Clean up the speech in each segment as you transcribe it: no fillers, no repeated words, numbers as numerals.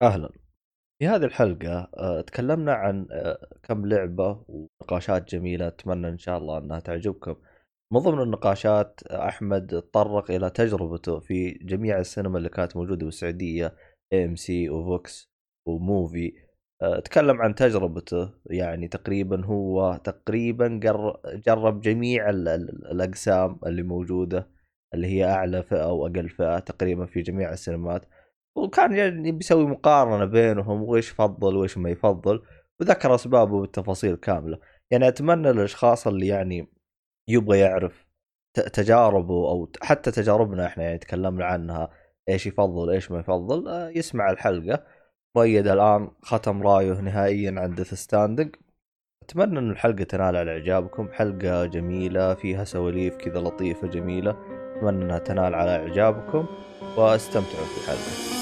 أهلا. في هذه الحلقة تكلمنا عن كم لعبة ونقاشات جميلة، أتمنى إن شاء الله أنها تعجبكم. من ضمن النقاشات أحمد تطرق إلى تجربته في جميع السينما اللي كانت موجودة بالسعودية، AMC وفوكس وموفي. تكلم عن تجربته، يعني تقريبا هو جرب جميع الأقسام اللي موجودة، اللي هي أعلى فئة وأقل فئة تقريبا في جميع السينمات، وكان يعني بيسوي مقارنة بينهم وإيش يفضل وإيش ما يفضل، وذكر أسبابه بالتفاصيل كاملة. يعني أتمنى للأشخاص اللي يعني يبغى يعرف تجاربه أو حتى تجاربنا إحنا يعني تكلمنا عنها، إيش يفضل إيش ما يفضل، يسمع الحلقة. مؤيد الآن ختم رايه نهائيا عند ديث ستاندنج. أتمنى أن الحلقة تنال على إعجابكم، حلقة جميلة فيها سواليف كذا لطيفة جميلة، أتمنى أنها تنال على إعجابكم واستمتعوا في الحلقة.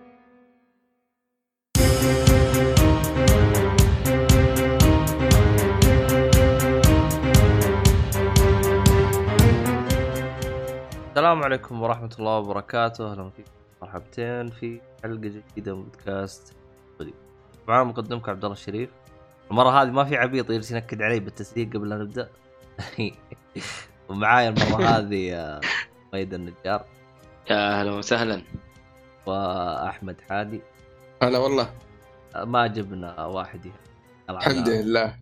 السلام عليكم ورحمة الله وبركاته، أهلا فيكم مرحبتين في حلقة جديدة من بودكاست بدي. معنا مقدمك عبد الله الشريف. المرة هذه ما في عبيط يجلس ينكد علي بالتسليق قبل لا نبدأ. ومعايا المرة هذه ميد النجار. يا أهلا وسهلا. وأحمد حادي. هلا والله. ما جبنا واحد الحمد لله.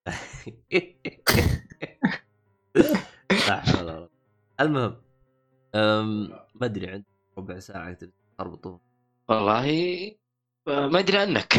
لا حول ولا قوة. المهم ما ادري عندي ربع ساعة تربطون. والله ما أدري عنك.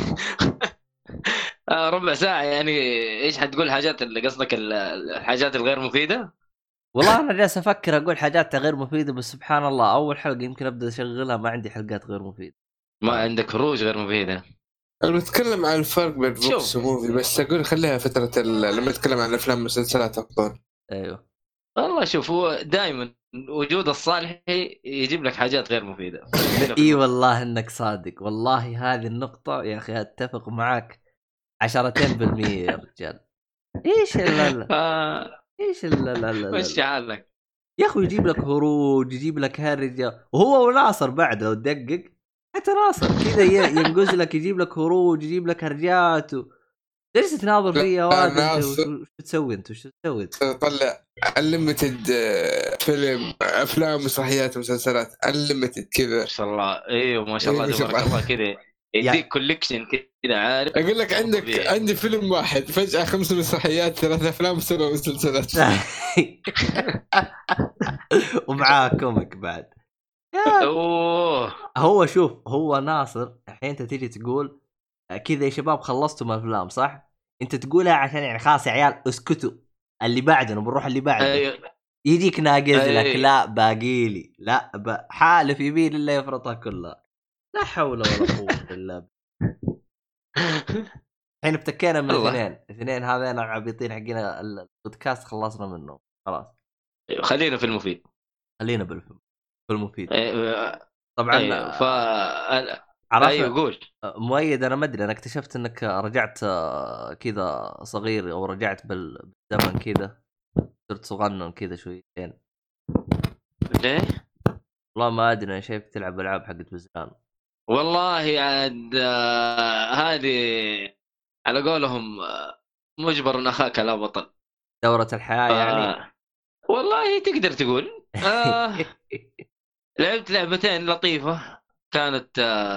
ربع ساعة يعني إيش حتقول؟ حاجات اللي قصدك الحاجات الغير مفيدة؟ والله أنا جالس أفكر أقول حاجات غير مفيدة، بس سبحان الله أول حلقة يمكن أبدأ أشغلها ما عندي حلقات غير مفيدة. ما عندك خروج غير مفيدة. أنا بتكلم عن الفرق بين فوكس وموفي، بس أقول خليها فترة لما نتكلم عن أفلام ومسلسلات أفضل. أيوه والله شوف، هو دائما وجود الصالح يجيب لك حاجات غير مفيدة. إي والله إنك صادق، والله هذه النقطة يا أخي أتفق معك 200% يا رجال. إيش إيش مش حالك يا أخي، يجيب لك هروج، يجيب لك هرجة، وهو وناصر بعد لو تدقق حتى ناصر كذا ينقز لك، يجيب لك هروج، يجيب لك هرجات ليش تناظر فيا واد انت؟ وش تسوي انت؟ وش تسوي؟ طلع الليمتد فيلم، افلام، مسرحيات، مسلسلات الليمتد كذا. ما شاء الله. ايوه ما شاء الله تبارك الله كذا يديك كوليكشن كذا، عارف؟ اقول لك عندي فيلم واحد فجأة 5 مسرحيات، 3 افلام، 7 مسلسلات. ومعاه كوميك بعد. هو شوف، هو ناصر الحين انت تيجي تقول كذا يا شباب خلصتوا من الافلام صح؟ انت تقولها عشان يعني خلاص يا عيال اسكتوا، اللي بعدنا بنروح اللي بعده. يجيك ناقز لك لا باقيلي، لا حالف يبين الا يفرطها كلها. لا حول ولا قوه الا بالله. الحين ابتكينا من اثنين هذين العبيطين حقنا البودكاست، خلصنا منه خلاص. خلينا في المفيد، خلينا في المفيد. طبعا ايوه قول. مؤيد انا ما ادري، انا اكتشفت انك رجعت كذا صغير او رجعت بالزمن كذا، صرت صغنن كذا شويتين. ليه؟ والله ما ادري، انا شايفك تلعب العاب حقت بزمان. والله عاد هذه على قولهم مجبر اخاك لا بطل، دورة الحياة يعني. والله تقدر تقول. لعبت لعبتين لطيفة كانت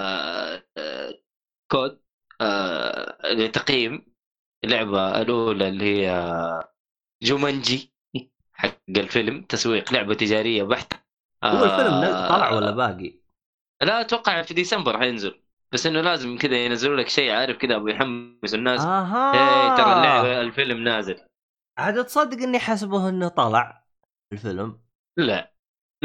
كود لتقييم. اللعبة الأولى اللي هي جومانجي حق الفيلم، تسويق، لعبة تجارية بحت. هو الفيلم طلع ولا باقي؟ لا أتوقع في ديسمبر حينزل، بس إنه لازم كذا ينزلوا لك شيء، عارف كذا أبو يحمس الناس. إيه ترى اللعبة الفيلم نازل. عاد تصدق إني حسبه إنه طلع الفيلم. لا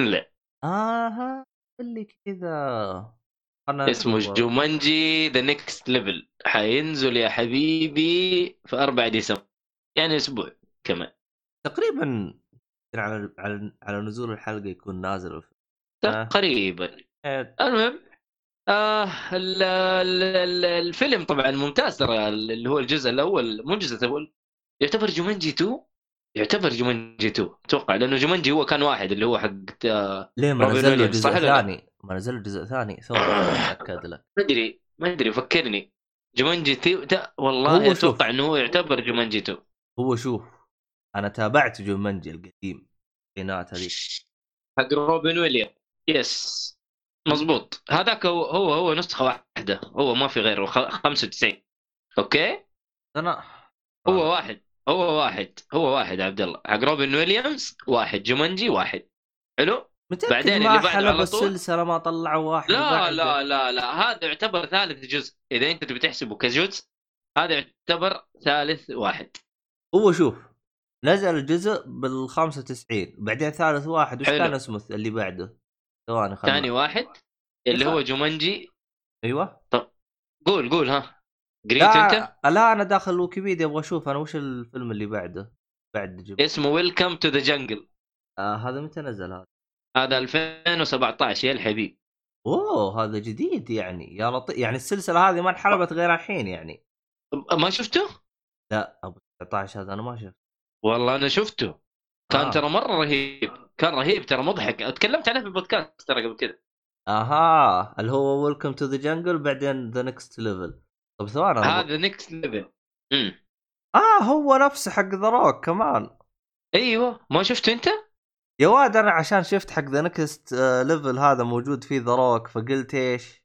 اللي كذا اسمه جومانجي ذا نيكست ليفل، حينزل يا حبيبي في 4 ديسمبر، يعني اسبوع كمان تقريبا. على نزول الحلقه يكون نازل الفيلم تقريبا. المهم الفيلم طبعا ممتاز ترى، اللي هو الجزء الاول، مو الجزء الاول، يعتبر جومانجي 2. يعتبر جومانجي 2 اتوقع، لانه جومانجي هو كان واحد اللي هو حق ليه ما نزل له جزء ثاني؟ ما نزل له جزء ثاني اتاكد لك. ما ادري ما ادري فكرني جومانجي والله اتوقع انه هو يعتبر جومانجي 2. هو شوف انا تابعت جومانجي القديم الحينات هذيك حق روبن ويليام. يس مزبوط، هذاك هو نسخة واحدة، هو ما في غيره 95. اوكي انا هو واحد عبد الله حق روبن ويليامز واحد، جومانجي واحد. حلو. متأكد بعدين ما اللي بعده حلب على طول السلسلة ما طلعوا واحد لا بعد. لا هذا يعتبر ثالث جزء اذا انت تبي تحسبه كجزء، هذا يعتبر ثالث واحد. هو شوف نزل الجزء بال95 بعدين ثالث واحد وش كان اسمه اللي بعده؟ ثواني ثاني واحد اللي هو جومانجي. ايوه طب قول ها قريت انت؟ لا انا داخل ويكيبيديا ابغى اشوف انا وش الفيلم اللي بعده بعد جيب. اسمه ويلكم تو ذا جنجل. هذا متى نزل هذا 2017 يا الحبيب. اوه هذا جديد يعني يا لطيف، يعني السلسله هذه ما انحلبت غير الحين يعني. ما شفته؟ لا ابو 19 هذا انا ما شفته والله انا شفته كان ترى مره رهيب، كان رهيب ترى مضحك، تكلمت عنه في البودكاست ترى قبل كده. اللي هو ويلكم تو ذا جنجل بعدين ذا نيكست ليفل. طب ثواني هذا نيكست ليفل. هو نفسه حق ذا روك كمان. ايوه ما شفته انت يا واد انا عشان شفت حق ذا نيكست ليفل هذا موجود فيه ذا روك فقلت ايش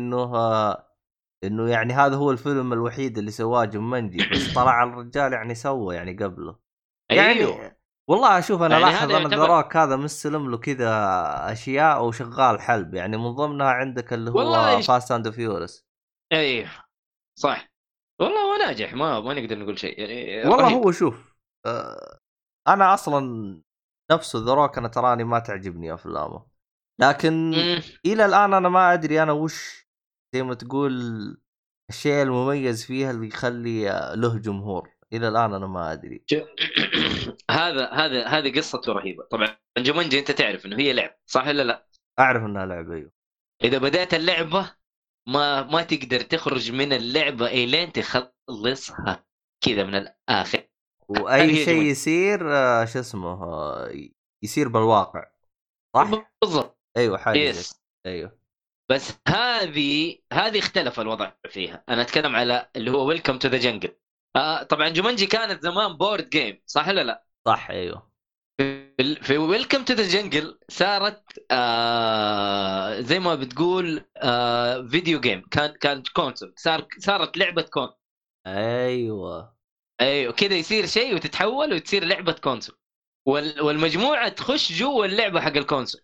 انه يعني هذا هو الفيلم الوحيد اللي سواه جومانجي، بس طلع الرجال يعني سوى يعني قبله. يعني أيوه. والله اشوف انا يعني لاحظ ان ذا روك هذا مستلم له كذا اشياء وشغال حلب، يعني من ضمنها عندك اللي هو فاست اند فيورس. ايوه صح والله هو ناجح، ما نقدر نقول شيء يعني والله رهيب. هو شوف انا اصلا نفسه ذا روك انا تراني ما تعجبني افلامه، لكن الى الان انا ما ادري انا وش زي ما تقول الشيء المميز فيها اللي يخلي له جمهور. الى الان انا ما ادري. هذه قصته رهيبه. طبعا جومانجي انت تعرف انه هي لعبه صح ولا لا؟ اعرف انها لعبه ايوه. اذا بدأت اللعبه ما تقدر تخرج من اللعبه الين تخلصها كذا من الاخر، واي شيء يصير شو اسمه يصير بالواقع صح بالضبط. ايوه حاجه ايوه. بس هذه اختلف الوضع فيها. انا اتكلم على اللي هو ويلكم تو ذا جنجل. طبعا جومانجي كانت زمان بورد جيم صح ولا لا؟ صح ايوه. في ويلكم تو ذا جنجل صارت زي ما بتقول فيديو جيم، كانت كونسول، صارت لعبه كونسول. ايوه كذا يصير شيء وتتحول وتصير لعبه كونسول، والمجموعه تخش جوا اللعبه حق الكونسول.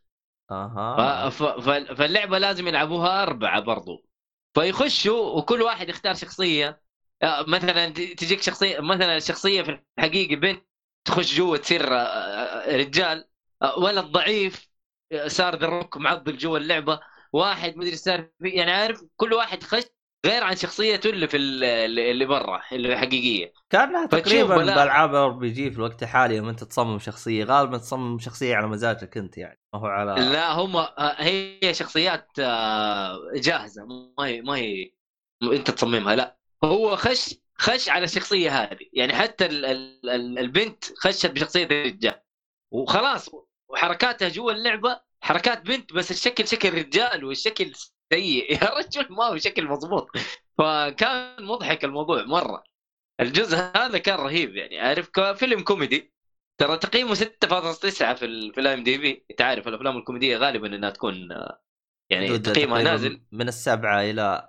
فاللعبه لازم يلعبوها 4 برضو، فيخشوا وكل واحد يختار شخصيه. مثلا تجيك شخصيه، مثلا الشخصيه في الحقيقه بنت تخش جوا تصير رجال، ولد ضعيف صار ذا روك معضل جوا اللعبه، واحد مدري صار يعني عارف كل واحد خش غير عن شخصيته اللي في اللي برا اللي حقيقيه. كانها تقريبا بالعاب ار بي جي في الوقت الحالي لما انت تصمم شخصيه غالبا تصمم شخصيه على مزاجك انت يعني ما هو على لا هم هي شخصيات جاهزه، ما هي انت تصممها، لا هو خش على الشخصيه هذه يعني. حتى البنت خشت بشخصيه الرجال وخلاص، وحركاتها جوا اللعبه حركات بنت بس الشكل شكل رجال والشكل سيء يا رجل ما هو شكل مضبوط. فكان مضحك الموضوع مره. الجزء هذا كان رهيب يعني عارف كفيلم كوميدي، ترى تقييمه 6.9 في الام دي بي. انت عارف الافلام الكوميديه غالبا انها تكون يعني تقييمها نازل من 7 إلى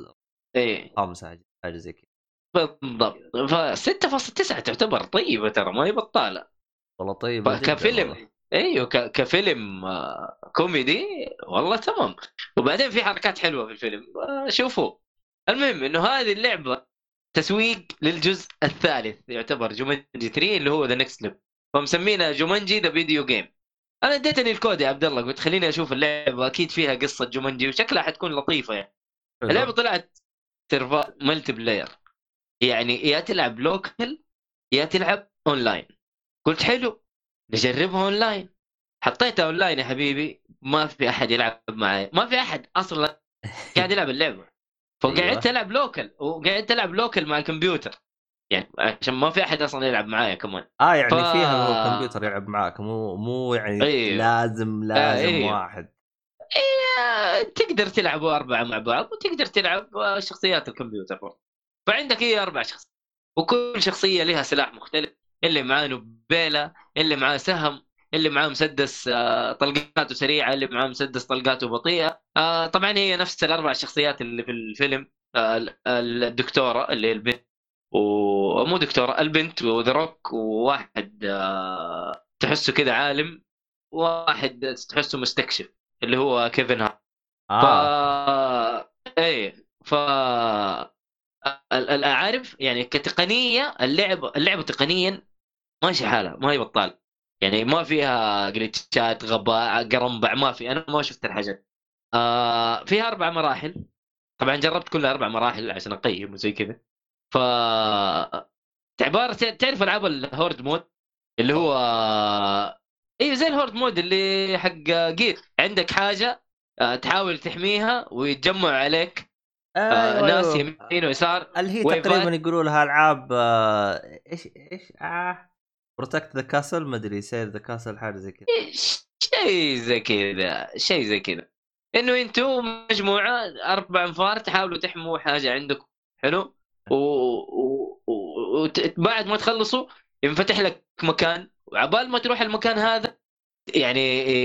5 حاجه زي كذا بالضبط. ف 6.9 تعتبر طيبه ترى ما هي بطاله والله طيبه كفيلم والله. ايوه كفيلم كوميدي والله تمام. وبعدين في حركات حلوه في الفيلم شوفوا. المهم انه هذه اللعبه تسويق للجزء الثالث يعتبر جومانجي 3 اللي هو ذا نيكست ليفل، فمسمينها جومانجي ذا فيديو جيم. انا اديتني الكود يا عبد الله قلت خليني اشوف اللعبه اكيد فيها قصه جومانجي وشكلها حتكون لطيفه يعني. اللعبه طلعت سيرفر ملتي بلاير، يعني يا تلعب لوكال يا تلعب اونلاين. قلت حلو نجربها اونلاين، حطيتها اونلاين يا حبيبي ما في احد يلعب معي، ما في احد اصلا قاعد يلعب اللعبه. فقعدت العب لوكال وقعدت العب لوكال مع الكمبيوتر يعني عشان ما في احد اصلا يلعب معايا كمان. يعني فيها هو الكمبيوتر يلعب معاك مو يعني لازم واحد تقدر تلعبوا 4 مع بعض وتقدر تلعب شخصيات الكمبيوتر برضه. فعندك هي 4 شخصيات وكل شخصية لها سلاح مختلف. اللي معاه نبيلة، اللي معاه سهم، اللي معاه مسدس طلقاته سريعة، اللي معاه مسدس طلقاته بطيئة. طبعا هي نفس ال4 شخصيات اللي في الفيلم. الدكتورة اللي هي البنت، ومو دكتورة البنت، وذا روك، وواحد تحسه كذا عالم، واحد تحسه مستكشف اللي هو كيفن هارت. ف ايه ف عارف يعني كتقنيه اللعبه تقنيا ماشي حالها، ما هي بطال يعني، ما فيها جلitchات غباء قرنبع، ما في، انا ما شفت الحاجات. فيها 4 مراحل. طبعا جربت كلها 4 مراحل عشان اقيم وزي كذا. ف عباره تعرف العاب الهورد مود اللي هو ايوه زي الهورد مود اللي حق جير، عندك حاجه تحاول تحميها ويتجمع عليك ايوه ناس ايوه يمين ويسار، اللي هي ويفات. تقريبا يقولوا لها العاب ايش بروتكت ذا كاسل، ما ادري سيف ذا كاسل، حاجه زي كذا. شيء زي كذا انه انتم مجموعه 4 انفار تحاولوا تحموا حاجه عندكم. حلو. وبعد ما تخلصوا ينفتح لك مكان، وعبال ما تروح المكان هذا يعني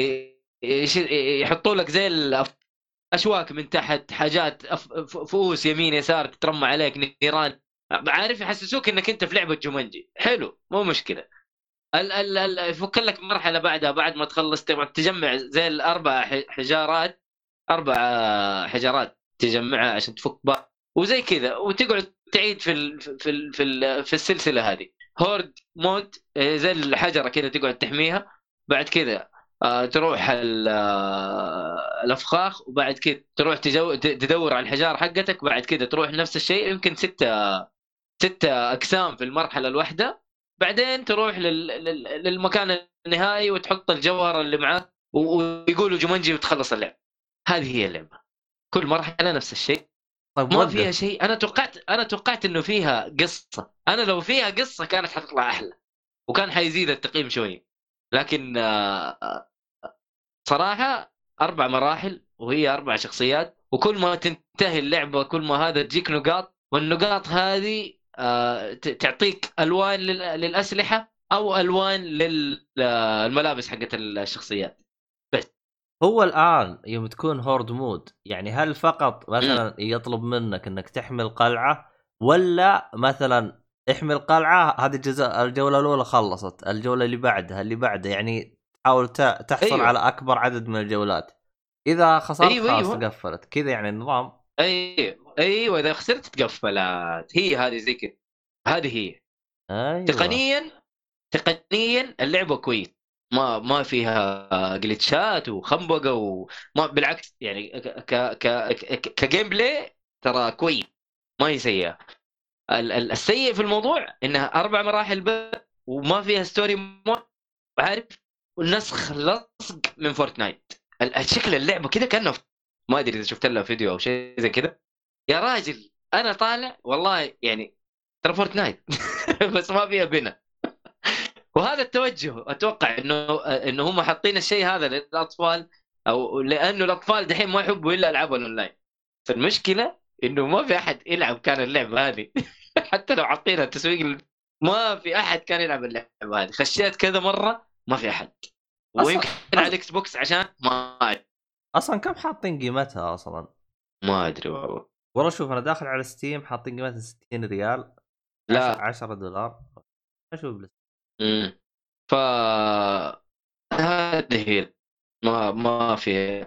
يحطوا لك زي اشواك من تحت، حاجات فؤوس يمين يسار تترمى عليك، نيران، عارف، يحسسوك انك انت في لعبه جومانجي. حلو، مو مشكله. يفك لك مرحله بعدها، بعد ما تخلص تجمع زي الاربع حجارات، 4 حجارات تجمعها عشان تفك بعض وزي كذا، وتقعد تعيد في السلسله هذه. هورد مود زي الحجره كذا تقعد تحميها. بعد كذا تروح الافخاخ، وبعد كذا تروح تدور على الحجار حقتك. بعد كذا تروح نفس الشيء، يمكن 6 أقسام في المرحلة الواحدة. بعدين تروح للمكان النهائي وتحط الجوهر اللي معاك، ويقولوا جومانجي وتخلص اللعبة. هذه هي اللعبة، كل مرحلة نفس الشيء، طيب ما فيها وقف. شيء. أنا توقعت إنه فيها قصة. أنا لو فيها قصة كانت حتطلع أحلى وكان حيزيد التقييم شوي. لكن صراحة 4 مراحل وهي 4 شخصيات، وكل ما تنتهي اللعبة كل ما هذا تجيك نقاط، والنقاط هذه تعطيك ألوان للأسلحة أو ألوان للملابس حقت الشخصيات. بس هو الان يوم تكون هورد مود، يعني هل فقط مم. مثلا يطلب منك انك تحمي القلعه، ولا مثلا احمي القلعه هذه الجوله الاولى خلصت، الجوله اللي بعدها يعني تحاول تحصل على أيوه اكبر عدد من الجولات، اذا خسرت أيوه خلاص أيوه تقفلت كذا يعني النظام؟ أيوه إذا خسرت تقفلات، هي هذه زي كذا. هذه هي ايوه. تقنيا اللعبه كويس، ما فيها جلitchات وخنبقه وما، بالعكس يعني كجيم بلاي ترى كويس، ما هي سيئه. السيء في الموضوع انها 4 مراحل بس وما فيها ستوري مود، عارف، والنسخ لصق من فورتنايت. الشكل اللعبه كذا كانه، ما ادري اذا شفت لها فيديو او شيء زي كذا. يا راجل انا طالع والله يعني ترى فورتنايت بس ما فيها بنا. وهذا التوجه اتوقع انه هم حاطين الشيء هذا للاطفال، او لانه الاطفال دحين ما يحبوا الا العاب الاونلاين. فالمشكله انه ما في احد يلعب كان اللعبه هذه حتى لو حاطينها تسويق ما في احد كان يلعب اللعبه هذه. خشيت كذا مره ما في احد، اصلا ويمكن على الاكس بوكس عشان ما أدري. اصلا كم حاطين قيمتها اصلا؟ ما ادري والله. والله شوف انا داخل على ستيم حاطين قيمتها 60 ريال، لا 10 دولار. اشوف بس. ف هذه هي، ما في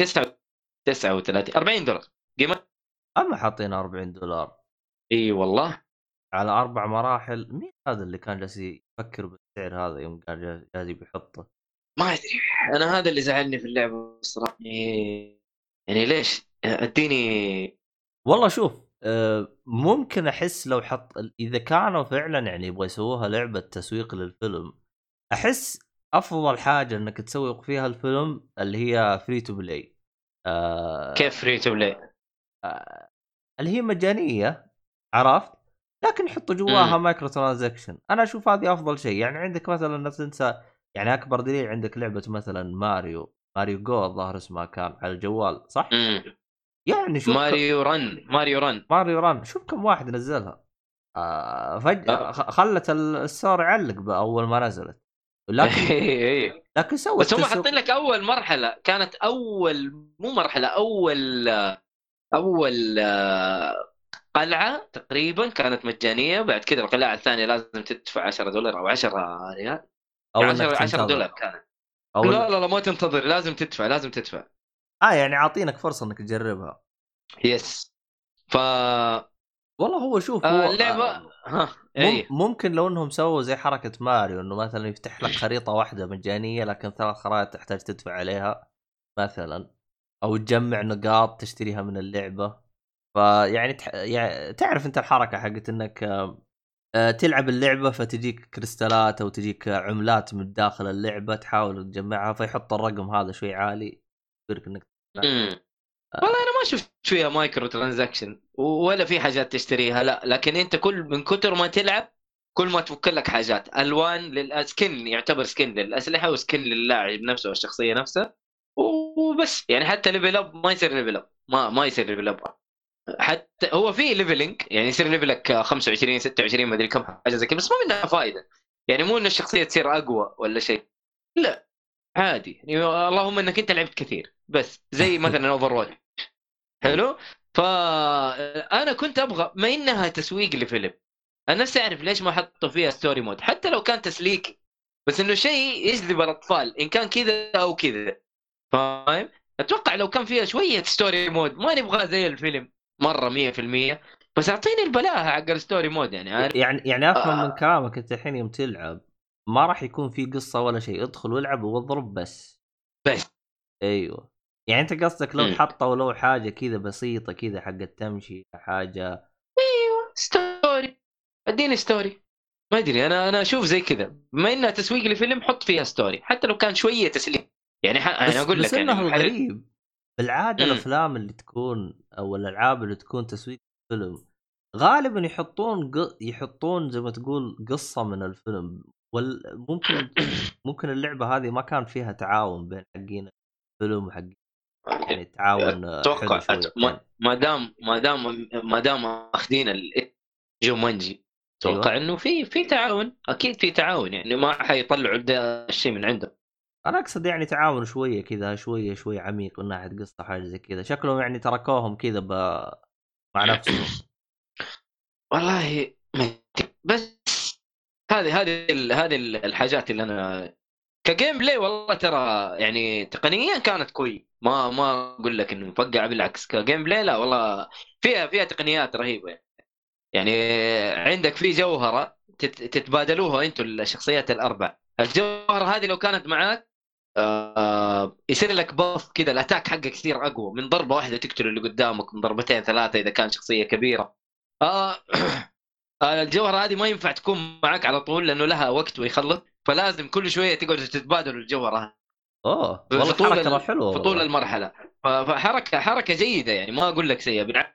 39 $40 قيمة. اما حاطين 40 دولار اي والله على 4 مراحل. مين هذا اللي كان جالس يفكر بالسعر هذا يوم كان جالس بيحطه؟ ما ادري. انا هذا اللي زعلني في اللعبه الصراحه، يعني ليش اديني. والله شوف ممكن احس لو حط، اذا كانوا فعلا يعني يبغى يسووها لعبه تسويق للفيلم، احس افضل حاجه انك تسوق فيها الفيلم اللي هي فري تو بلاي. كيف فري تو بلاي؟ اللي هي مجانيه، عرفت، لكن يحطوا جواها مايكرو ترانزكشن. انا اشوف هذه افضل شيء. يعني عندك مثلا لا تنسى، يعني اكبر دليل عندك لعبه مثلا ماريو ماريو جو الظاهر اسمها كان على الجوال صح؟ يعني شوف ماريو رن ماريو ران شوف كم واحد نزلها فجأة خلت الستور يعلق بأول ما نزلت لكن سوت بس هم حاطين لك اول مرحله كانت مو مرحله اول قلعه تقريبا كانت مجانيه. بعد كذا القلعه الثانيه لازم تدفع $10 او 10 ريال او 10 دولار كانت. لا ما تنتظر، لازم تدفع يعني عاطينك فرصه انك تجربها. يس والله هو شوف هو اللعبه ممكن لو انهم سووا زي حركه ماريو انه مثلا يفتح لك خريطه واحده مجانيه لكن 3 خرائط تحتاج تدفع عليها مثلا، او تجمع نقاط تشتريها من اللعبه. فيعني يعني تعرف انت الحركه حقت انك تلعب اللعبه فتجيك كريستالات او تجيك عملات من داخل اللعبه تحاول تجمعها فيحط الرقم هذا شوي عالي يصيرك انك والله انا ما شفت فيها مايكرو ترانزاكشن ولا في حاجات تشتريها، لا لكن انت من كتر ما تلعب كل ما تفك لك حاجات الوان للسكن، يعتبر سكن للاسلحه وسكن للاعب نفسه والشخصيه نفسها وبس. يعني حتى ليفل اب ما يصير ليفل اب، ما يصير ليفل اب. حتى هو في ليفلينج يعني يصير ليفلك 25 26 ما ادري كم حاجه زي كذا، بس ما منها فائده. يعني مو ان الشخصيه تصير اقوى ولا شيء، لا عادي يعني اللهم انك انت لعبت كثير بس زي مثلا اوفر واتش حلو. فانا كنت ابغى ما انها تسويق لفيلم، انا نفسي اعرف ليش ما حطوا فيها ستوري مود حتى لو كان تسليكي، بس انه شيء يجذب الاطفال ان كان كذا او كذا، فاهم؟ اتوقع لو كان فيها شويه ستوري مود ما نبغى زي الفيلم مره 100%، بس اعطيني البلاهه حق الستوري مود يعني عارف. يعني افهم من كلامك انت الحين يوم تلعب ما راح يكون في قصه ولا شيء، ادخل والعب واضرب بس. ايوه يعني انت قصدك لو حطوا لو حاجه كذا بسيطه كذا حق التمشي حاجه. ايوه ستوري، اديني ستوري. ما ادري انا اشوف زي كذا بما انها تسويق لفيلم حط فيها ستوري حتى لو كان شويه تسليم يعني انا اقول بس لك انه يعني الغريب بالعاده الافلام اللي تكون او الالعاب اللي تكون تسويق فيلم غالبا يحطون زي ما تقول قصه من الفيلم. ممكن اللعبه هذه ما كان فيها تعاون بين حقين الفيلم وحق يعني تعاون حلو شويه. ما دام اخذين جومانجي اتوقع أيوة. انه في تعاون، اكيد في تعاون يعني ما حيطلعوا الشيء من عندهم. انا اقصد يعني تعاون شويه كذا شويه عميق من ناحيه قصه حاجه زي كذا، شكلهم يعني تركوهم كذا مع نفسهم. والله بس هذه الحاجات اللي انا كجيم بلاي والله ترى يعني تقنيا كانت كويس، ما اقول لك انه مفقع، بالعكس كجيم بلاي لا والله فيها تقنيات رهيبه. يعني عندك في جوهره تتبادلوها انتوا الشخصيات الاربع، الجوهره هذه لو كانت معاك يصير لك باف كذا، الاتاك حقك كثير اقوى، من ضربه واحده تقتل اللي قدامك، من ضربتين ثلاثه اذا كان شخصيه كبيره. الجوهره هذه ما ينفع تكون معك على طول لانه لها وقت ويخلص، فلازم كل شويه تقعد تتبادلوا الجوهره. والله حركه حلوه في طول المرحله، فحركه جيده يعني ما اقول لك سيئه بالعكس.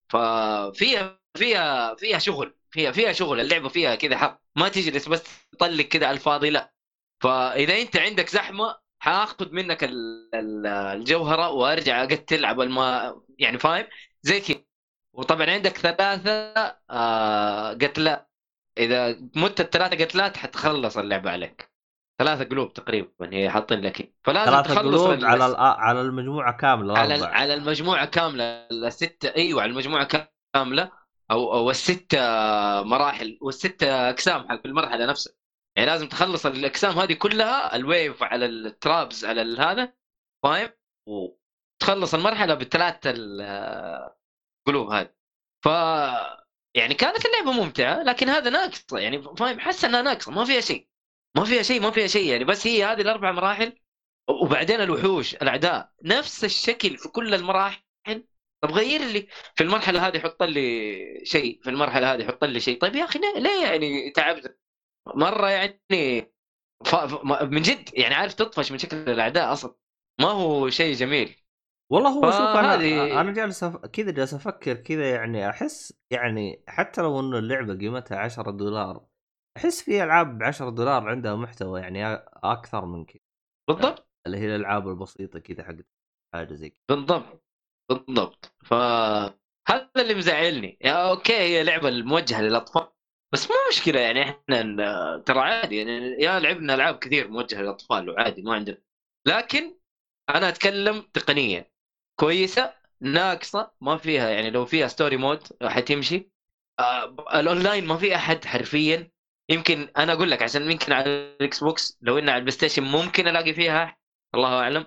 فيها شغل، فيها شغل اللعبه، فيها كذا حق ما تجلس بس تطلق كذا على الفاضي، لا. فاذا انت عندك زحمه حاخذ منك الجوهره وارجع اقتل عبال ما يعني فاهم زي كذا. وطبعا عندك 3 قتلات، اذا مت ال3 قتلات حتخلص اللعبه عليك. 3 قلوب تقريبا هي حاطين لك، فلازم تخلص على المجموعه كامله على المجموعه كامله ال6. ايوه على المجموعه كامله او ال6 مراحل وال6 اقسام حق المرحله نفسها. يعني لازم تخلص الاقسام هذه كلها، الويف على الترابز على هذا فاهم، وتخلص المرحله ب3 القلوب هذه. ف يعني كانت اللعبه ممتعه لكن هذا ناقصه يعني فاهم، حس انها ناقصه، ما فيها شيء يعني. بس هي هذه ال4 مراحل وبعدين الوحوش الاعداء نفس الشكل في كل المراحل. طب غير لي في المرحله هذه حط لي شيء، في المرحله هذه حط لي شيء. طيب يا اخي ليه يعني تعبت مره يعني من جد يعني عارف تطفش من شكل الاعداء اصلا، ما هو شيء جميل. والله هو شوف انا جالس افكر كذا يعني احس يعني حتى لو انه اللعبه قيمتها $10 احس في العاب $10 عندها محتوى يعني اكثر من كذا بالضبط. اللي هي الالعاب البسيطه كذا حق حاجه زي كذا. بالضبط فهذا اللي مزعلني. يا اوكي هي لعبه موجهه للاطفال بس مو مشكله يعني احنا ترى عادي يعني يا لعبنا العاب كثير موجهه للاطفال وعادي ما عندنا. لكن انا اتكلم تقنيا كويسه ناقصه ما فيها يعني لو فيها ستوري مود حتمشي. الاونلاين ما في احد حرفيا. يمكن انا اقول لك عشان يمكن على الاكس بوكس لو انه على البلاي ستيشن ممكن الاقي فيها الله اعلم.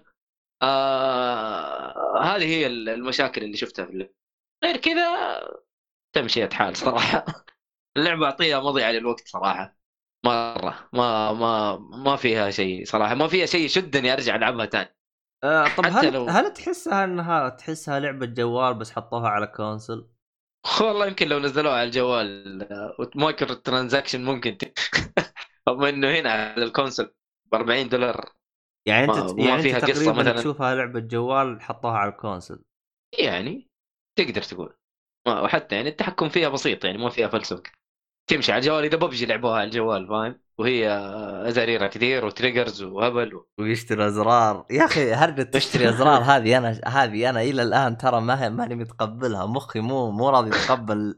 هذه هي المشاكل اللي شفتها في اللعبة. غير كذا تمشي الحال صراحه. اللعبه اعطيها مضيعه للوقت صراحه مره ما فيها شيء صراحه ما فيها شيء يشدني ارجع العبها ثاني. طب حتى لو هل تحسها لعبه جوال بس حطوها على كونسل؟ والله يمكن لو نزلوها على الجوال ومايكرو ترانزاكشن ممكن اما انه هنا على الكونسول $40 يعني ما فيها انت قصه تقريبا مثلا تشوفها لعبه جوال حطوها على الكونسل يعني تقدر تقول. وحتى يعني التحكم فيها بسيط يعني ما فيها فلسفه تمشي على الجوال. اذا ببجي لعبوها على الجوال فاهم وهي ازاريره كثير وتريجرز وهبل ويشتري ازرار. يا اخي هرجة تشتري ازرار هذه انا الى الان ترى ماني متقبلها. مخي مو راضي يتقبل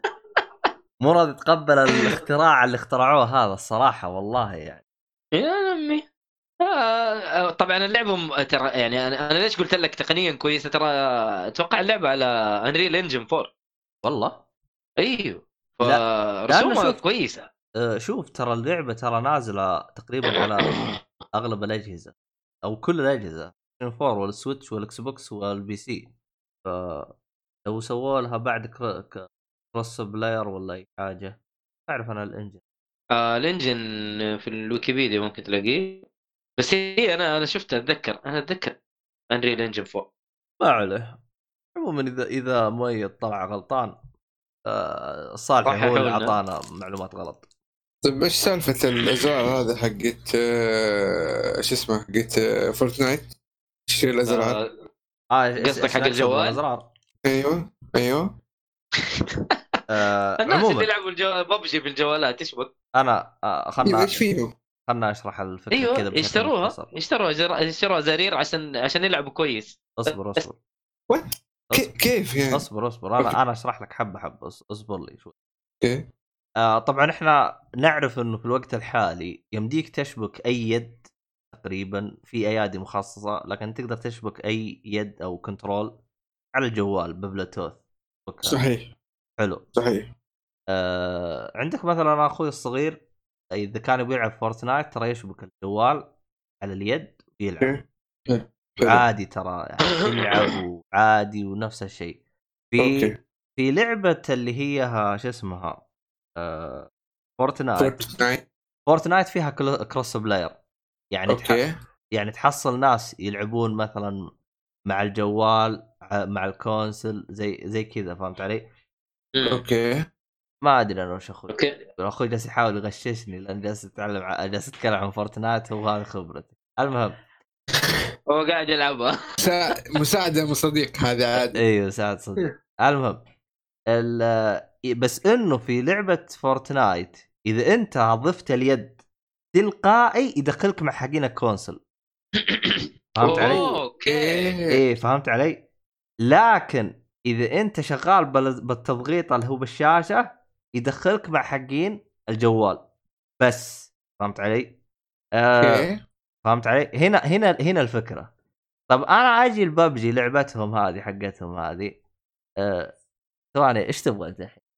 الاختراع اللي اخترعوه هذا الصراحه والله يعني. يا عمي طبعا اللعبه ترى يعني انا ليش قلت لك تقنيا كويسه ترى اتوقع اللعبه على انريل انجن 4 والله. ايوه لا فرسومها كويسه. شوف ترى اللعبه ترى نازله تقريبا على اغلب الاجهزه او كل الاجهزه 4 والسويتش والاكس بوكس والبي سي. فلو سووا لها بعد كروس بلاير ولا اي حاجه اعرف انا الانجن. الانجن في الويكيبيديا ممكن تلاقيه بس هي انا شفت اتذكر انريل انجن 4 ما عليه. عموما اذا مؤيد طلع غلطان صالح هو اللي اعطانا معلومات غلط. طيب ايش سالفه الازرار هذا حقت ايش اسمه حقت فورتنايت تشتري الازرار؟ قصدك حق الجوال؟ ايوه الناس اللي يلعبوا ببجي بالجوالات ايش بك؟ انا خلنا اشرح الفكره أيوة كذا يشتروها زرير عشان يلعبوا كويس. اصبر كيف يعني؟ اصبر انا اشرح لك حبه اصبر لي شوي. اوكي. طبعا احنا نعرف انه في الوقت الحالي يمديك تشبك اي يد تقريبا في ايادي مخصصه لكن تقدر تشبك اي يد او كنترول على الجوال ببلوتوث. صحيح حلو صحيح. عندك مثلا اخوي الصغير اذا كان بيلعب فورتنايت ترى يشبك الجوال على اليد ويلعب عادي ترى يعني يلعب عادي ونفس الشيء في لعبه اللي هي شو اسمها فورتنايت فيها كروس بلاير يعني يعني تحصل ناس يلعبون مثلا مع الجوال مع الكونسل زي كذا فهمت علي؟ اوكي. ما ادري انا وش اخوي جالس يحاول يغششني لان جالس اتكلم عن فورتنايت هو هذا خبرتي. المهم هو قاعد يلعبها مساعده من صديق هذا عادي. ايوه مساعد صديق. المهم بس انه في لعبه فورتنايت اذا انت ضفت اليد تلقائي يدخلك مع حقين الكونسل. فهمت علي؟ ايه فهمت علي. لكن اذا انت شغال بالتضغيط اللي هو بالشاشه يدخلك مع حقين الجوال بس. فهمت علي؟ فهمت علي. هنا الفكره. طب انا اجي الببجي لعبتهم هذه حقتهم هذه ثواني ايش تبغى انت الحين؟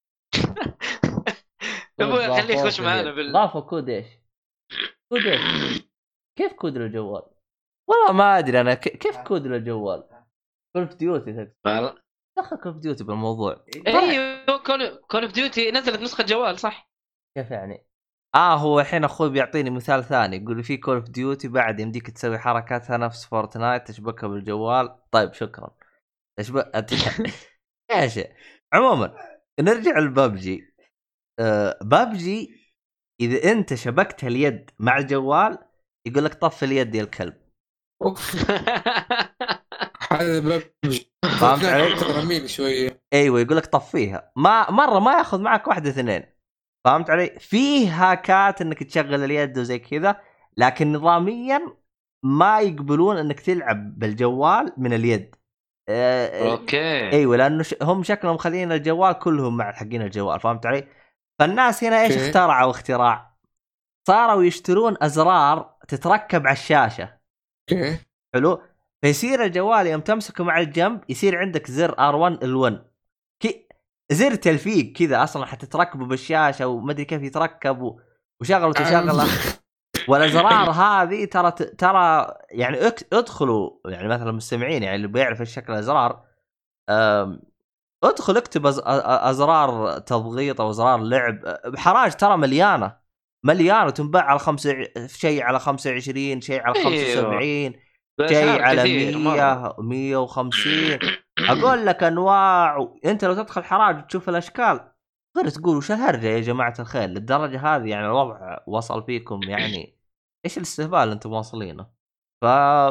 تبغى خليه يخش معانا ضافوا كود ايش كيف كود للجوال؟ والله ما ادري انا كيف كود للجوال. كول اوف ديوتي دخل كول اوف ديوتي بالموضوع. ايوه كول اوف ديوتي نزلت نسخه جوال صح؟ كيف يعني؟ هو الحين اخوي بيعطيني مثال ثاني يقول لي في كول اوف ديوتي بعد يمديك تسوي حركاتها نفس فورتنايت تشبكها بالجوال. طيب شكرا يا شيء. عموما نرجع للببجي. ببجي اذا انت شبكت اليد مع الجوال يقول لك طفي اليد يا الكلب. هذا ببجي فهمت علي؟ ترميل شويه. ايوه يقول لك طفيها مره ما ياخذ معك واحده اثنين. فهمت علي؟ فيه هاكات انك تشغل اليد وزي كذا لكن نظاميا ما يقبلون انك تلعب بالجوال من اليد. اوكي ايوه لانه هم شكلهم مخلين الجوال كلهم مع حقين الجوال، فهمت علي؟ فالناس هنا ايش اخترعوا اختراع، صاروا يشترون ازرار تتركب على الشاشه. اوكي حلو. فيصير الجوال يوم تمسكه مع الجنب يصير عندك زر R1 L1 زر تلفيق كذا، اصلا حتتركبه بالشاشه وما ادري كيف يتركب وشغل وتشغل. والازرار هذه ترى يعني ادخلوا يعني مثلا المستمعين يعني اللي بيعرف ايش شكل الازرار، ادخل اكتب ازرار تضغيط او ازرار لعب بحراج، ترى مليانه تنباع على 5 شيء على 25 شيء على 75 شيء على 100 150. اقول لك انواع، انت لو تدخل حراج تشوف الاشكال غير تقول وش الهرجه يا جماعه الخير للدرجه هذه، يعني الوضع وصل فيكم يعني ايش الاستهبال اللي انتم واصلينه. ف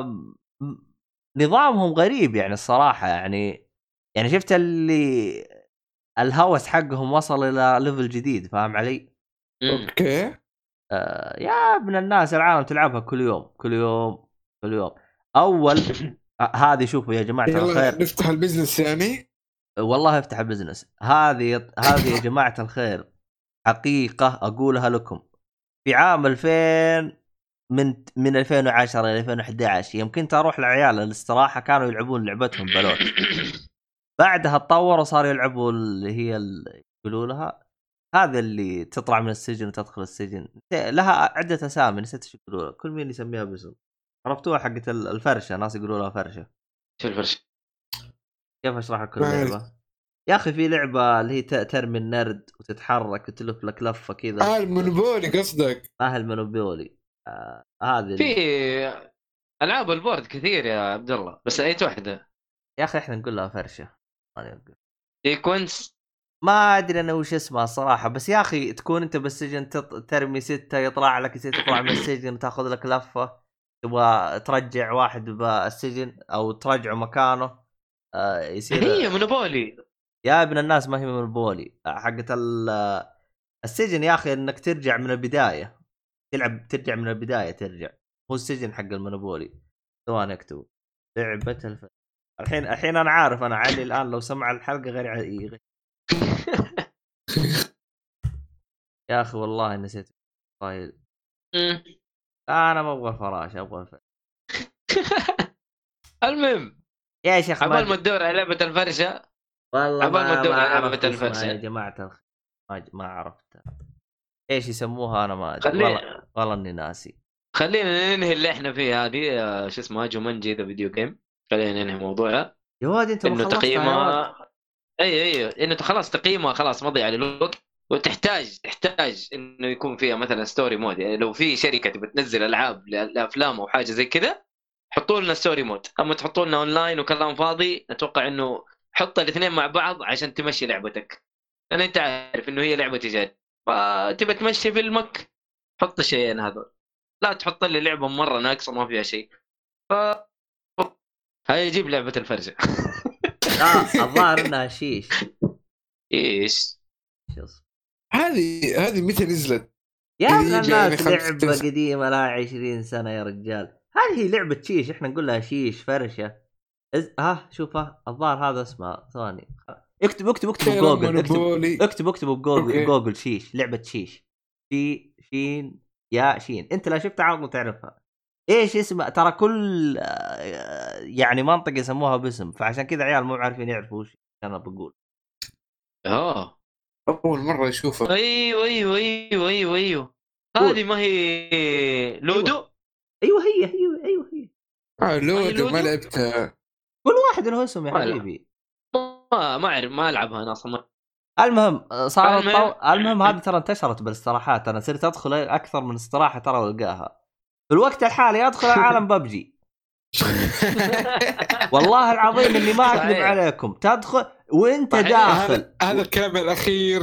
نظامهم غريب يعني الصراحه، يعني شفت اللي الهوس حقهم وصل الى ليفل جديد، فاهم علي؟ اوكي. يا ابن الناس العالم تلعبها كل يوم كل يوم كل يوم. اول هذه شوفوا يا جماعه الخير، نفتح البزنس يعني والله افتح البزنس. هذه يا جماعه الخير حقيقه اقولها لكم، في عام 2000 من 2010 الى 2011 يمكن تروح العيال الاستراحه كانوا يلعبون لعبتهم بلوت، بعدها تطوروا وصاروا يلعبوا اللي هي يقولوا لها هذا اللي تطلع من السجن وتدخل السجن، لها عده اسامي نسيت ايش يقولوا، كل مين يسميها باسم. عرفتوها حقه الفرشه، ناس يقولوا لها فرشه. شو الفرشه؟ كيف اشرح لكم اللعبه يا اخي؟ في لعبه اللي هي ترمي النرد وتتحرك وتلف لك لفه كذا. المونوبولي قصدك؟ المونوبولي. هذه في العاب البورد كثير يا عبد الله، بس اي واحده يا اخي احنا نقول لها فرشه. سيكونس ما ادري انا وش اسمها الصراحه، بس يا اخي تكون انت بالسجن ترمي 6 يطلع لك 6 تطلع من السجن وتاخذ لك لفه، تبغى ترجع واحد بالسجن او ترجعه مكانه. يصير هي مونوبولي يا ابن الناس، ما هي مونوبولي حقت السجن يا اخي، انك ترجع من البدايه تلعب، ترجع من البدايه ترجع، هو السجن حق المونوبولي. ثواني اكتب لعبه الحين انا عارف انا علي الان لو سمع الحلقه غير يا اخي والله نسيت فايل. انا ما ابغى فراش، ابغى المهم يا شيخ عبال ما تدور على لعبه الفرشه، والله عبال ما تدور على عرفت لعبه اسمها الفرشه يا جماعه ما عرفتها ايش يسموها، انا ما ادري والله اني ناسي. خلينا ننهي اللي احنا فيه هذه شو اسمها جومانجي ذا فيديو جيم. خلينا ننهي موضوعها يا واد انت انه تقييمها ايوه انه خلاص تقييمها خلاص مضي على الوقت، وتحتاج انه يكون فيها مثلا ستوري مود. يعني لو في شركه تبي تنزل العاب لافلام او حاجه زي كذا حطوا لنا ستوري مود، اما تحطوا لنا اونلاين وكلام فاضي اتوقع انه حط الاثنين مع بعض عشان تمشي لعبتك. لان انت عارف انه هي لعبه تجاريه، فتبي تمشي فيلمك حط الشيئين هذول، لا تحط لي لعبه مره ناقصه ما فيها شيء. ف هاي يجيب لعبه الفرجه. الظاهر انها شيش. ايش هذه متى نزلت يا ابن الناس؟ لعبه قديمه لها 20 سنه يا رجال. هذه لعبه شيش احنا نقول لها شيش فرشه. شوفها الظاهر هذا اسمها. ثواني اكتب بجوجل، اكتب بجوجل شيش، لعبه شيش شين يا شين. انت لا شفت عاوز تعرفها ايش اسمها. ترى كل يعني منطقه يسموها باسم، فعشان كذا عيال مو عارفين يعرفوا وش انا بقول. اول مره اشوفها. ايوه هذه ما هي لودو؟ ايوه هي لودو. ما لعبتها. كل واحد له اسم يا حبيبي. ما اعرف، ما العبها انا اصلا. المهم المهم هذه ترى انتشرت بالاستراحات، انا صرت ادخل اكثر من استراحه ترى والقاها في الوقت الحالي. ادخل عالم ببجي والله العظيم اللي ما اكذب عليكم. تدخل وانت داخل، هذا الكلام الاخير.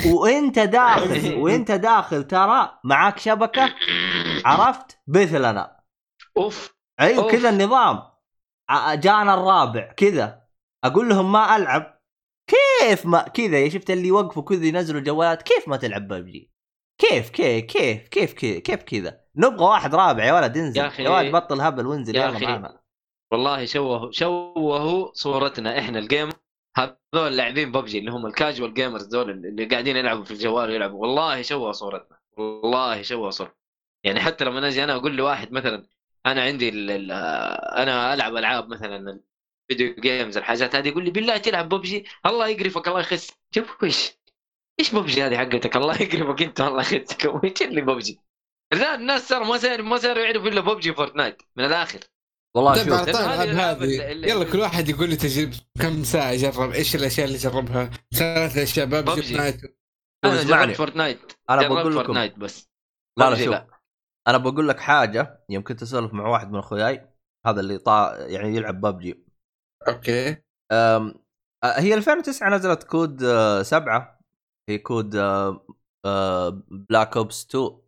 وانت داخل ترى معاك شبكه، عرفت؟ مثلنا اوف ايوه كذا النظام. جانا الرابع كذا اقول لهم ما العب، كيف ما كذا يا شفت اللي يوقفوا كذا ينزلوا الجوالات، كيف ما تلعب ببجي؟ كيف كذا نبغى واحد رابع يا ولد انزل يا أخي. يا ولد بطل هبل وانزل يا يلا أخي. معنا. والله شوهوا صورتنا احنا الجيم. هذول اللاعبين ببجي اللي هم الكاجوال جيمرز دول اللي قاعدين يلعبوا في الجوال ويلعبوا، والله شوهوا صورتنا، والله شوهوا صورتنا. يعني حتى لما اجي انا اقول لواحد مثلا انا عندي انا العب العاب مثلا فيديو جيمز الحاجات هذه، يقول لي بالله تلعب ببجي، الله يقرفك الله يخس. شوف ايش ببجي هذه حقتك، الله يقرفك انت الله يخسك. وش اللي ببجي؟ الناس صار ما صاروا يعرفوا الا ببجي فورتنايت من الاخر. والله طيب شوف على طاري الألعاب هذه يلا كل واحد يقول لي تجربة كم ساعة جرب، ايش الاشياء اللي جربها. 3 اشياء ببجي فورتنايت. انا اسمعني. جربت فورتنايت، انا جربت بقول لكم فورتنايت بس. لا شوف انا بقول لك حاجه يمكن تسولف مع واحد من اخوياي هذا اللي يعني يلعب ببجي. اوكي. هي 2009 نزلت كود 7 هي كود بلاك اوبس 2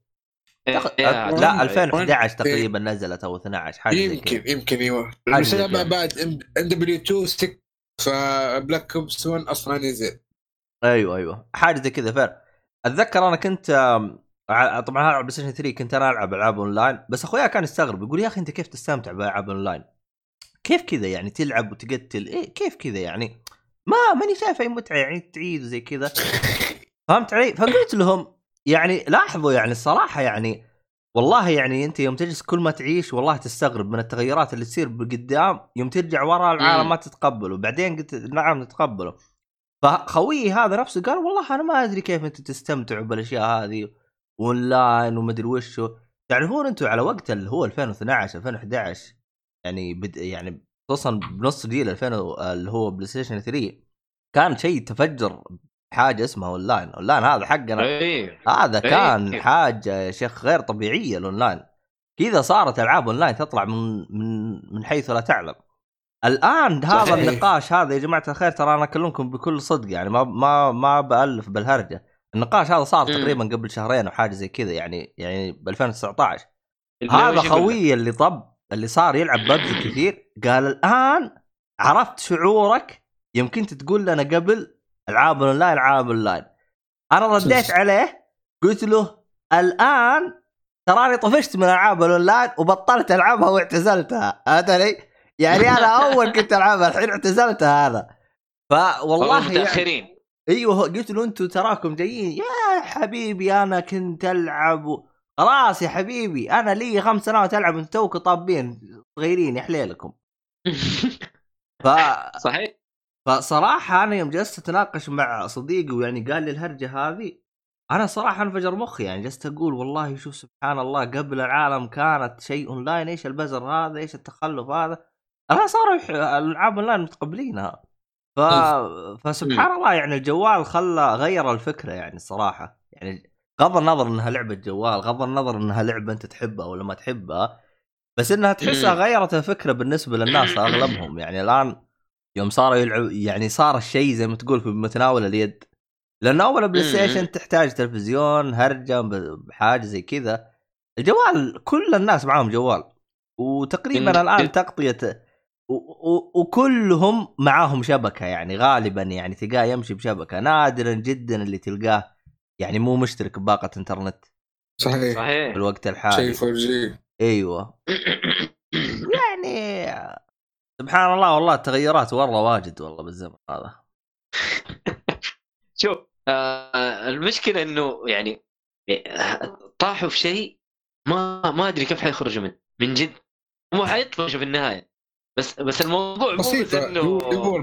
لا 2011 تقريبا نزلت او 12 حاجه زي كذا. يمكن ايوه المسابقه بعد ام دبليو 2 6 فبلاك اوبس 1 اصلا نزل. ايوه حاجه زي كذا فعلا. اتذكر انا كنت طبعا على بلاي ستيشن 3 كنت انا العب العاب اونلاين، بس اخويا كان يستغرب يقول يا اخي انت كيف تستمتع بالعاب اونلاين؟ كيف كذا يعني تلعب وتقتل كيف كذا يعني ماني شايف اي متعه يعني تعيد زي كذا. فهمت علي؟ فقلت لهم يعني لاحظوا يعني الصراحه يعني والله يعني انت يوم تجلس كل ما تعيش والله تستغرب من التغيرات اللي تصير بقدام، يوم ترجع ورا العالم ما تتقبله، بعدين قلت نعم نتقبله. فخويي هذا نفسه قال والله انا ما ادري كيف انت تستمتعوا بالاشياء هذه اونلاين وما ادري وشو. تعرفون انتم على وقت اللي هو 2012 2011 يعني يعني خصوصا بنص جيل 2000 اللي هو بلاي ستيشن 3 كان شيء تفجر حاجه اسمها اونلاين هذا حقنا. هذا كان حاجه يا شيخ غير طبيعيه. الاونلاين كذا صارت العاب اونلاين تطلع من حيث لا تعلم. الان صحيح. هذا النقاش هذا يا جماعه الخير ترى انا اكلمكم بكل صدق يعني ما بالف بالهرجه. النقاش هذا صار تقريبا قبل شهرين او حاجه زي كذا يعني ب 2019. هذا خوي اللي صار يلعب ببجي كثير قال الان عرفت شعورك يمكن تقول لنا قبل العاب اونلاين. انا رديت عليه قلت له الان تراني طفشت من العاب الاونلاين وبطلت العبها واعتزلتها. أدري يعني انا اول كنت العبها الحين اعتزلتها. هذا فوالله متاخرين يعني ايوه قلت له انتم تراكم جايين يا حبيبي انا كنت العب خلاص يا حبيبي انا لي 5 سنوات العب انتم توكم طابين صغيرين يحليلكم. صحيح. فصراحه انا يوم جلست اتناقش مع صديقي ويعني قال لي الهرجه هذه انا صراحه انفجر مخي يعني جلست اقول والله شوف سبحان الله قبل العالم كانت شيء اونلاين ايش البزر هذا ايش التخلف هذا الان صاروا الالعاب اونلاين متقبلينها. فسبحان الله يعني الجوال غير الفكره يعني الصراحه يعني غض النظر انها لعبه جوال غض النظر انها لعبه انت تحبها ولا ما تحبها بس انها تحسها غيرت الفكره بالنسبه للناس اغلبهم. يعني الان يوم صاروا يلعب يعني صار الشيء زي ما تقول في متناول اليد، لأن أول بلاي ستيشن تحتاج تلفزيون هرجة بحاجة زي كذا. الجوال كل الناس معهم جوال وتقريبا الآن تغطية وكلهم معاهم شبكة يعني غالبا يعني تلقاه يمشي بشبكة. نادرا جدا اللي تلقاه يعني مو مشترك بباقة انترنت. صحيح في الوقت الحالي شيء 4G. ايوه يعني سبحان الله والله التغيرات والله واجد والله بالزمن هذا. شوف المشكلة انه يعني طاحوا في شيء ما ادري كيف حيخرجوا منه من جد. مو حيطفشوا في النهاية بس الموضوع بسيط انه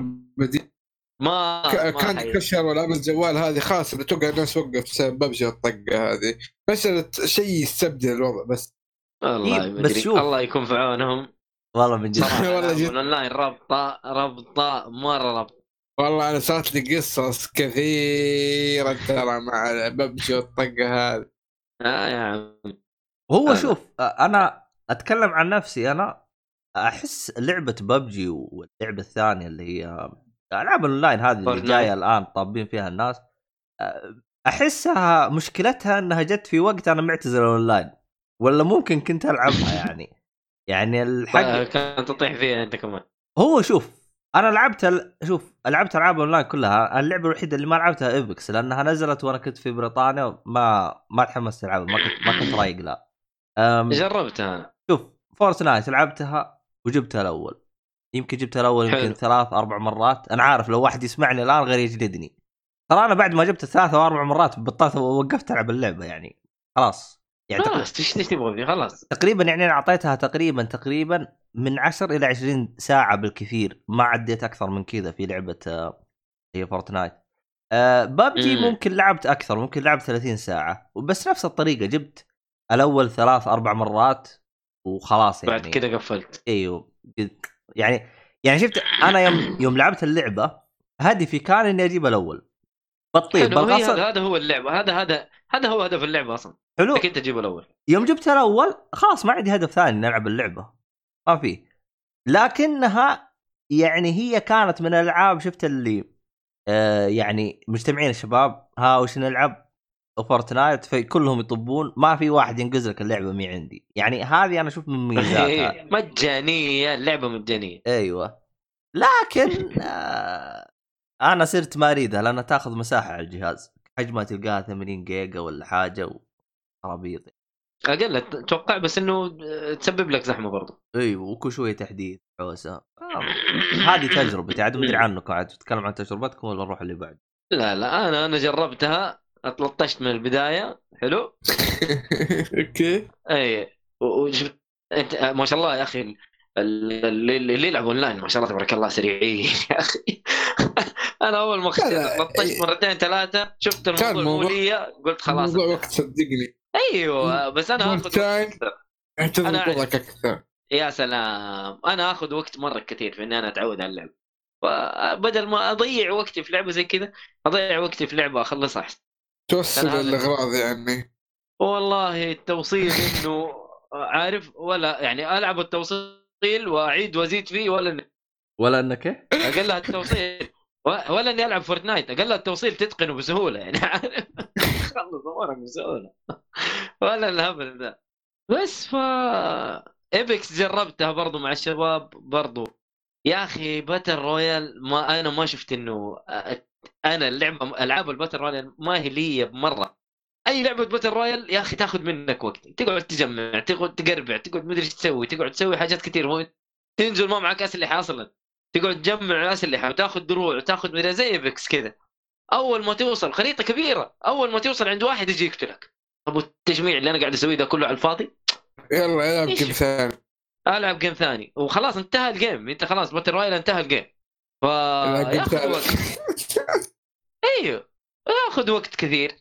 ما كان كشر ولا من الجوال هذه خاصة توقع الناس وقف بسبب ببجي الطقة هذه مسألة شيء يستبدل الوضع بس. والله بس شوف الله يكون في عونهم والله من جد والله جد اونلاين ربطة مرة ربط. والله انا صارت لي قصص كثيرة ترى مع ببجي الطقة هذه. يا عم هو شوف انا اتكلم عن نفسي انا احس لعبة ببجي واللعبة الثانية اللي هي العاب الاونلاين هذه اللي جايه الان طابين فيها الناس احسها مشكلتها انها جت في وقت انا معتزل الاونلاين ولا ممكن كنت العبها يعني الحق كانت تطيح فيها انت كمان. هو شوف انا لعبت العاب اونلاين كلها. اللعبه الوحيده اللي ما لعبتها ايبكس لانها نزلت وانا كنت في بريطانيا ما تحمست العبها ما كنت رايق لا. جربتها. شوف فورتنايت لعبتها وجبتها الاول، يمكن جبتها الاول يمكن 3-4 مرات. انا عارف لو واحد يسمعني الان غير يجلدني، ترى انا بعد ما جبت 3 أو 4 مرات بطلت ووقفت العب اللعبه يعني خلاص. يعني خلاص ايش تبغى خلاص تقريبا يعني انا اعطيتها تقريبا من 10 الى 20 ساعه بالكثير، ما عديت اكثر من كذا في لعبه هي فورتنايت. بابجي ممكن لعبت اكثر، ممكن لعبت 30 ساعه وبس نفس الطريقه، جبت الاول 3-4 مرات وخلاص يعني بعد كده قفلت. ايوه يعني شفت انا يوم لعبت اللعبه هدفي كان اني اجيب الاول بالطيب حلو، هي بالقصد. هذا هو اللعبه، هذا هو هدف اللعبه اصلا، حلو. انك انت تجيب الاول. يوم جبت الاول خلاص ما عندي هدف ثاني نلعب اللعبه، ما في. لكنها يعني هي كانت من الالعاب شفت اللي يعني مجتمعين الشباب ها وش نلعب فورتنايت، فكلهم يطبون، ما في واحد ينقز لك اللعبه مي عندي. يعني هذه انا اشوف من مميزاتها. مجانيه، اللعبه مجانيه. ايوه لكن انا صرت ما اريدها لانها تاخذ مساحه على الجهاز، حجمها تلقاها 80 جيجا ولا حاجه وعربيط. اقل اتوقع، بس انه تسبب لك زحمه برضو. ايوه وكل شويه تحديث حوسه. هذه تجربتي عاد، مدري عنكم عاد تتكلم عن تجربتكم ولا نروح اللي بعد؟ لا انا جربتها، اتلطشت من البدايه. حلو. اوكي. اي وشفت انت ما شاء الله يا اخي، اللي يلعب اونلاين ما شاء الله تبارك الله سريعين يا اخي. انا اول ما لطشت مرتين ثلاثه شفت الموضوع مو لي، قلت خلاص الموضوع وقت صدقني. ايوه بس انا اخذ اعتذر اكثر. يا سلام، انا اخذ وقت مره كثير في اني انا اتعود على اللعبه، فبدل ما اضيع وقتي في لعبه زي كذا اضيع وقتي في لعبه اخلصها احسن. توصل الاغراض يعني. والله التوصيل انه عارف، ولا يعني العب التوصيل واعيد وازيد فيه، ولا انك اقلها التوصيل ولا اني العب فورتنايت اقلها التوصيل تتقنه بسهوله يعني. عارف خلص امورك بسهوله ولا الهبل ده. بس ايبكس جربتها برضو مع الشباب برضو يا اخي. باتل رويال انا ما شفت انه انا العاب الباتل رويال ما هي لي بمره. اي لعبه باتل رويال يا اخي تاخذ منك وقت، تقعد تجمع، تقعد تقربع، تقعد مدري ايش تسوي، تقعد تسوي حاجات كثير، تنزل ما معك اسلحه اصلا، تقعد تجمع اسلحه وتاخذ دروع وتاخذ مدري زي ايبكس كذا. اول ما توصل خريطه كبيره، اول ما توصل عند واحد يجي يقتلك. ابو التجميع اللي انا قاعد اسويه ده كله على الفاضي. يلا العب جيم ثاني، العب جيم ثاني وخلاص انتهى الجيم. انت خلاص باتل رويال انتهى الجيم. ياخذ وقت. ايوه ياخذ وقت كثير.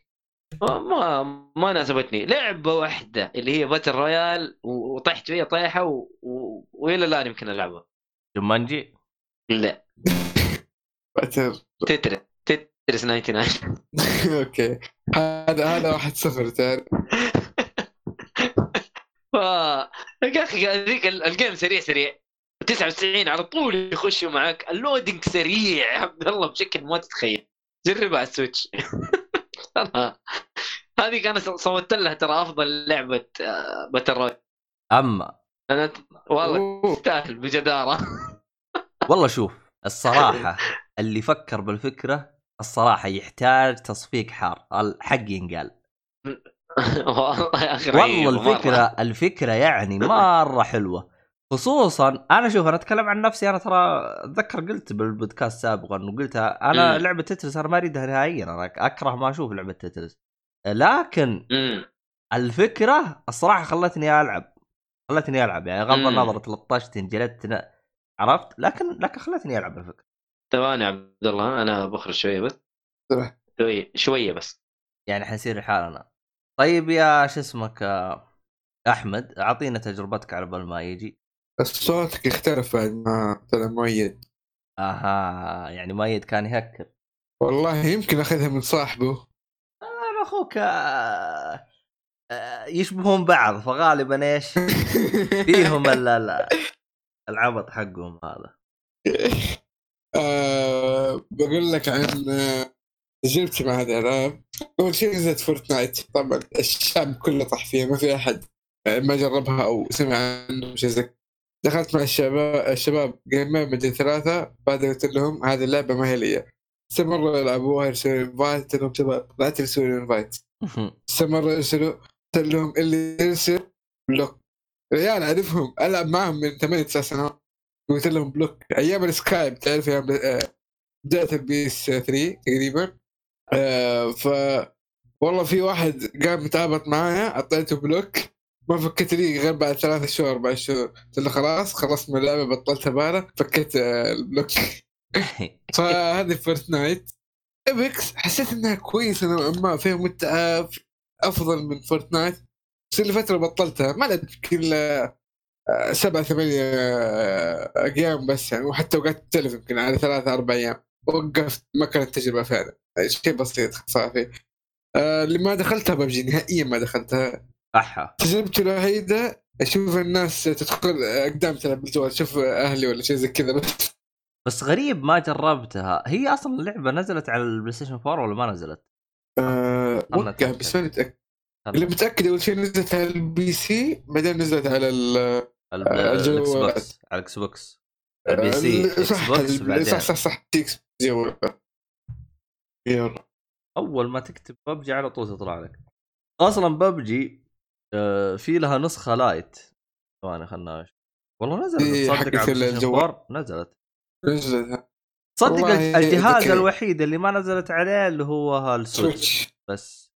ما ناسبتني. لعبه واحده اللي هي باتل رويال وطحت فيها طيحه والى الان يمكن العبها. جمانجي؟ لا تترس 99. اوكي هذا 1-0 تعرف. يا اخي ذيك الجيم سريع 99 على طول يخشوا معك، اللودينج سريع يا عبد الله بشكل ما تتخيل. جربها على السويتش. هذه انا صوتت لها ترى افضل لعبه باتل رويال. اما انا والله تستاهل بجداره. والله شوف الصراحه اللي فكر بالفكره الصراحه يحتاج تصفيق حار، الحق ينقال. والله يا اخي والله الفكره يعني مره حلوه. خصوصا انا شوف انا اتكلم عن نفسي، انا ترى اتذكر قلت بالبودكاست سابقا انه قلتها انا لعبه تترس انا ما اريدها نهائيا، انا اكره ما اشوف لعبه تترس. لكن الفكره الصراحه خلتني العب يعني غض النظر تلطشت انجلدت عرفت، لكن خلتني العب الفكره. ثواني عبد الله انا بخرج شويه بس شويه بس يعني حنصير لحالنا. طيب يا شو اسمك احمد، اعطينا تجربتك على بال ما يجي. صوتك اختلف بعد ما طلع مؤيد. يعني مؤيد كان يهكر. والله يمكن اخذها من صاحبه. انا اخوك يشبهون بعض فغالبا ايش فيهم العبط حقهم هذا. بقول لك عن تجربتي مع هذه الألعاب. أول شيء نزلت فورتنايت، طبعا الشعب كله طح فيها، ما في أحد ما جربها أو سمع عنه شيء زي. دخلت مع الشباب جيمين مدري 3، بعد قلت لهم هذه اللعبة ما هي لي. استمروا يلعبوها يرسلوا انفايت لهم شباب، لا ترسلوا انفايت. استمروا يرسلوا، قلت لهم اللي يرسل بلوك. ريال أعرفهم ألعب معهم من 8-9 سنوات، قلت لهم بلوك أيام السكايب، تعرف أيام بداية البيس 3 تقريبا. ف والله في واحد قام متعابط معايا، أعطيته بلوك، ما فكيت لي غير بعد 3 شهور 4 شهور، قلت له خلاص خلصت من اللعبة، بطلتها بارة، فكيت البلوك. فهذه فورتنايت. إبكس حسيت إنها كويسة نوعا ما، فيها متعة أفضل من فورتنايت، بس اللي فترة بطلتها، ما لعبت كل 7-8 أيام بس يعني، وحتى وقت تلف يمكن على 3-4 أيام وقفت، ما كانت تجربة فعلا، شيء بسيط صافي. اللي ما دخلتها ببجي نهائيا، ما دخلتها. احا تجربتي الوحيدة أشوف الناس تدخل أقدام تلعب بالجوال، شوف أهلي ولا شيء زي كذا بس غريب ما جربتها. هي اصلا اللعبه نزلت على البلاي ستيشن 4 ولا ما نزلت؟ وقع بس ما نتأكد. اللي متأكد أول شيء نزلت على البي سي، بعدين نزلت على الاكس بوكس، على الاكس بوكس، البي سي اكس بوكس، بعدين صح تيكس يلا. اول ما تكتب ببجي على طول تطلع لك. اصلا ببجي في لها نسخه لايت، ثواني خلنا والله نزلت، تصدق على الجوال نزلت صدق. الجهاز الوحيد اللي ما نزلت عليه اللي هو السويتش بس.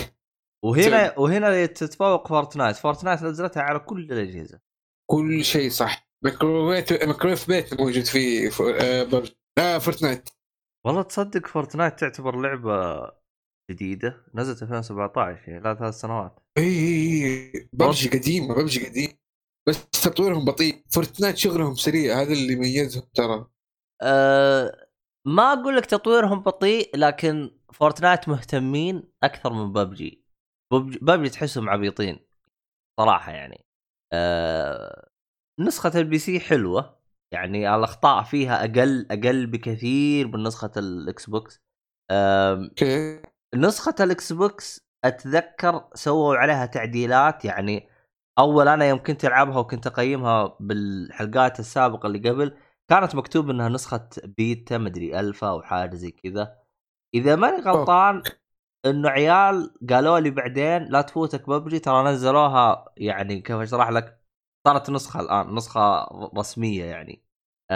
وهنا تتفوق فورتنايت نزلتها على كل الاجهزه، كل شيء صح. ميكرويف بيت موجود في فورتنايت. والله تصدق فورتنايت تعتبر لعبه جديده، نزلت 2017 يعني لا 3 سنوات. اي ببجي قديمه، بس تطويرهم بطيء. فورتنايت شغلهم سريع، هذا اللي يميزهم ترى. ما اقول لك تطويرهم بطيء، لكن فورتنايت مهتمين اكثر من ببجي. ببجي تحسهم عبيطين صراحه يعني. نسخه البي سي حلوه يعني، الاخطاء فيها اقل بكثير من نسخه الاكس بوكس. نسخه الاكس بوكس اتذكر سووا عليها تعديلات يعني. اول انا يوم كنت العبها وكنت اقيمها بالحلقات السابقه اللي قبل، كانت مكتوب انها نسخه بيتا مدري الفا او حاجه زي كذا اذا ماني غلطان. انه عيال قالوا لي بعدين لا تفوتك ببجي، ترى نزلوها يعني كيف اشرح لك، صارت نسخه الان نسخه رسميه يعني.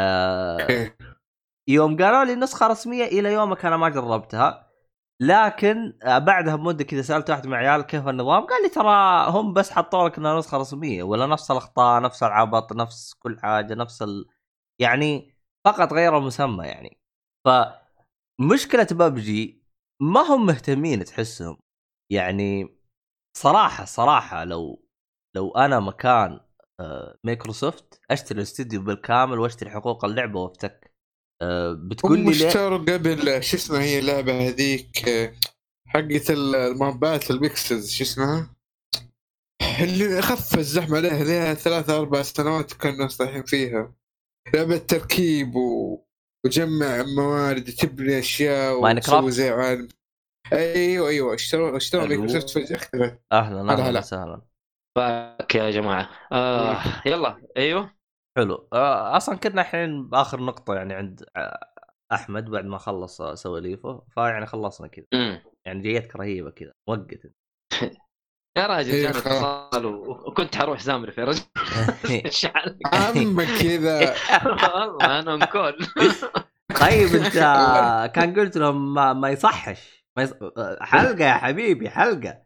يوم قالوا لي نسخه رسميه الى يومك انا ما جربتها، لكن بعدها بمده كذا سالت واحد من عيال كيف النظام، قال لي ترى هم بس حطوا لك انها نسخه رسميه، ولا نفس الاخطاء نفس العبط نفس كل حاجه نفس يعني فقط غير المسمى يعني. فمشكله ببجي ما هم مهتمين تحسهم يعني. صراحه لو انا مكان مايكروسوفت اشتري الاستوديو بالكامل واشتري حقوق اللعبه وافتك. بتقول لي ليه اشتروا قبل شو اسمها هي اللعبه هذيك حقت المابات البيكسلز، شو اسمها اللي خف الزحمه عليها لها 3-4 سنوات كانوا صايحين فيها، لعبه تركيب وجمع موارد وتبني اشياء وتسوي زي عالم. ايوه اشتروا مايكروسوفت فجاه اختفت. اهلا وسهلا باك يا جماعه. يلا ايوه حلو. اصلا كنا الحين باخر نقطه يعني عند احمد بعد ما خلص سواليفه، فيعني خلصنا كذا يعني جيتك رهيبه كذا وقت يا راجل. جاني اتصال وكنت حروح زامرف يا رجل. عم كذا والله انا مكول. طيب انت كان قلت لهم ما يصحش حلقه يا حبيبي حلقه.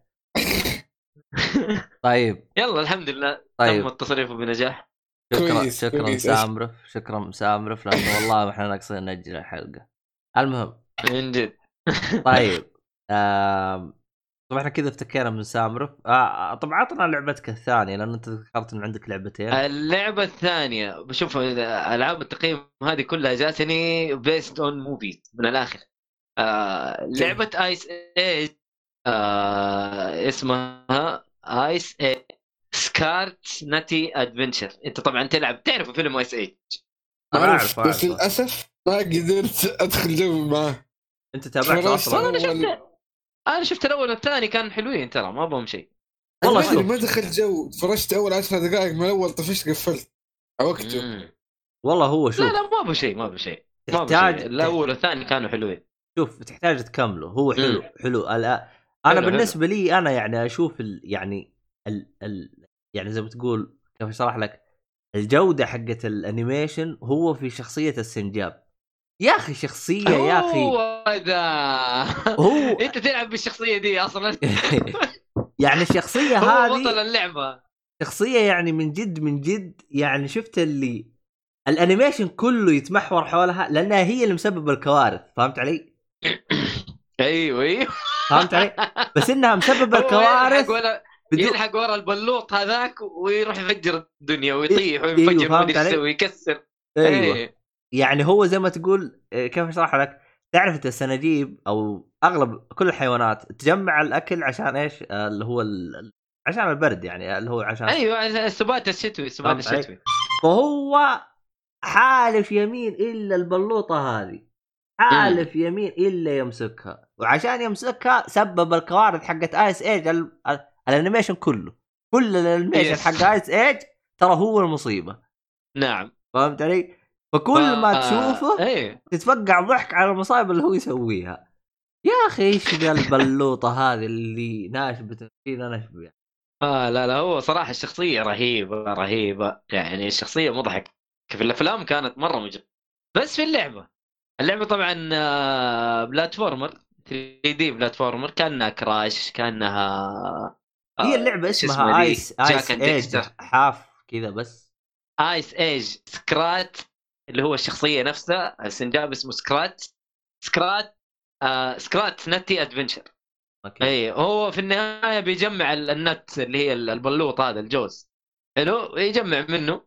طيب يلا الحمد لله طيب. تم التصريف بنجاح. شكرا مسامرف لانه والله احنا ناقصين نأجل الحلقه. المهم من جد. طيب طبعا احنا كذا افتكينا من سامرف. طبعا عطنا لعبتك الثانيه لان انت ذكرت ان عندك لعبتين. اللعبه الثانيه بشوف العاب التقييم هذه كلها جاتني بيست اون موفي من الاخر. لعبه ايس ايج اسمها ايس ايج سكارت ناتي ادفنتشر. انت طبعا تعرف فيلم ايس ايج. أعرف بس للاسف ما قدرت ادخل جو معه. انت تابعت اصلا؟ انا شفت الاول والثاني كان حلوين ترى ما بهم شيء والله. ما دخلت جو، فرشت اول 10 دقائق من الاول طفشت قفلت وقته. والله هو شوف لا ما بشيء تحتاج الاول والثاني كانوا حلوين. شوف تحتاج تكمله، هو حلو. انا بالنسبه لي انا يعني اشوف يعني يعني زي ما تقول كيف اشرح لك الجوده حقت الانيميشن هو في شخصيه السنجاب يا اخي شخصيه يا اخي هو ذا هو انت تلعب بالشخصيه دي اصلا. يعني الشخصيه هو بطل هذه اللعبه. شخصيه يعني من جد من جد يعني شفت اللي الانيميشن كله يتمحور حولها لانها هي اللي مسببه الكوارث فهمت علي ايوه فهمت علي بس انها مسببه هو يلحق الكوارث ولا بدون يلحق ورا البلوط هذاك ويروح يفجر الدنيا ويطيح ايوه وينفجر وما فهمت ادري ايش علي يسوي يكسر. ايوه ايه يعني هو زي ما تقول كيف اشرح لك تعرف انت السناجيب او اغلب كل الحيوانات تجمع الاكل عشان ايش اللي هو عشان البرد يعني اللي هو عشان ايوه السبات الشتوي السبات فهمت علي الشتوي. فهو حالف يمين الا البلوطه هذه حالف يمين الا يمسكها وعشان يمسكها سبب الكوارث حقت ايس ايج الانيميشن كله كل الانيميشن يس. حق ايس ايج ترى هو المصيبه نعم فهمت علي فكل ما تشوفه ايه تتفقع ضحك على المصايب اللي هو يسويها يا اخي ايش ذا البلوطه هذه اللي ناشبه فينا نشبه يعني. لا لا هو صراحه الشخصيه رهيبه رهيبه يعني الشخصيه مضحك. في الافلام كانت مره مجرمه بس في اللعبه طبعا بلاتفورمر 3 دي بلاتفورمر كانها كراش كانها هي اللعبه شو اسمه اسمها ذي ايس جاك ايس اند ايج ديكستر. حاف كذا بس ايس ايج سكرات اللي هو الشخصيه نفسها السنجاب اسمه سكرات سكرات نتي ادفنشر. اوكي اي هو في النهايه بيجمع النت اللي هي البلوط هذا الجوز حلو يجمع منه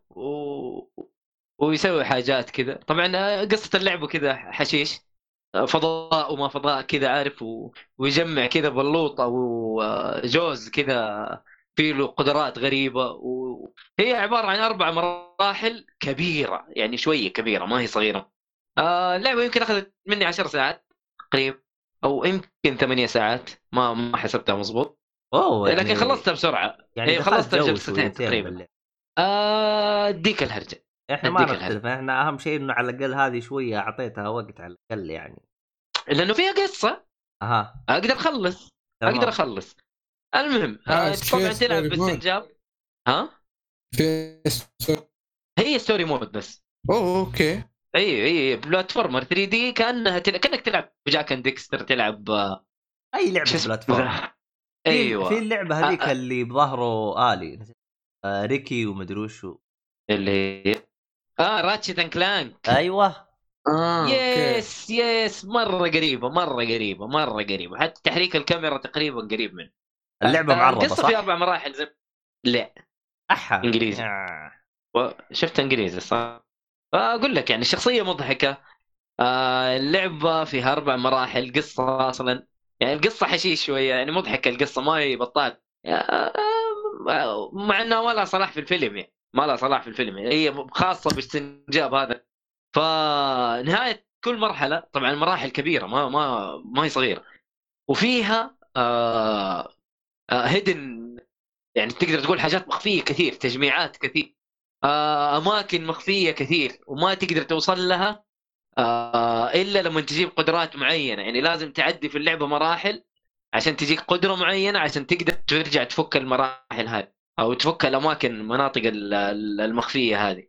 ويسوي حاجات كذا. طبعا قصه اللعبه كذا حشيش فضاء وما فضاء كذا عارف ويجمع كذا بلوط او جوز كذا فيه له قدرات غريبه وهي عباره عن 4 مراحل كبيره يعني شويه كبيره ما هي صغيره. اللعبه يمكن اخذت مني 10 ساعات تقريبا او يمكن 8 ساعات ما حسبتها مظبوط اوه يعني لكن خلصتها بسرعه. يعني هي دخلت خلصتها في جو جلستين شويتين تقريبا. باللعب اديك الهرجه احنا ما اديك الهرجه نختلف احنا اهم شيء انه على الاقل هذه شويه اعطيتها وقت على الاقل يعني لانه فيها قصه اها اقدر اخلص اقدر تمام اخلص. المهم فيها طبعا تلعب ستوري مود. باستنجاب. ها فيها ستوري. هي ستوري مود بس. اوه اوكي. اي بلاتفورمر 3 دي كانك تلعب جاك اند ديكستر تلعب اي لعبه شو اسمه بلاتفورم ذا؟ في ايوه اللعبه هذيك اللي بظهره آلي ريكي ومدري وشو اللي هي راتشيت اند كلانك. ايوه اوكي. يس مره قريبه حتى تحريك الكاميرا تقريبا قريب منه. اللعبه معربه القصه صح؟ في 4 مراحل لا احا انجليزي. شفت انجليزي صح. اقول لك يعني الشخصيه مضحكه. اللعبه فيها 4 مراحل قصه اصلا يعني القصه حشيش شويه يعني مضحكه القصه ما هي بطال مع انها ما لها صلاح في الفيلم يعني ما لها صلاح في الفيلم يعني هي خاصه باستنجاب هذا. فنهايه كل مرحله طبعا المراحل كبيره ما هي صغيره وفيها هيدن يعني تقدر تقول حاجات مخفيه كثير تجميعات كثير اماكن مخفيه كثير وما تقدر توصل لها الا لما تجيب قدرات معينه يعني لازم تعدي في اللعبه مراحل عشان تجيك قدره معينه عشان تقدر ترجع تفك المراحل هذه او تفك الاماكن المناطق المخفيه هذه.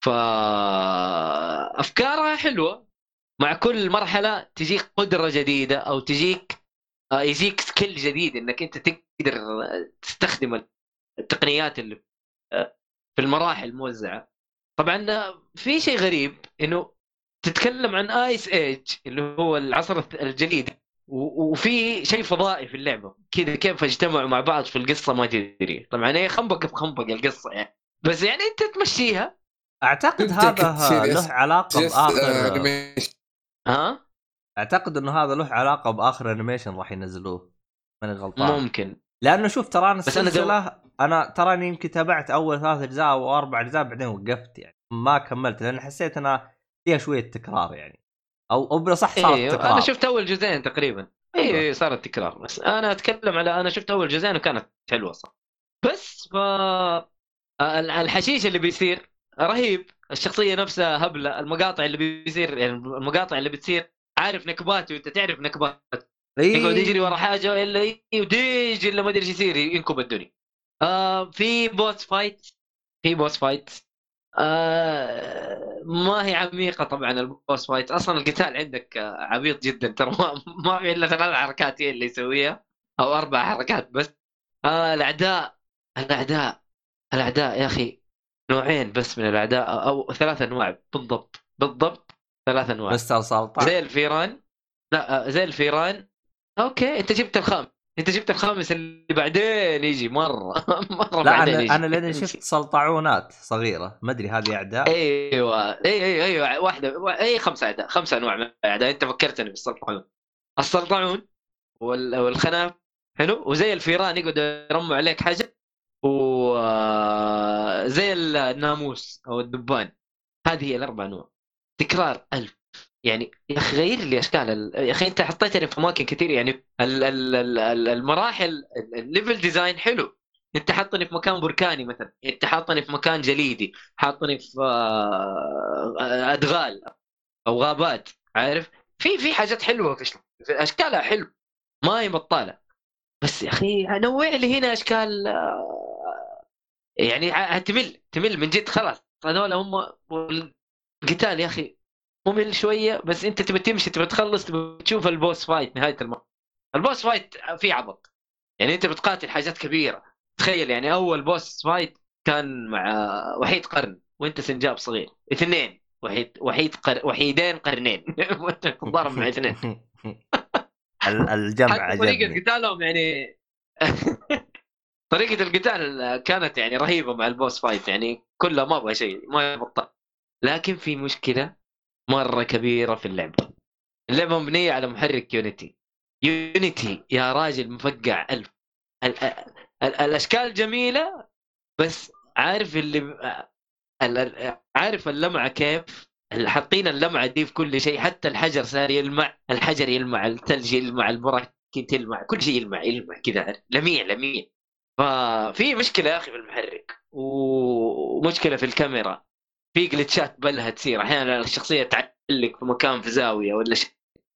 فافكارها حلوه مع كل مرحله تجيك قدره جديده او يجيك سكيل جديد انك انت تقدر تستخدم التقنيات اللي في المراحل موزعه. طبعا في شيء غريب انه تتكلم عن ايس ايج اللي هو العصر الجليدي وفي شيء فضائي في اللعبه كذا كيف اجتمعوا مع بعض في القصه ما تدري. طبعا هي خنبقه بخنبقه القصه يعني بس يعني انت تمشيها. اعتقد هذا له علاقه باخر ها اعتقد انه هذا له علاقه باخر انيميشن راح ينزلوه ماني غلطان ممكن لانه شوف ترى انا بس أنا السلسله انا تراني يمكن تابعت اول 3 اجزاء او 4 اجزاء بعدين وقفت يعني ما كملت لان حسيت انها فيها شويه تكرار يعني او بصح صارت تكرار. انا شفت اول جزئين تقريبا أيوة. صارت تكرار بس انا اتكلم على انا شفت اول جزئين وكانت حلوه صح. بس الحشيش اللي بيصير رهيب الشخصيه نفسها هبله المقاطع اللي بيصير يعني المقاطع اللي بتصير عارف نكبات وانت تعرف نكبات يقعد يجري ورا حاجه الا وديج الا ما ادري ايش يصير ينكب الدنيا في بوس فايت، في بوس فايت ما هي عميقة طبعا. البوس فايت اصلا القتال عندك عبيط جدا ترى، ما في الا 3 حركات هي اللي يسويها او 4 حركات بس. الاعداء، الاعداء الاعداء يا اخي نوعين بس من الاعداء او 3 انواع بالضبط، بالضبط 3 انواع. مستر سلطع. زي الفيران، لا زي الفيران. اوكي انت جبت الخامس، انت جبت الخامس اللي بعدين يجي مره مره لا بعدين يجي. انا لاني شفت سلطعونات صغيره، ما ادري هذه اعداء. ايوه ايوه واحده، اي 5 اعداء، 5 انواع من الاعداء. انت فكرتني بالسلطعون، السلطعون والخناف حلو، وزي الفيران يقعدوا يرموا عليك حاجه، وزي الناموس او الدبان. هذه هي ال4 انواع، تكرار 1000. يعني يا اخي غير لي اشكال يا اخي انت حطيتني في اماكن كثير. يعني المراحل، الليفل ديزاين حلو. انت حاطني في مكان بركاني مثلا، انت حاطني في مكان جليدي، حاطني في ادغال او غابات، عارف؟ في حاجات حلوه، في اشكالها حلو، ما هي بطاله. بس يا اخي نوع لي هنا اشكال يعني تمل من جد. خلاص هذول هم. القتال يا اخي ممل شويه، بس انت تبي تمشي، تبي تخلص، تبي تشوف البوس فايت. نهايه البوس فايت فيه عبط. يعني انت بتقاتل حاجات كبيره. تخيل يعني اول بوس فايت كان مع وحيد قرن وانت سنجاب صغير، 2 وحيدين قرنين وانت تتضارب مع 2. الجمع حتى طريقه عجبني. قتالهم يعني طريقه القتال كانت يعني رهيبه مع البوس فايت، يعني كلها ما ابغى شيء ما يبطل. لكن في مشكله مره كبيره في اللعبه. اللعبه مبنيه على محرك يونيتي. يونيتي يا راجل مفقع 1000. الاشكال جميله، بس عارف عارف اللمعه كيف؟ حاطين اللمعه دي في كل شيء، حتى الحجر صار يلمع، الحجر يلمع، الثلج يلمع، البراكين تلمع، كل شيء يلمع كذا، لميع لميع. ففي مشكله يا اخي في المحرك، ومشكله في الكاميرا. في جلتشات بلها تصير احيانا، الشخصيه تعلق في مكان في زاويه ولا شيء،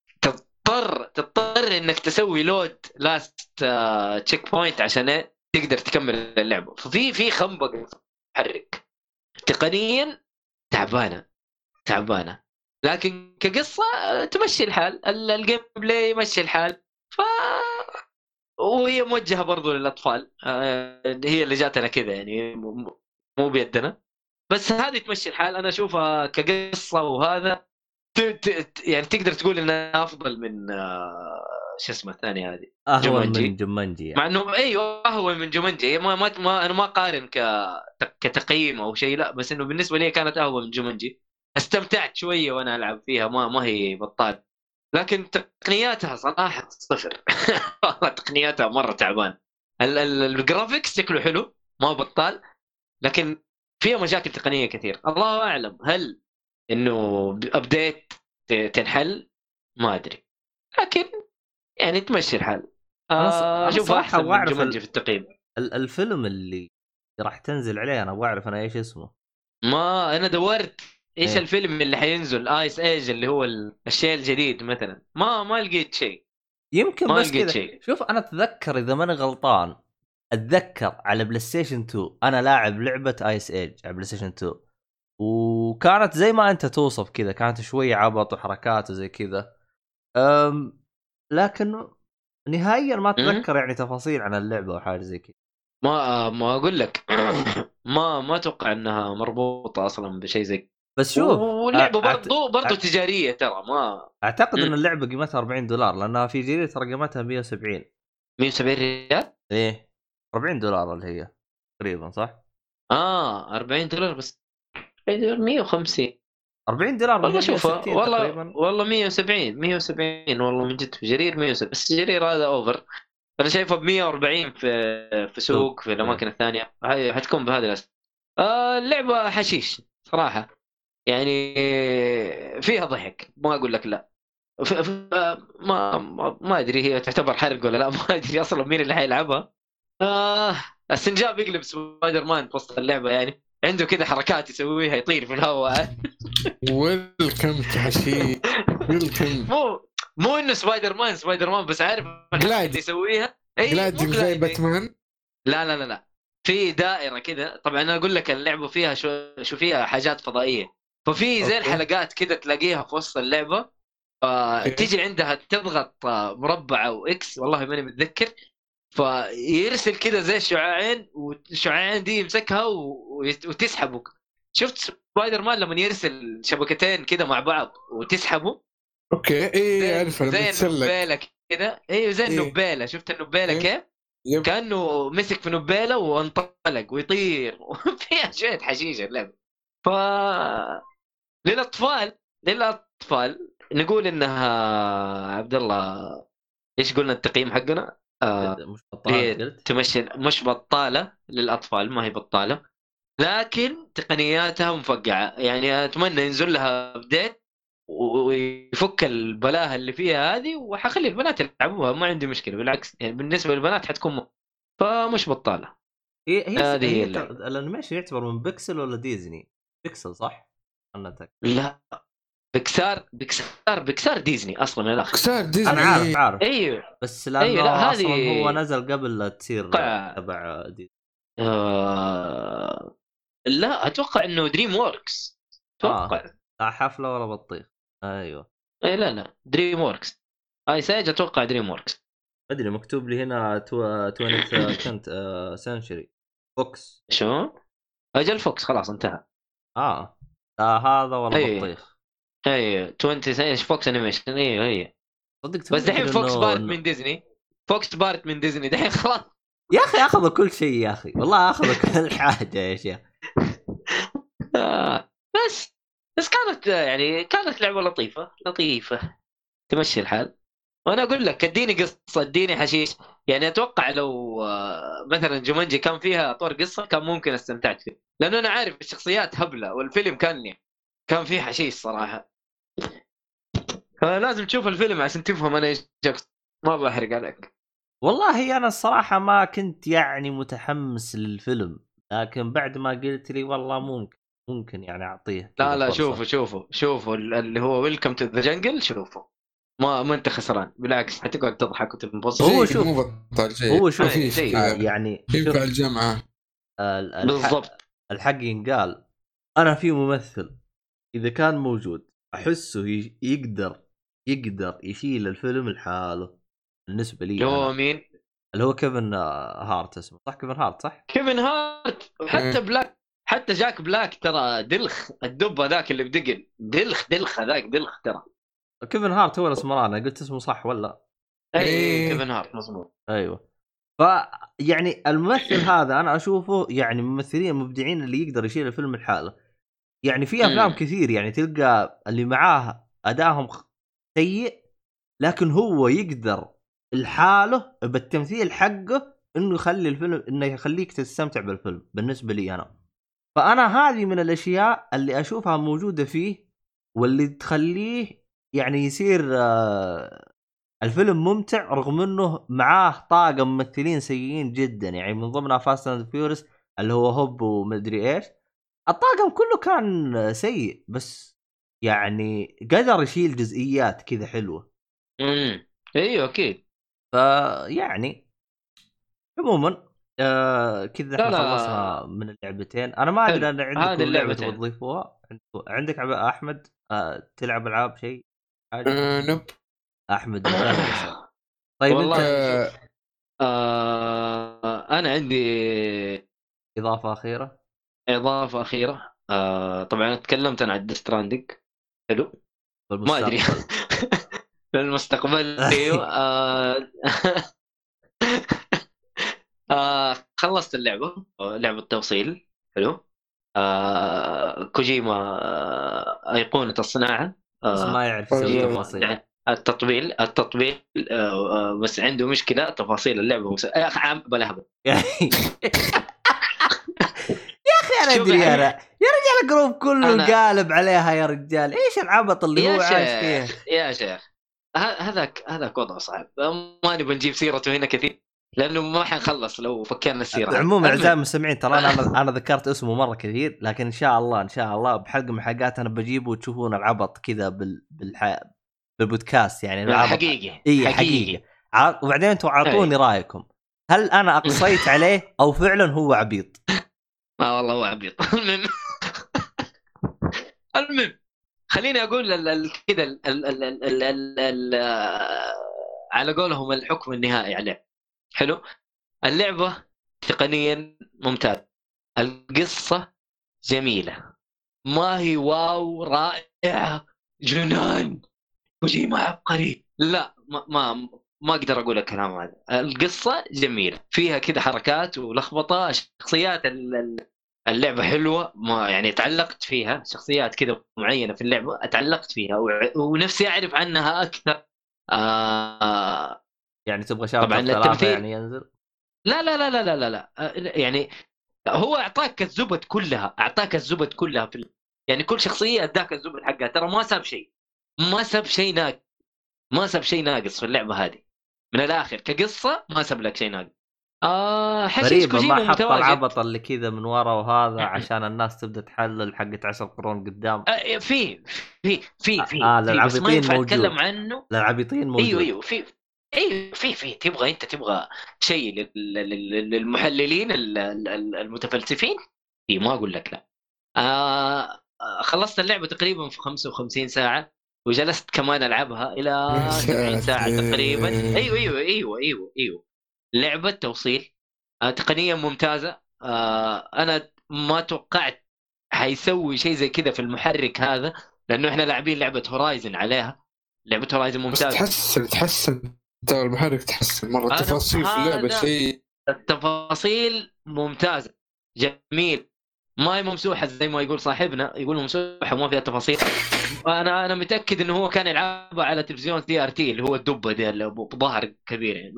تضطر انك تسوي لود لاست تشيك بوينت عشان تقدر تكمل اللعبه. ففي خنبقه محرك تقنيا تعبانه، تعبانه. لكن كقصه تمشي الحال، الجيم بلاي يمشي الحال. ف وهي موجهه برضو للاطفال، هي اللي جاتنا كذا يعني، مو بيدنا. بس هذه تمشي الحال. انا اشوفها كقصه وهذا يعني تقدر تقول انها افضل من شو اسمه الثانيه هذه، اهون من جومانجي. جمنجي يعني. مع انه ايوه اهون من جومانجي، انا ما اقارن كتقييم او شيء، لا، بس انه بالنسبه لي كانت اهون من جومانجي. استمتعت شويه وانا العب فيها، ما هي بطال. لكن تقنياتها صراحه صفر. تقنياتها مره تعبان. الجرافيكس شكله حلو ما بطال، لكن فيها مشاكل تقنيه كثير. الله اعلم هل انه ابديت تنحل، ما ادري. لكن يعني تمشي الحال. انا اشوفها صراحه احسن ابغى من اعرف جومانجي في التقييم. الفيلم اللي راح تنزل عليه، انا ابغى اعرف انا ايش اسمه. ما انا دورت ايش إيه؟ الفيلم اللي حينزل، ايس ايج اللي هو الشيء الجديد مثلا، ما لقيت شيء، يمكن ما بس لقيت كذا. شيء. شوف انا اتذكر اذا ماني غلطان، اتذكر على بلاي ستيشن 2 انا لاعب لعبه ايس ايج على بلاي ستيشن 2، وكانت زي ما انت توصف كذا، كانت شويه عبط وحركات وزي كذا. لكن نهائيا ما اتذكر يعني تفاصيل عن اللعبه او حاجه زي كذا. ما اقول لك ما اتوقع انها مربوطه اصلا بشيء زي كذا. بس شوف واللعبه برضو تجاريه ترى. ما اعتقد ان مم. اللعبه قيمتها $40 لانها في جريده ترى قيمتها 170. 170 ريال. ايه $40 اللي هي تقريبا صح. $40 بس. $40 150. $40 من والله هي شوفها، 160 تقريبا. والله 170 والله من جد. في جرير 170، بس جرير هذا اوفر. انا شايفه ب 140 في سوق سوق في الاماكن إيه. الثانيه. هاي حتكون بهذا الاساس. اللعبه حشيش صراحه، يعني فيها ضحك ما اقول لك لا. ما ادري هي تعتبر حرق ولا لا. ما ادري اصلا مين اللي حيلعبها. السنجاب يقلب سبايدر مان في وسط اللعبه، يعني عنده كذا حركات يسويها، يطير في الهواء. ويلكم تحشي. ويلكم. مو انه سبايدر مان بس عارف الحركه اللي يسويها. اي مو جلادين زي جلادين. باتمان. لا في دائره كده. طبعا انا اقول لك اللعبه فيها شو فيها حاجات فضائيه، ففي زي أوكي. الحلقات كده تلاقيها في وسط اللعبه. تيجي عندها تضغط مربع او اكس، والله ماني متذكر، فيرسل كده زي شعاعين، والشعاعين دي يمسكها وتسحبه. شفت سبايدر مان لما يرسل شبكتين كده مع بعض وتسحبه؟ اوكي ايه زي عارفه لما زي تسلق. النبالة كده. ايوه زي ايه النبالة. شفت النبالة ايه كيف؟ يب. كأنه مسك في نبالة وانطلق ويطير فيها شوية حشيش اللعبة. ف للأطفال للأطفال نقول إنها عبد الله. ايش قلنا التقييم حقنا؟ مش بطال هي قلت. تمشي، مش بطالة للأطفال، ما هي بطالة، لكن تقنياتها مفقعة. يعني أتمنى ينزل لها أبديت ويفك البلاهه اللي فيها هذه، وحخلي البنات يلعبوها، ما عندي مشكله، بالعكس يعني بالنسبه للبنات حتكون فمش بطاله. هذه هي اللعبه. الانيميشن يعتبر من بيكسل ولا ديزني؟ بيكسل صح؟ انا اتاكد. لا، بيكسار ديزني اصلا من الاخر. كسار ديزني. انا عارف ايوه بس ايوه. لا لانه هذه اصلا هو نزل قبل لا تصير قطع. تبع ديزني. لا اتوقع انه دريم ووركس. اتوقع. لا حفله ولا بطيخ. ايوه اي لا دريم ووركس. هاي سايج اتوقع دريم ووركس. ادري مكتوب لي هنا 20 كنت سنشري فوكس. شو اجل فوكس خلاص انتهى. لا هذا ولا اي بطيخ. اي 20 ايش فوكس انيميشن. ايوه هي. صدق بس دحين تفتكر فوكس بارت انه من ديزني. فوكس بارت من ديزني دحين خلاص. يا اخي اخذوا كل شيء يا اخي والله اخذوا كل حاجه يا شيخ. بس كانت يعني كانت لعبه لطيفه تمشي الحال. وانا اقول لك اديني قصه، اديني حشيش. يعني اتوقع لو مثلا جومانجي كان فيها اطور قصه كان ممكن استمتعت فيه، لانه انا عارف الشخصيات هبله والفيلم كان فيه حشيش صراحه. فلازم تشوف الفيلم عشان تفهم انا ايش أقصد. ما بحرق عليك. والله انا الصراحه ما كنت يعني متحمس للفيلم، لكن بعد ما قلت لي والله ممكن يعني اعطيه كذا لا فرصه. شوفوا اللي هو ويلكم تو ذا جنجل. شوفوا ما انت خسران، بالعكس حتقعد تضحك وتنبسط. هو شيء شوف مو بطال شيء. هو شوف خفيف شيء كذا. يعني ينفع الجامعه. بالضبط. الحق ينقال. انا في ممثل اذا كان موجود احسه يقدر يشيل الفيلم لحاله بالنسبه لي هو انا. مين؟ اللي هو كيفن هارت اسمه صح؟ كيفن هارت صح؟ كيفن هارت. حتى بلاك، حتى جاك بلاك ترى دلخ. الدب هذاك اللي بدقن دلخ هذاك دلخ ترى. كيفن هارت هو الاسمراني. قلت اسمه صح ولا؟ اي كيفن هارت مظبوط. ايوه. يعني الممثل هذا انا اشوفه يعني ممثلين مبدعين اللي يقدر يشيل الفيلم لحاله. يعني في افلام كثير يعني تلقى اللي معاه ادائهم سيء، لكن هو يقدر لحاله بالتمثيل حقه انه يخلي الفيلم، انه يخليك تستمتع بالفيلم. بالنسبه لي فانا هذه من الاشياء اللي اشوفها موجوده فيه، واللي تخليه يعني يصير الفيلم ممتع رغم انه معاه طاقم ممثلين سيئين جدا. يعني من ضمنها فاست اند فيوريوس اللي هو هوب ومدري ايش، الطاقم كله كان سيء، بس يعني قدر يشيل جزئيات كذا حلوه. ايوه اكيد. فيعني عموما كذا احنا خلصنا من اللعبتين. انا ما ادري انا عندكم لعبه تضيفوها. عندك احمد تلعب العاب شيء حاجه؟ نب احمد مكان. طيب والله انت انا عندي اضافه اخيره. طبعا تكلمت انا عن ديستراندنج. حلو. ما ادري في المستقبل. ايوه خلصت اللعبه، لعبه توصيل. حلو. كوجيما ايقونه الصناعه. بس ما يعرف يسوي تفاصيل. يعني التطبيل بس عنده مشكله تفاصيل اللعبه يا اخي بلا يا اخي انا ادري انا يا رجال الجروب كله قالب عليها يا رجال. ايش العبط اللي هو عايش فيه يا شيخ؟ هذاك وضع صعب، ما نبي نجيب سيرته هنا كثير لانه ما حنخلص لو فكرنا السيره. عموما اعزائي المستمعين ترى انا ذكرت اسمه مره كثير، لكن ان شاء الله بحلقه من الحلقات انا بجيبه وتشوفون العبط كذا بالبودكاست. يعني العبط حقيقي. حقيقي. وبعدين انتم اعطوني رايكم هل انا اقصيت عليه او فعلا هو عبيط؟ والله هو عبيط. المهم خليني اقول كذا على قولهم الحكم النهائي عليه. حلو. اللعبة تقنيا ممتاز، القصة جميلة، ما هي واو رائعة جنان كوجيما عبقري، لا ما اقدر اقول الكلام هذا. القصة جميلة، فيها كذا حركات ولخبطة، شخصيات اللعبة حلوة، ما يعني تعلقت فيها، شخصيات كذا معينة في اللعبة تعلقت فيها ونفسي أعرف عنها أكثر. يعني تبغى طبعا شابتر 3 التمثيل يعني ينزل؟ لا يعني هو أعطاك الزبد كلها، أعطاك الزبد كلها يعني كل شخصية أداك الزبد حقها، ترى ما ساب شيء، ما ساب شيء ناقص، ما ساب شيء ناقص في اللعبة هذه من الآخر. كقصة ما ساب لك شيء ناقص. حشيش غريبة ما كوجيما حط متواجد. العبط اللي كذا من ورا وهذا عشان الناس تبدأ تحلل حقت 10 قرون قدام. في بس ما للعبيطين ينفع موجود، اتكلم عنه. للعبيطين موجود. ايوه في تبغى شيء للمحللين المتفلسفين، ما اقول لك لا. خلصت اللعبة تقريبا في 55 ساعة، وجلست كمان العبها الى 70 ساعة تقريبا. ايوه لعبة توصيل، تقنيا ممتازة. انا ما توقعت حيسوي شيء زي كذا في المحرك هذا، لانه احنا لاعبين لعبة هورايزن عليها. لعبة هورايزن ممتازة، بس تحسن ترى المحرك تحسن مرة، تفاصيل في اللعبة شيء، التفاصيل ممتازة جميل، ما هي ممسوحة زي ما يقول صاحبنا، يقول ممسوحة وما فيها تفاصيل. انا متأكد انه هو كان يلعبها على تلفزيون CRT اللي هو الدبة ده اللي بظهر كبير يعني.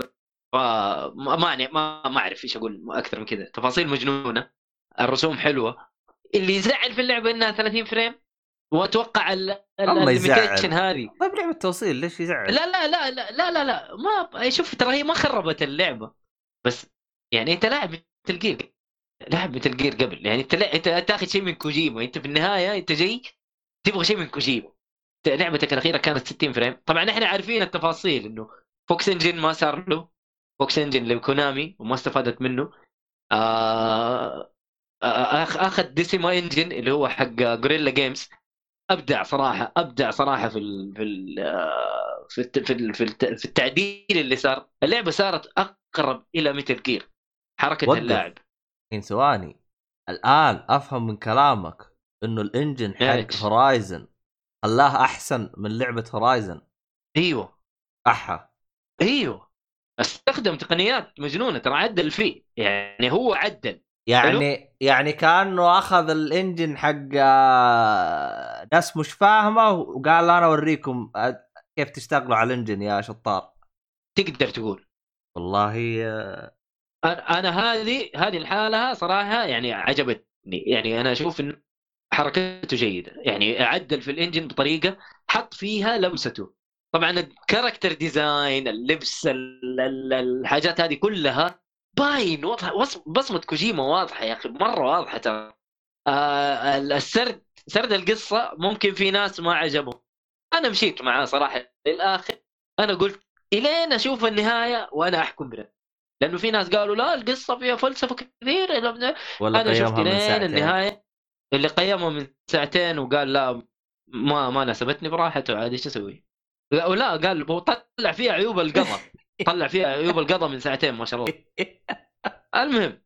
ما اعرف ايش اقول اكثر من كذا، تفاصيل مجنونة، الرسوم حلوة. اللي يزعل في اللعبة انها 30 فريم، واتوقع الليميتيشن هذه. طيب لعبة توصيل ليش يزعل؟ لا ما شوف، ترى هي ما خربت اللعبة، بس يعني انت لاعب مثل جير، لاعب مثل جير قبل، يعني انت تاخذ شيء من كوجيما، انت في النهاية انت جاي تبغى شيء من كوجيما. لعبتك الأخيرة كانت 60 فريم، طبعا احنا عارفين التفاصيل انه فوكس انجن ما صار له، فوكس انجن لكونامي وما استفادت منه. اخذ ديسيما انجن اللي هو حق غوريلا جيمز، ابدع صراحه في التعديل اللي صار. اللعبه صارت اقرب الى ميتل جير، حركه اللاعب. ثواني، الان افهم من كلامك انه الانجن حق هورايزن خلاها احسن من لعبه هورايزن. ايوه ايوه استخدم تقنيات مجنونه، ترى عدل فيه، يعني هو عدل يعني كانه اخذ الانجن حق ناس مش فاهمه وقال انا اوريكم كيف تشتغلوا على الانجن يا شطار. تقدر تقول والله انا هذه الحاله صراحه يعني عجبتني، يعني انا اشوف ان حركته جيده، يعني عدل في الانجن بطريقه حط فيها لمسته. طبعا الكاركتر ديزاين، اللبس، الحاجات هذه كلها باين واضح، بصمه كوجيما واضحه يا اخي، مره واضحه ترى. سرد القصه ممكن في ناس ما عجبهم، انا مشيت معاه صراحه للاخر، انا قلت الين اشوف النهايه وانا احكم بها، لانه في ناس قالوا لا القصه فيها فلسفه كثير، انا شفت لين النهايه. اللي قيمه من 2 وقال لا ما ناسبتني براحته، عادي ايش اسوي؟ ولا قال طلع فيها عيوب القضاء، طلع فيها عيوب القضاء من 2 ما شاء الله. المهم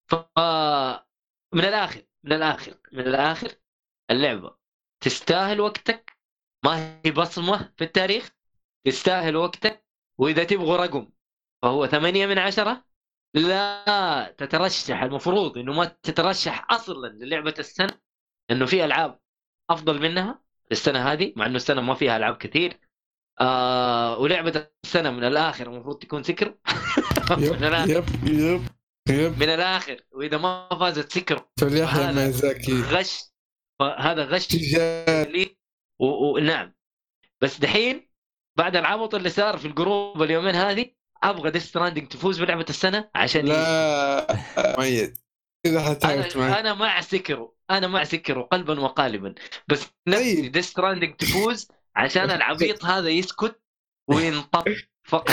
من الاخر اللعبه تستاهل وقتك، ما هي بصمه في التاريخ، تستاهل وقتك. واذا تبغوا رقم فهو 8/10. لا تترشح، المفروض انه ما تترشح اصلا للعبه السنه، انه في العاب افضل منها السنه هذه، مع انه السنه ما فيها العاب كثير. ولعبه السنه من الاخر المفروض تكون سكر. من الاخر واذا ما فازت سكر غش، هذا غش ونعم. بس دحين بعد العبط اللي صار في الجروب اليومين هذه، ابغى ديث ستراندينج تفوز بلعبه السنه عشان لا ميت كذا. انا مع سكرو قلبا وقالبا، بس نفسي ديث ستراندينج تفوز عشان العبيط هذا يسكت وينطب فقط.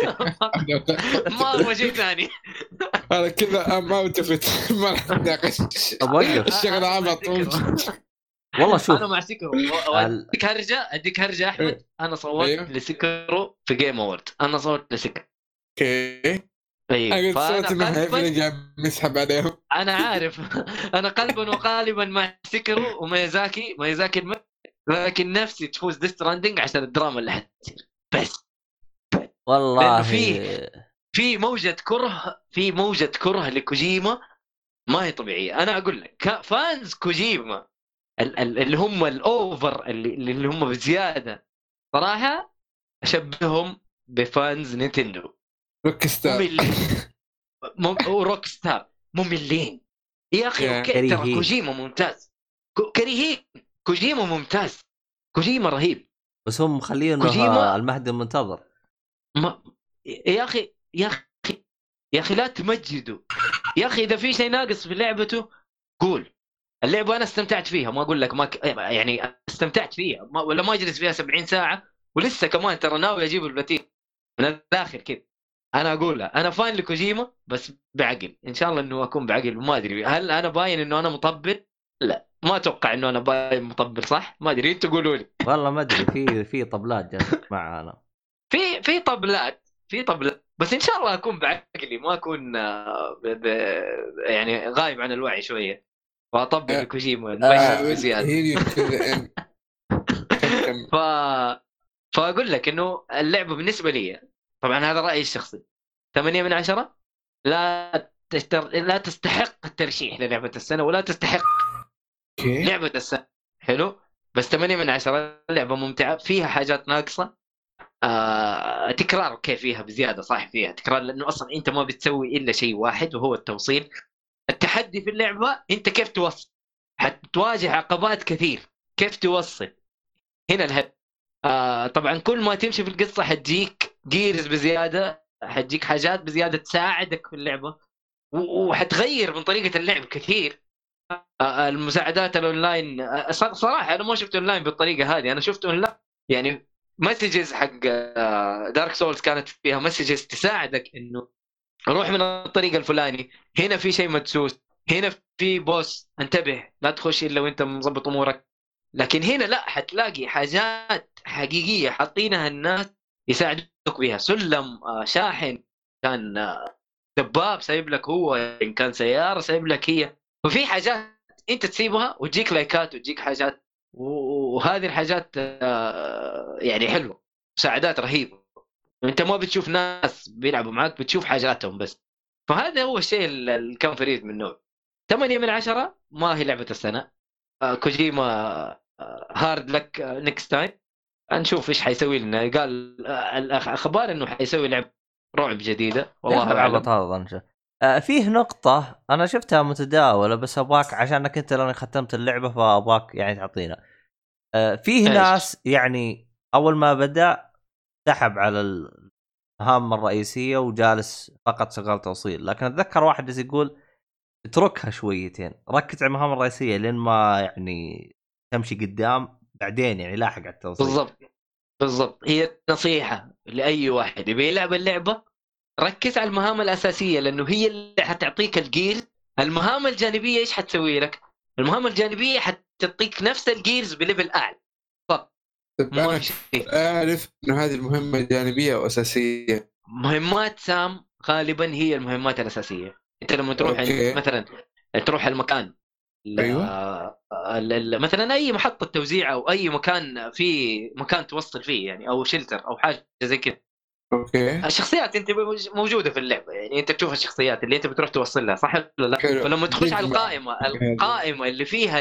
ما ابغى شيء ثاني. هذا كذا ما وتفت ما راح نناقش اوقف الشغل على طول. والله شوف انا مع سكرو. اديك هرجه احمد. انا صوت أيوه. لسكرو في جيم اوورد. انا صوت لسكرو. اوكي ايوه انا صوت ما قلباً... هيفرق نسحب عليهم. انا عارف. انا قلبا وقالبا مع سكرو وميازاكي لكن نفسي تفوز ديث ستراندنج عشان الدراما اللي حتصير بس. والله لأنه في موجة كره لكوجيما ما هي طبيعية. أنا أقول لك فانز كوجيما اللي هم الأوفر اللي هم بزيادة صراحة أشبههم بفانز نينتندو. روك ستار روك ستار مملين يا أخي. أوكي ترى كريهين. كوجيما ممتاز. كريهين. كوجيما ممتاز. كوجيما رهيب. بس هم مخلينه كوجيما- المهدي المنتظر. ما يا اخي لا تمجدوا يا اخي. اذا في شيء ناقص في لعبته قول. اللعبه انا استمتعت فيها ما اقول لك يعني استمتعت فيها ولا ما اجلس فيها 70 ساعه ولسه كمان ترى ناوي اجيب البلاتين من الاخر كذا. انا اقولها انا فان لكوجيما بس بعقل. ان شاء الله انه اكون بعقل. ما ادري هل انا باين انه انا مطبل. لا ما اتوقع انه انا باين مطبل صح. ما ادري انتوا قولوا لي. والله ما ادري في طبلات جالس مع انا. في طبلات بس ان شاء الله اكون بعقلي ما اكون يعني غايب عن الوعي شويه واطبل لكوجيما زياده. فاقول لك انه اللعبه بالنسبه لي طبعا هذا رايي الشخصي 8 من 10. لا تستحق الترشيح للعبه السنه ولا تستحق لعبه السنه. حلو بس 8 من 10. لعبه ممتعه فيها حاجات ناقصه. تكرار اوكي فيها بزياده صح. فيها تكرار لانه اصلا انت ما بتسوي الا شيء واحد وهو التوصيل. التحدي في اللعبه انت كيف توصل. حتواجه عقبات كثير كيف توصل. هنا الهدف. طبعا كل ما تمشي في القصه حتجيك جيرز بزياده. حتجيك حاجات بزياده تساعدك في اللعبه وحتغير من طريقه اللعب كثير. المساعدات الاونلاين صراحه انا ما شفت اونلاين بالطريقه هذه. انا شفت اونلاين يعني مسجز حق دارك سولز كانت فيها مسجز تساعدك انه روح من الطريق الفلاني. هنا في شيء مدسوس. هنا في بوس انتبه لا تخش الا وانت مضبط امورك. لكن هنا لا حتلاقي حاجات حقيقيه حاطينها الناس يساعدوك بها. سلم شاحن كان دباب سايب لك هو ان كان سياره سايب لك هي. وفي حاجات انت تسيبها وتجيك لايكات وتجيك حاجات وهذه الحاجات يعني حلوه. مساعدات رهيبه. انت ما بتشوف ناس بيلعبوا معك بتشوف حاجاتهم بس. فهذا هو الشيء اللي كان فريد من نوع. 8 من 10 ما هي لعبه السنه. كوجيما هارد لك نيكست تايم. نشوف ايش حيسوي لنا. قال الاخبار انه حيسوي لعبه رعب جديده والله اعلم. هذا فيه نقطة أنا شفتها متداولة بس أبغاك عشانك أنت لأني ختمت اللعبة فأبغاك يعني تعطينا. فيه ناس يعني أول ما بدأ سحب على المهام الرئيسية وجالس فقط شغال توصيل. لكن أتذكر واحد يقول اتركها شويتين ركز على المهام الرئيسية لين ما يعني تمشي قدام بعدين يعني لاحق على التوصيل. بالضبط هي نصيحة لأي واحد يبي يلعب اللعبة. ركز على المهام الأساسية لأنه هي اللي حتعطيك الجيرز. المهام الجانبية إيش حتسوي لك؟ المهام الجانبية حتعطيك نفس الجيرز بليفل أعلى. طب أنا أعرف إنه هذه المهمة جانبية وأساسية. مهمات سام غالبا هي المهمات الأساسية. أنت لما تروح مثلا تروح المكان أيوة. مثلا أي محطة توزيع أو أي مكان في مكان توصل فيه يعني أو شلتر أو حاجة زي كذا. اوكي الشخصيات انت موجوده في اللعبه يعني انت تشوف الشخصيات اللي انت بتروح توصل لها صح ولا لا. فلما تخش على القائمه اللي فيها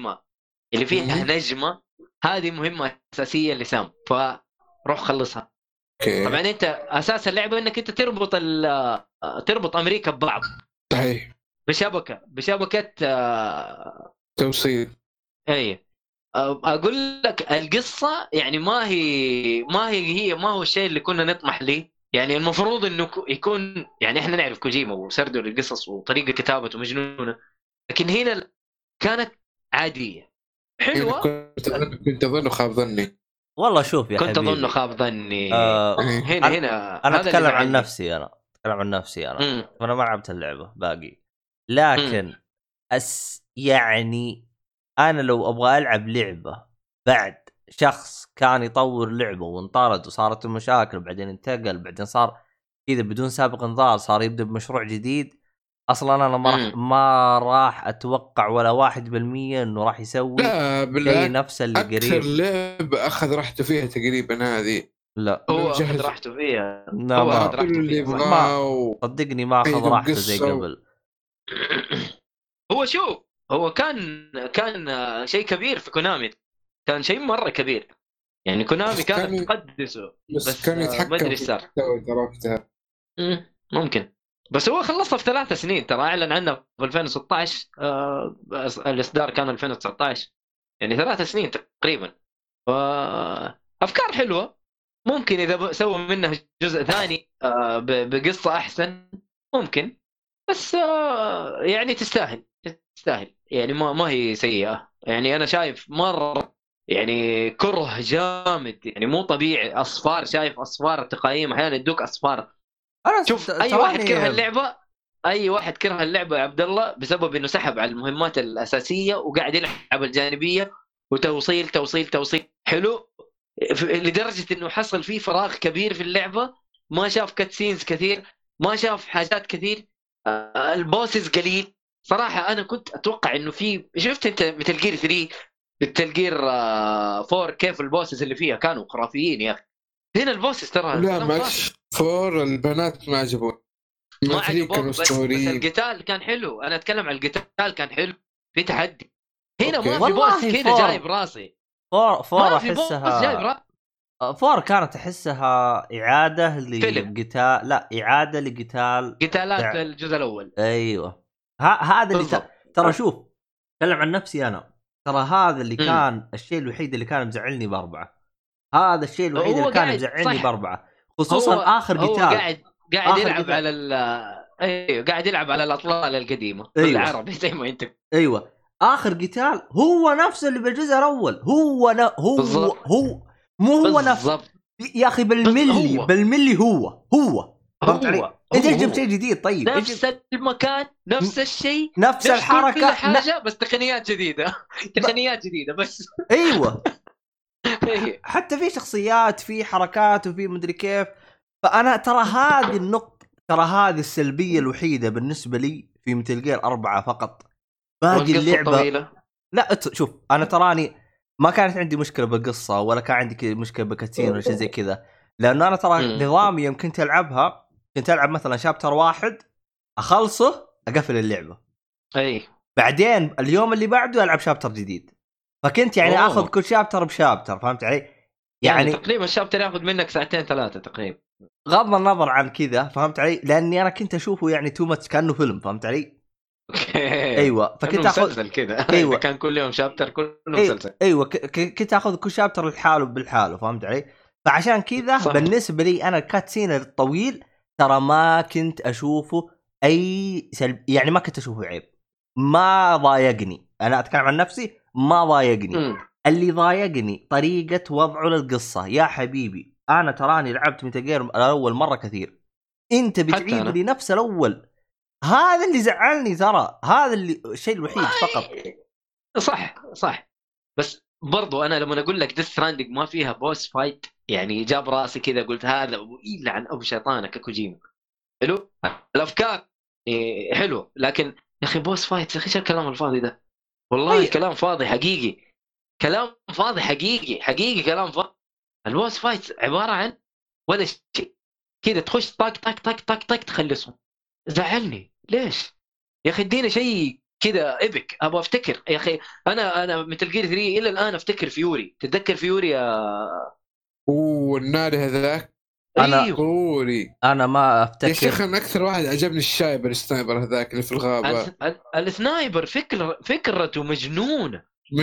نجمه هذه مهمه اساسيه لسام فروح خلصها. طبعا انت اساس اللعبه انك انت تربط امريكا ببعض صحيح بشبكه توصيل. اي اقول لك القصه يعني ما هو الشيء اللي كنا نطمح ليه. يعني المفروض انه يكون يعني احنا نعرف كوجيما وسرده للقصص وطريقه كتابته مجنونه. لكن هنا كانت عاديه حلوه. كنت اظن خاب ظني والله شوف يا كنت حبيبي، اظن خاب ظني. هنا انا هذا اتكلم اللي عن زعلني. نفسي، انا مم. انا ما لعبت اللعبه باقي، لكن يعني انا لو ابغى العب لعبه بعد شخص كان يطور لعبه وانطرد وصارت مشاكل وبعدين انتقل بعدين صار كذا بدون سابق انذار، صار يبدا بمشروع جديد، اصلا انا ما راح اتوقع ولا 1% انه راح يسوي لا شيء بالعكس، نفس اللي اكثر قريب. لعبه اخذ راحته فيها تقريبا هذه. لا هو اخذ مجهز راحته فيها. لا، هو ما اخذ كل راحته اللي فيها. يبغاه صدقني ما اخذ أيضاً راحته زي قصة قبل. هو شوف، هو كان شيء كبير في كونامي، كان شيء مره كبير يعني. كونامي بس كانت كان تقدسه، بس بس كان ما يتحكم ادري ايش في صار. المحتوى وقتها. ممكن. بس هو خلصها في 3 سنين ترى، اعلن عنه في 2016. الاصدار كان 2019، يعني 3 سنين تقريبا. افكار حلوه، ممكن اذا سووا منها جزء ثاني بقصه احسن ممكن. بس يعني تستاهل يعني، ما هي سيئه يعني. انا شايف مره يعني كره جامد يعني مو طبيعي. اصفار، شايف اصفار التقييم احيانا يدوك اصفار. انا شوف اي واحد كره اللعبه، اي واحد كره اللعبه يا عبد الله بسبب انه سحب على المهمات الاساسيه وقاعد يلعب الجانبيه وتوصيل توصيل توصيل حلو، لدرجه انه حصل فيه فراغ كبير في اللعبه، ما شاف كاتسينز كثير، ما شاف حاجات كثير، البوسز قليل صراحه. انا كنت اتوقع انه في، شفت انت مثل جير 3 مثل جير 4 كيف البوسز اللي فيها كانوا خرافيين يا اخي. هنا البوسز ترى لا كلام معلش، فاضي. فور البنات ما عجبوني، ما مثلي كانوا عجبوك، بس اسطوريين. القتال كان حلو. انا اتكلم عن القتال كان حلو، في تحدي. هنا أوكي. ما في بوس والله كذا جاي براسي، فور ما في بوس جاي احسها براسي. فور كانت احسها اعاده فيلم لقتال، لا اعاده لقتال قتالات الجزء الاول ايوه. هذا اللي بالضبط. ترى شوف، اتكلم عن نفسي انا، ترى هذا اللي مم. كان الشيء الوحيد اللي كان مزعلني باربعه، هذا الشيء الوحيد هو اللي كان قاعد مزعلني صح، باربعه، خصوصا اخر هو قتال. قاعد آخر يلعب قتال. على ايوه قاعد يلعب على الاطلال القديمه أيوة. بالعربي زي ما انت. ايوه اخر قتال هو نفسه اللي بالجزء الاول، بالضبط مو هو نفس بالضبط. يا اخي بالملي هو بالملي هو فهمت علي؟ هو انت ايش جبت هو شيء جديد؟ طيب ايش نفس المكان، نفس الشيء، نفس كل الحركه حاجه، بس تقنيات جديده تقنيات جديده بس. ايوه إيه. حتى في شخصيات، في حركات، وفي مدري كيف. فانا ترى هذه النقطه، ترى هذه السلبيه الوحيده بالنسبه لي في متل جير 4 فقط. باقي والقصة اللعبه طويلة. لا شوف، انا تراني ما كانت عندي مشكله بالقصه ولا كان عندي مشكله بكاتين ولا شيء زي كذا، لانه انا ترى نظامي يوم كنت العبها، كنت العب مثلا شابتر 1 اخلصه اقفل اللعبه، اي بعدين اليوم اللي بعده العب شابتر جديد، فكنت يعني اخذ كل شابتر بشابتر، فهمت علي؟ يعني تقريبا الشابتر ياخذ منك 2-3 ساعات تقريبا، غض النظر عن كذا، فهمت علي؟ لاني انا كنت اشوفه يعني تو ماتش، كانه فيلم، فهمت علي؟ ايوه فكنت اخذ مسلسل كذا. ايوه كان كل يوم شابتر كله مسلسل. ايوه كنت اخذ كل شابتر لحاله بالحاله، فهمت علي؟ فعشان كذا بالنسبه لي انا الكاتسين الطويل ترى ما كنت اشوفه اي يعني ما كنت اشوفه عيب، ما ضايقني. انا اتكلم عن نفسي، ما ضايقني. اللي ضايقني طريقه وضعه للقصه يا حبيبي. انا تراني لعبت ميتال جير الاول مره كثير، انت بتعيد لي نفس الاول، هذا اللي زعلني ترى، هذا اللي الشيء الوحيد فقط. صح بس برضو انا لما اقول لك ديث ستراندنج ما فيها بوس فايت يعني جاب راسي كذا قلت هذا يلعن ابو شيطانك كوجيما. حلو الافكار حلو، لكن يا اخي بوس فايت يا اخي، ايش الكلام الفاضي ده؟ والله كلام فاضي حقيقي، كلام فاضي حقيقي كلام فاضي. البوس فايت عباره عن ولا شيء كذا، تخش طق طق طق طق طق تخلصهم. زعلني ليش يا اخي؟ ادينا شيء كذا ايبك، ابغى افتكر يا اخي. انا مثل جير 3 الى الان افتكر فيوري. تتذكر فيوري يا النار هذاك؟ انا طوري انا ما افتكر يا شيخ. انا اكثر واحد عجبني الشايب السنايبر هذاك اللي في الغابه. السنايبر فكرته مجنونه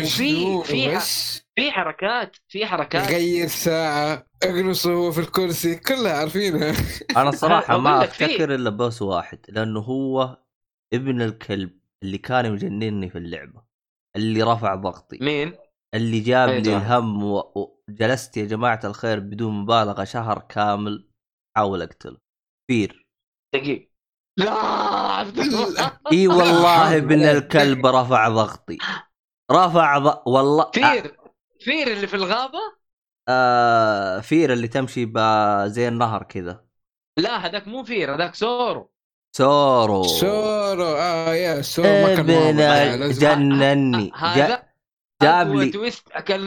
في حركات غير ساعه اقنصه هو في الكرسي كلها عارفينها. انا الصراحه ما افتكر الا بوس واحد، لانه هو ابن الكلب اللي كان يجنني في اللعبه، اللي رفع ضغطي. مين اللي جاب أي لي جماعة. الهم وجلست يا جماعة الخير بدون مبالغة شهر كامل حاول أقتله. فير. دقيقة. لا عبد الله. اي والله حرام ابن عليك. الكلب رفع ضغطي. والله فير اللي في الغابة. فير اللي تمشي زي النهر كذا. لا هذاك مو فير، هذاك سورو. سورو يا سورو ما كان ابن واضح. لازم جنني هذا جاب اقوى لي تويست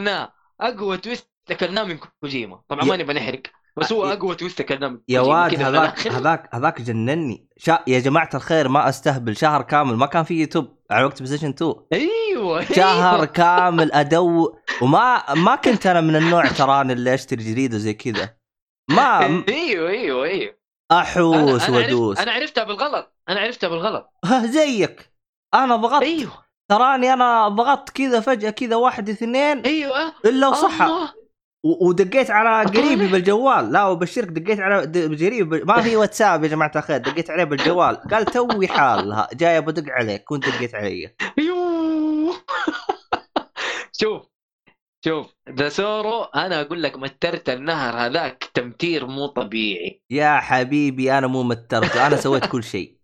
اكلناه من كوجيما. طبعا ما نبغى نحرق، بس هو اقوى تويست اكلناه من يا كوجيما واد. كذا في هذاك الآخر. هذاك جنني. يا جماعة الخير ما استهبل، شهر كامل ما كان في يوتيوب على وقت بلايستيشن 2. ايوه شهر كامل وما كنت انا من النوع تراني اللي اشتري جريده زي كذا. ما ايوه احوس وادوس. انا عرفتها بالغلط. زيك انا ضغطت. ايوه تراني انا ضغطت كذا فجأة كذا 1 2 ايوه الا وصح. الله. ودقيت على قريبي أطلع. بالجوال. لا وبشرك دقيت على قريبي ما في واتساب يا جماعة الخير. دقيت عليه بالجوال قال توي حالها جاي بدق عليك كنت دقيت علي. ايوه. شوف ذا سورو، انا اقول لك مترت النهر هذاك تمتير مو طبيعي. يا حبيبي انا مو مترت، انا سويت كل شيء.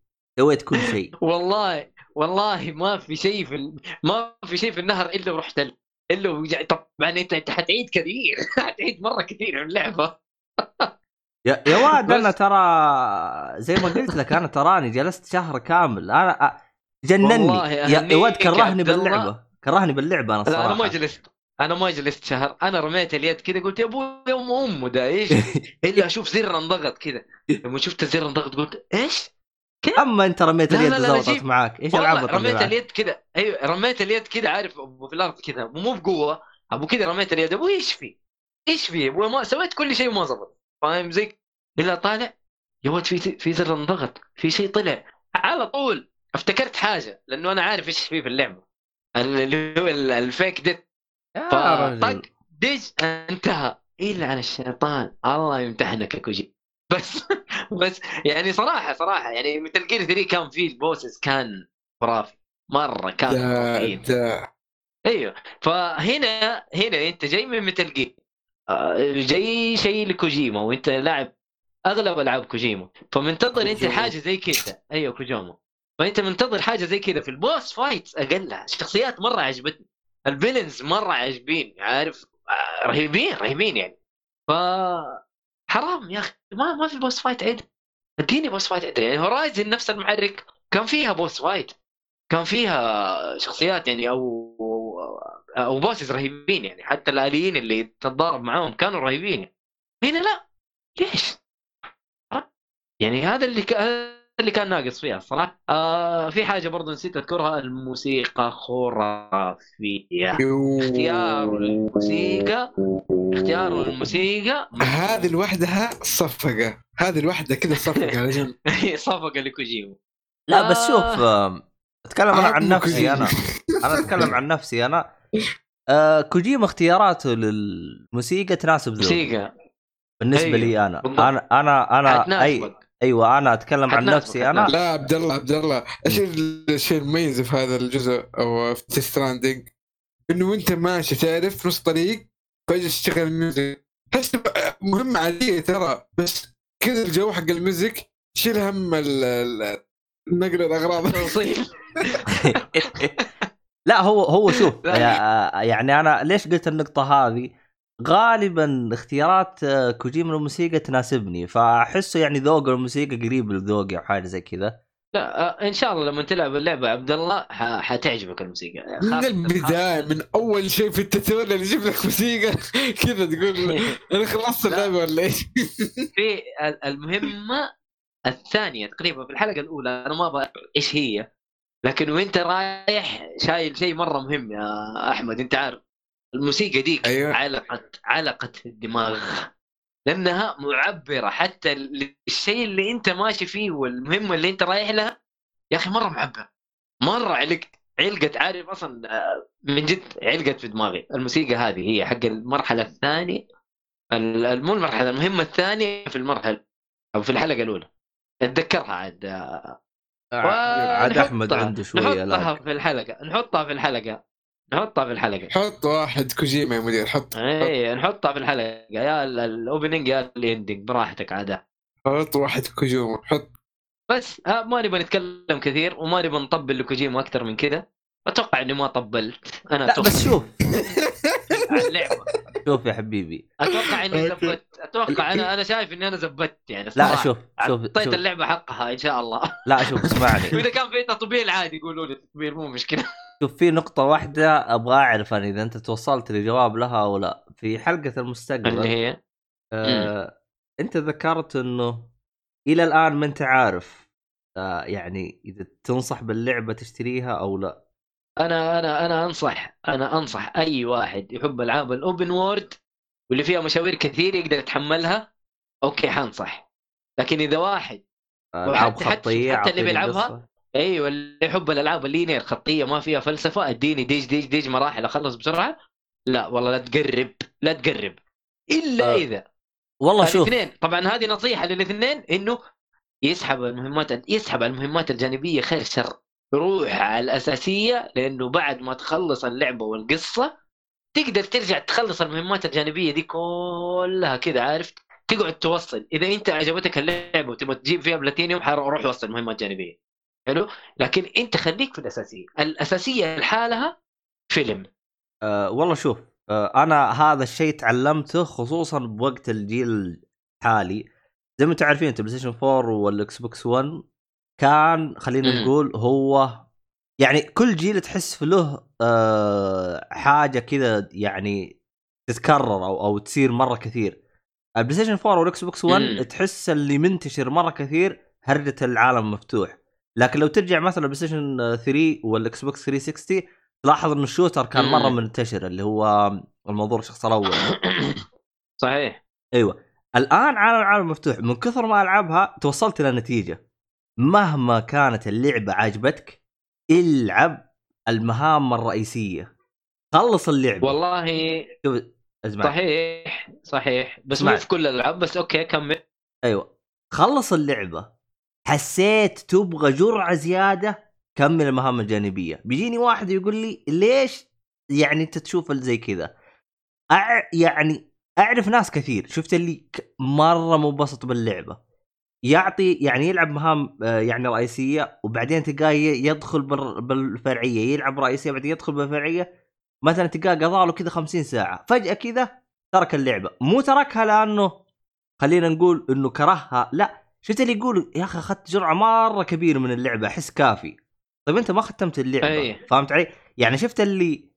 والله ما في شيء ما في شيء في النهر الا ورحت طبعا انت حتعيد كثير. حتعيد مره كثير في اللعبه. يا واد انا بس ترى زي ما قلت لك انا تراني جلست شهر كامل. انا جنني والله يا واد. أهنيك يا عبد الله. كرهني باللعبه انا لا الصراحه. انا ما جلست شهر. انا رميت اليد كذا قلت يا ابوي يا امه ده ايش الا اشوف زر انضغط كذا. لما شفت الزر انضغط قلت ايش. اما انت رميت اليد لا زبطت جيب. معاك. ايش والله العبط اللي رميت معك؟ اليد كذا. ايوه رميت اليد كذا عارف في الارض كذا مو بقوه ابو كذا. رميت اليد ابوي ايش في ابوي ما سويت كل شيء وما زبط فاهم زي الا طالع يا ولد في زر انضغط في شيء طلع على طول. افتكرت حاجه لانه انا عارف ايش في اللعبه اللي هو الفيك ديت. يا رجل فطق دج انتهى الا عن الشيطان. الله يمتحنك يا كوجي. بس بس يعني صراحه يعني مثل جير 3 كان فيه البوسز كان خرافي مره كان خرافيين. ايوه فهنا انت جاي من مثل جير جاي شيء لكوجيما وانت لاعب اغلب العاب كوجيما فمنتظر انت حاجه زي كذا. ايوه كوجيما. فانت منتظر حاجه زي كذا في البوس فايت. اقلها الشخصيات مره عجبتني. الفيلنز مره عاجبين عارف رهيبين يعني. ف حرام يا اخي ما في بوس فايت عدل. اديني بوس فايت عدل. يعني هورايزن نفس المحرك كان فيها بوس فايت كان فيها شخصيات يعني او بوسز رهيبين يعني. حتى الاليين اللي تتضارب معاهم كانوا رهيبين. هنا لا ليش يعني هذا اللي كان ناقص فيها الصراحه. في حاجه برضو نسيت اذكرها. الموسيقى خرافيه. اختيار الموسيقى هذه لوحدها صفقة. هذه الوحدة كذا صفقة على جنب. صفقة لكوجيما. لا بس شوف اتكلم انا عن نفسي. كوجيما. انا اتكلم عن نفسي انا. كوجيما اختياراته للموسيقى تناسب ذوقي موسيقى بالنسبه أيوه. لي انا. بالضبط. انا ايوه انا اتكلم عن نفسي انا. لا عبد الله ايش الشيء المميز في هذا الجزء او في ستراندينج انه انت ماشي تعرف نص طريق فجأة تشتغل الميوزك. حسب مهمة عادية ترى بس كذا الجو حق الميوزك شيل هم نقل الاغراض. لا هو شوف يعني انا ليش قلت النقطة هذه. غالبا اختيارات كوجيما الموسيقى تناسبني فاحسه يعني ذوق الموسيقى قريب لذوقي او حاجه زي كذا. لا ان شاء الله لما تلعب اللعبه عبد الله حتعجبك الموسيقى من البدايه من اول شيء في التوتوريال اللي يجيب لك موسيقى كذا تقول انا خلصت اللعبه ولا ايش. في المهمه الثانيه تقريبا في الحلقه الاولى انا ما ابغى ايش هي لكن وانت رايح شايل شيء مره مهم يا احمد. انت عارف الموسيقى ديك أيوة. علقت في الدماغ لانها معبره حتى الشيء اللي انت ماشي فيه والمهمه اللي انت رايح لها يا اخي مره معبر مره علقت عارف اصلا من جد علقت في دماغي. الموسيقى هذه هي حق المرحله الثانيه مو المرحله المهمه الثانيه في المرحله او في الحلقه الاولى اتذكرها عاد احمد عنده شويه نحطها في الحلقه نحطها في الحلقه. حط واحد كوجيما يا مدير، حط ايه نحطها في الحلقه، يا الاوبننج يا الاندنج براحتك عاد. حط واحد كوجيما، حط. بس ما نبغى نتكلم كثير وما نبغى نطبل لكوجيما اكثر من كذا. اتوقع اني ما طبلت انا. لا بس شوف على اللعبه. شوف يا حبيبي، اتوقع اني أوكي. زبت. اتوقع انا شايف اني انا زبت يعني لا الصراحة. شوف اعطيت شوف اللعبه حقها ان شاء الله. لا شوف اسمعني. واذا كان في تطبيل عادي يقولوا لي تطبيل مو مشكله. شوف في نقطة واحدة أبغى أعرف أنا إذا أنت توصلت لجواب لها أو لا. في حلقة اللي المستقبل هي أنت ذكرت إنه إلى الآن ما أنت عارف يعني إذا تنصح باللعبة تشتريها أو لا. انا انصح اي واحد يحب العاب الاوبن وورد واللي فيها مشاوير كثير يقدر يتحملها، اوكي حنصح. لكن اذا واحد ألعاب حتى خطية حتى اللي أعطيني بيلعبها قصة. ايوه اللي يحب الالعاب اللينير خطيه ما فيها فلسفه، اديني ديج مراحل اخلص بسرعه. لا والله لا تقرب الا اذا والله شوف الاثنين. طبعا هذه نصيحه للاثنين، انه يسحب المهمات الجانبيه خير شر، روح على الاساسيه، لانه بعد ما تخلص اللعبه والقصه تقدر ترجع تخلص المهمات الجانبيه دي كلها كذا، عارف، تقعد توصل. اذا انت عجبتك اللعبه وتبغى تجيب فيها بلاتينيوم حروح وصل المهمات الجانبيه، حلو. لكن انت خليك في الاساسيه لحالها فيلم. والله شوف أنا هذا الشيء تعلمته خصوصا بوقت الجيل الحالي. زي ما انتم عارفين انت بلاي ستيشن 4 والاكس بوكس 1 كان خلينا نقول هو يعني كل جيل تحس في له حاجه كذا يعني تتكرر او تصير مره كثير. البلاي ستيشن 4 والاكس بوكس 1 تحس اللي منتشر مره كثير هرجة العالم مفتوح. لكن لو ترجع مثلا البلاي ستيشن 3 والاكس بوكس 360 تلاحظ ان الشوتر كان مره منتشر اللي هو المنظور الشخص الاول. صحيح. ايوه الان عالم مفتوح من كثر ما العبها توصلت الى نتيجه مهما كانت اللعبه عاجبتك العب المهام الرئيسيه، خلص اللعبه. والله اسمع. صحيح بس اسمع. مو في كل الالعاب، بس اوكي كمل. ايوه خلص اللعبه، حسيت تبغى جرعه زياده كمل المهام الجانبيه. بيجيني واحد يقول لي ليش يعني انت تشوف زي كذا. يعني اعرف ناس كثير شفت اللي مره منبسط باللعبه يعطي يعني يلعب مهام يعني رئيسيه وبعدين تلقاه يدخل بالفرعيه يلعب رئيسيه بعدين يدخل بالفرعيه. مثلا تلقاه قضى له كذا 50 ساعه فجاه كذا ترك اللعبه. مو تركها لانه خلينا نقول انه كرهها، لا شفت اللي يقول يا اخي اخذت جرعه مره كبيره من اللعبه احس كافي. طيب انت ما ختمت اللعبه فهمت علي؟ يعني شفت اللي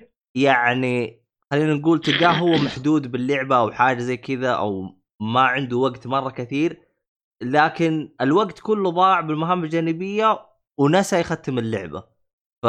يعني خلينا نقول تلقاه هو محدود باللعبه او حاجه زي كذا او ما عنده وقت مره كثير، لكن الوقت كله ضاع بالمهام الجانبيه ونسى يختم اللعبه. ف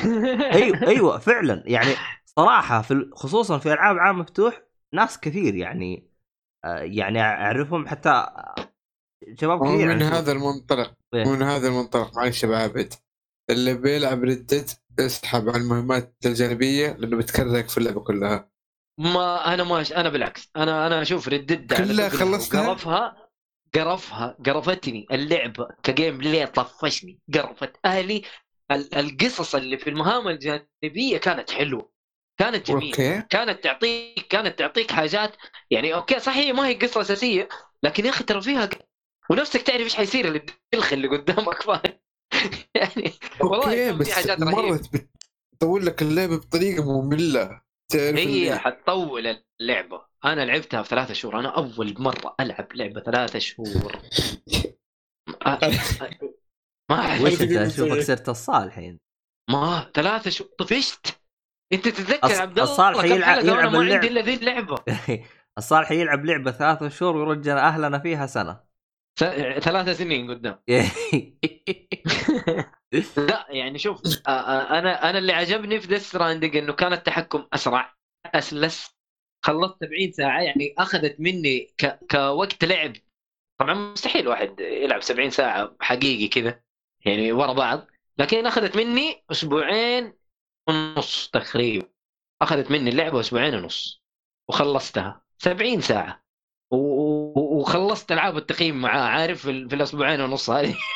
ايوه فعلا يعني صراحه خصوصا في العاب عام مفتوح ناس كثير يعني يعني اعرفهم حتى شباب كثير من هذا المنطلق من هذا المنطلق معلش يا عابد اللي بيلعب ردد اسحب على المهمات الجانبيه لانه بتكررك في اللعبه كلها. ما انا بالعكس انا اشوف ردد كلها خلصتها قرفتني اللعبه كجيم بلاي طفشني قرفت اهلي. القصص اللي في المهام الجانبيه كانت حلوه كانت جميله كانت تعطيك حاجات يعني اوكي صحيح ما هي قصه اساسيه لكن يا اخي ترى فيها ونفسك تعرف ايش حيصير اللي الدلخ اللي قدامك فاهم يعني والله بس حاجات مرة تطول لك اللعبه بطريقه ممله. هي حتطول اللعبه. انا لعبتها في 3 شهور. انا اول مره العب لعبه 3 شهور. ما وش انت اشوفك صرت الصالحين ما 3 شهور طفشت. انت تتذكر عبد الله الصالح يلعب ما عندي الا ذي اللعبه. الصالح يلعب لعبه 3 شهور ويرجع اهلنا فيها سنه 3 سنين قدام. لا يعني شوف انا اللي عجبني في ديث ستراندنج انه كان التحكم اسرع اسلس. خلصت 70 ساعه يعني اخذت مني كوقت لعب. طبعا مستحيل واحد يلعب 70 ساعه حقيقي كذا يعني ورا بعض، لكن اخذت مني 2.5 أسبوع تقريبا. اخذت مني اللعبه 2.5 أسبوع وخلصتها 70 ساعه وخلصت العاب التقييم معاه عارف في 2.5 أسبوع هذه.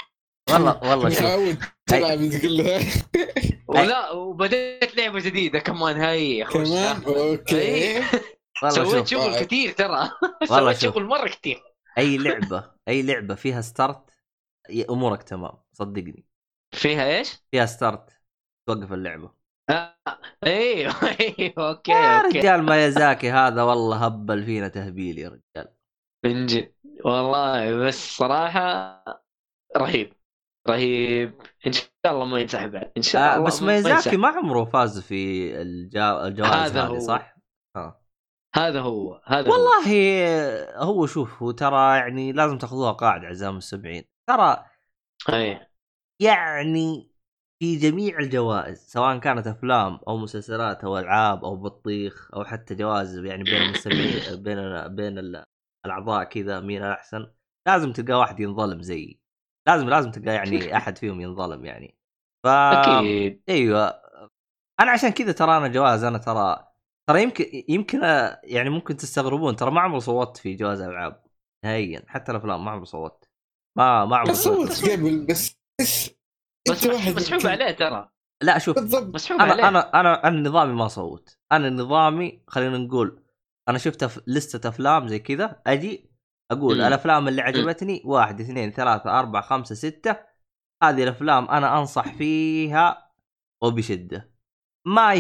والله شوف متعود تلعب كلها ولا وبدأت لعبة جديدة كمان هاي أخوش. كمان. اوكي والله سويت شوف شغل كثير ترى. والله سويت شوف. شغل مرة كثير. اي لعبه فيها ستارت امورك تمام صدقني. فيها ايش؟ فيها ستارت توقف اللعبه. ايوه اوكي يا اوكي رجال مايازاكي هذا والله هبل فينا تهبيل يا رجال من جد والله. بس صراحة رهيب ان شاء الله ما ينسحب بعد ان شاء الله. بس ما مايازاكي ينسحب. ما عمره فاز في الجوائز هذا هذه هو. صح؟ هذا هو والله هو شوف هو ترى يعني لازم تاخذوها قاعده اعزائي المستمعين ترى اي يعني في جميع الجوائز سواء كانت افلام او مسلسلات او العاب او بطيخ او حتى جوائز يعني بين المستمعين بين الاعضاء كذا مين الاحسن لازم تلقى واحد ينظلم زيي. لازم تلقى يعني احد فيهم ينظلم يعني. اكيد. ايوه انا عشان كذا ترى انا جواز انا ترى يمكن يعني ممكن تستغربون ترى ما عمري صوتت في جوائز العاب نهائيا حتى الافلام ما عمري صوتت ما عمري صوت قبل بس انت واحد مسحوب عليه ترى. لا شوف بالضبط. مسحوب عليه. انا نظامي ما صوت. انا نظامي خلينا نقول انا شفت لستة افلام زي كذا اجي اقول الافلام اللي عجبتني 1 2 3 4 5 6 هذه الافلام انا انصح فيها وبشده. ما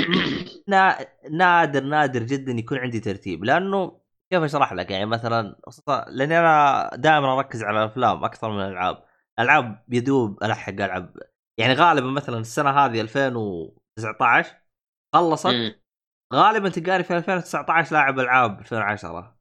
نادر جدا يكون عندي ترتيب لانه كيف اشرح لك يعني مثلا لاني انا دائما اركز على الافلام اكثر من الالعاب يدوب الحق العب يعني غالبا مثلا السنه هذه 2019 خلصت غالبا تلقاني في 2019 لاعب العاب 2010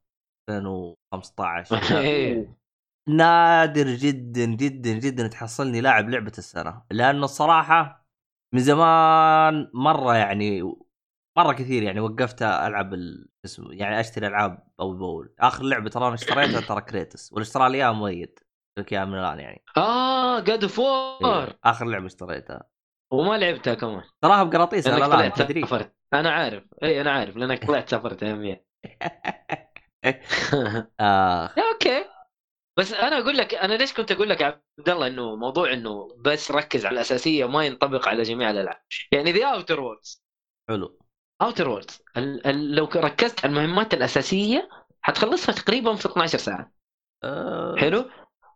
2015 نادر جدا جدا جدا تحصلني لاعب لعبه السنه لانه الصراحه من زمان مره يعني مره كثير يعني وقفت العب يعني اشتري العاب او بول. اخر لعبه ترى انا اشتريتها ترى كريتس ولا اشترى لي اياها مؤيد لك اياها من الان يعني جاد فور اخر لعبه اشتريتها وما لعبتها كمان تراها بقراطيس على الان تدري. انا عارف انا عارف لانك طلعت سافرت يا اوكي. بس انا اقول لك انا ليش كنت اقول لك يا عبد الله انه موضوع انه بس ركز على الاساسيه وما ينطبق على جميع الالعاب. يعني ذا اوتر ووردز حلو. اوتر ووردز لو ركزت على المهمات الاساسيه حتخلصها تقريبا في 12 ساعه. حلو.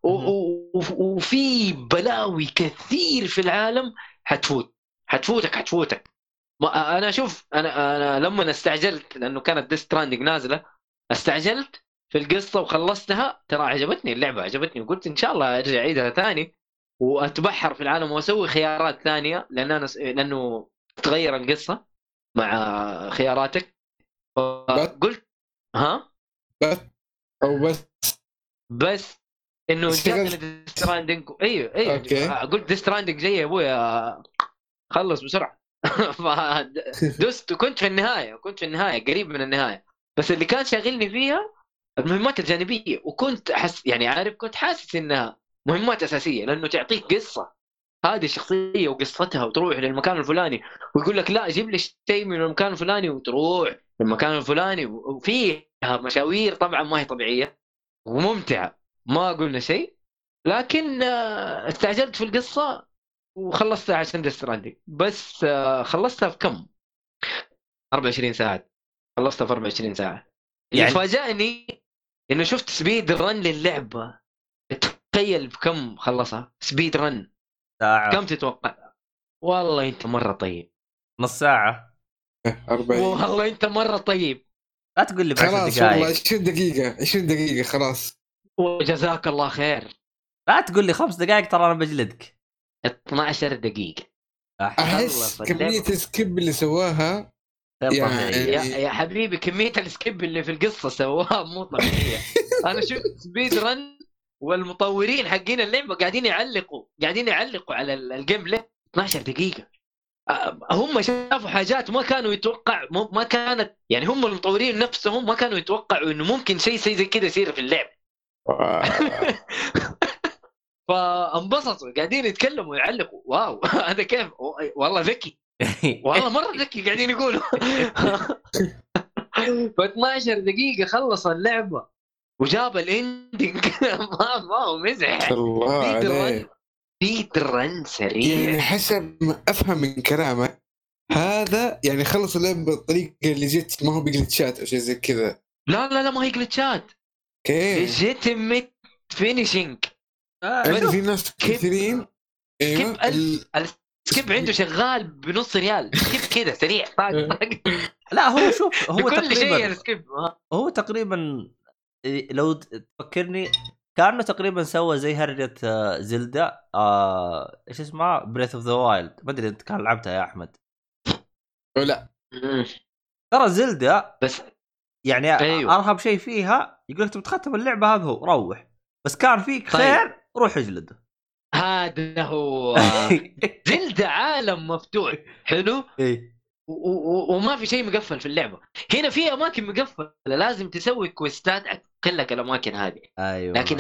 وفي بلاوي كثير في العالم حتفوتك. انا شوف انا لما استعجلت لانه كانت ديث ستراندنج نازله استعجلت في القصه وخلصتها ترى عجبتني اللعبه عجبتني وقلت ان شاء الله ارجع اعيدها ثاني واتبحر في العالم واسوي خيارات ثانيه لانه تغير القصه مع خياراتك. قلت ها او بس انه جاتني ديث ستراندنج. ايوه قلت ديث ستراندنج جاي يا ابويا خلص بسرعه. فدست كنت في النهايه قريب من النهايه. بس اللي كان شاغلني فيها المهمات الجانبيه وكنت يعني عارف كنت حاسس انها مهمات اساسيه لانه تعطيك قصه هذه الشخصيه وقصتها وتروح للمكان الفلاني ويقول لك لا جيب لي شيء من المكان الفلاني وتروح للمكان الفلاني وفيها مشاوير طبعا ما هي طبيعيه وممتعه ما قلنا شيء. لكن استعجلت في القصه وخلصتها عشان ديث ستراندنج. بس خلصتها في كم 24 ساعه. خلصتها في 24 ساعه. اللي فاجأني انه شفت سبيد رن للعبه. تخيل بكم خلصها سبيد رن ساعه. كم تتوقع؟ والله انت مره طيب. نص ساعه 40. والله انت مره طيب. لا تقول لي خلاص والله 20 دقيقه خلاص. وجزاك الله خير. لا تقول لي 5 دقائق ترى انا بجلدك. 12 دقيقه. احس كميه السكيب اللي سواها يا حبيبي كميه السكيب اللي في القصه سواها مو طبيعيه. انا شفت سبيد رن والمطورين حقين اللعبه قاعدين يعلقوا على الجيم بلاي 12 دقيقه. هم شافوا حاجات ما كانوا يتوقع ما كانت يعني هم المطورين نفسهم ما كانوا يتوقعوا انه ممكن شيء زي كذا يصير في اللعبه. فانبسطوا قاعدين يتكلموا ويعلقوا واو هذا كيف والله ذكي والله مره ذكي قاعدين يقولوا. ف 12 دقيقه خلص اللعبه وجاب الاندنج. ما هو مزح. سبيد رن سريع. يعني حسب ما افهم من كلامك هذا يعني خلص اللعبه بالطريقه اللي جت، ما هو بجلتشات او شيء زي كذا. لا ما هي جلتشات، اوكي ليجيتيميت فينيشينج. عندي في ناس كثيرين سكيب السكيب عنده شغال بنص ريال، سكيب كذا سريع طاق طاق. لا هو شوف هو كل شيء تقريبا السكيب. هو تقريبا لو تفكرني كانه تقريبا سوى زي هرجة زلدا ايش اسمها بريث اوف ذا وايلد، ما ادري انت كان لعبتها يا احمد ولا ترى زلدا بس يعني أيوه. ارهب شيء فيها يقول لك تبي تختم اللعبه هذا هو روح، بس كان فيك خير روح اجلده. هذا هو زلدا عالم مفتوح حلو ايه وما في شيء مقفل في اللعبه. هنا في اماكن مقفله لازم تسوي كويستات لك الاماكن هذه. ايوه لكن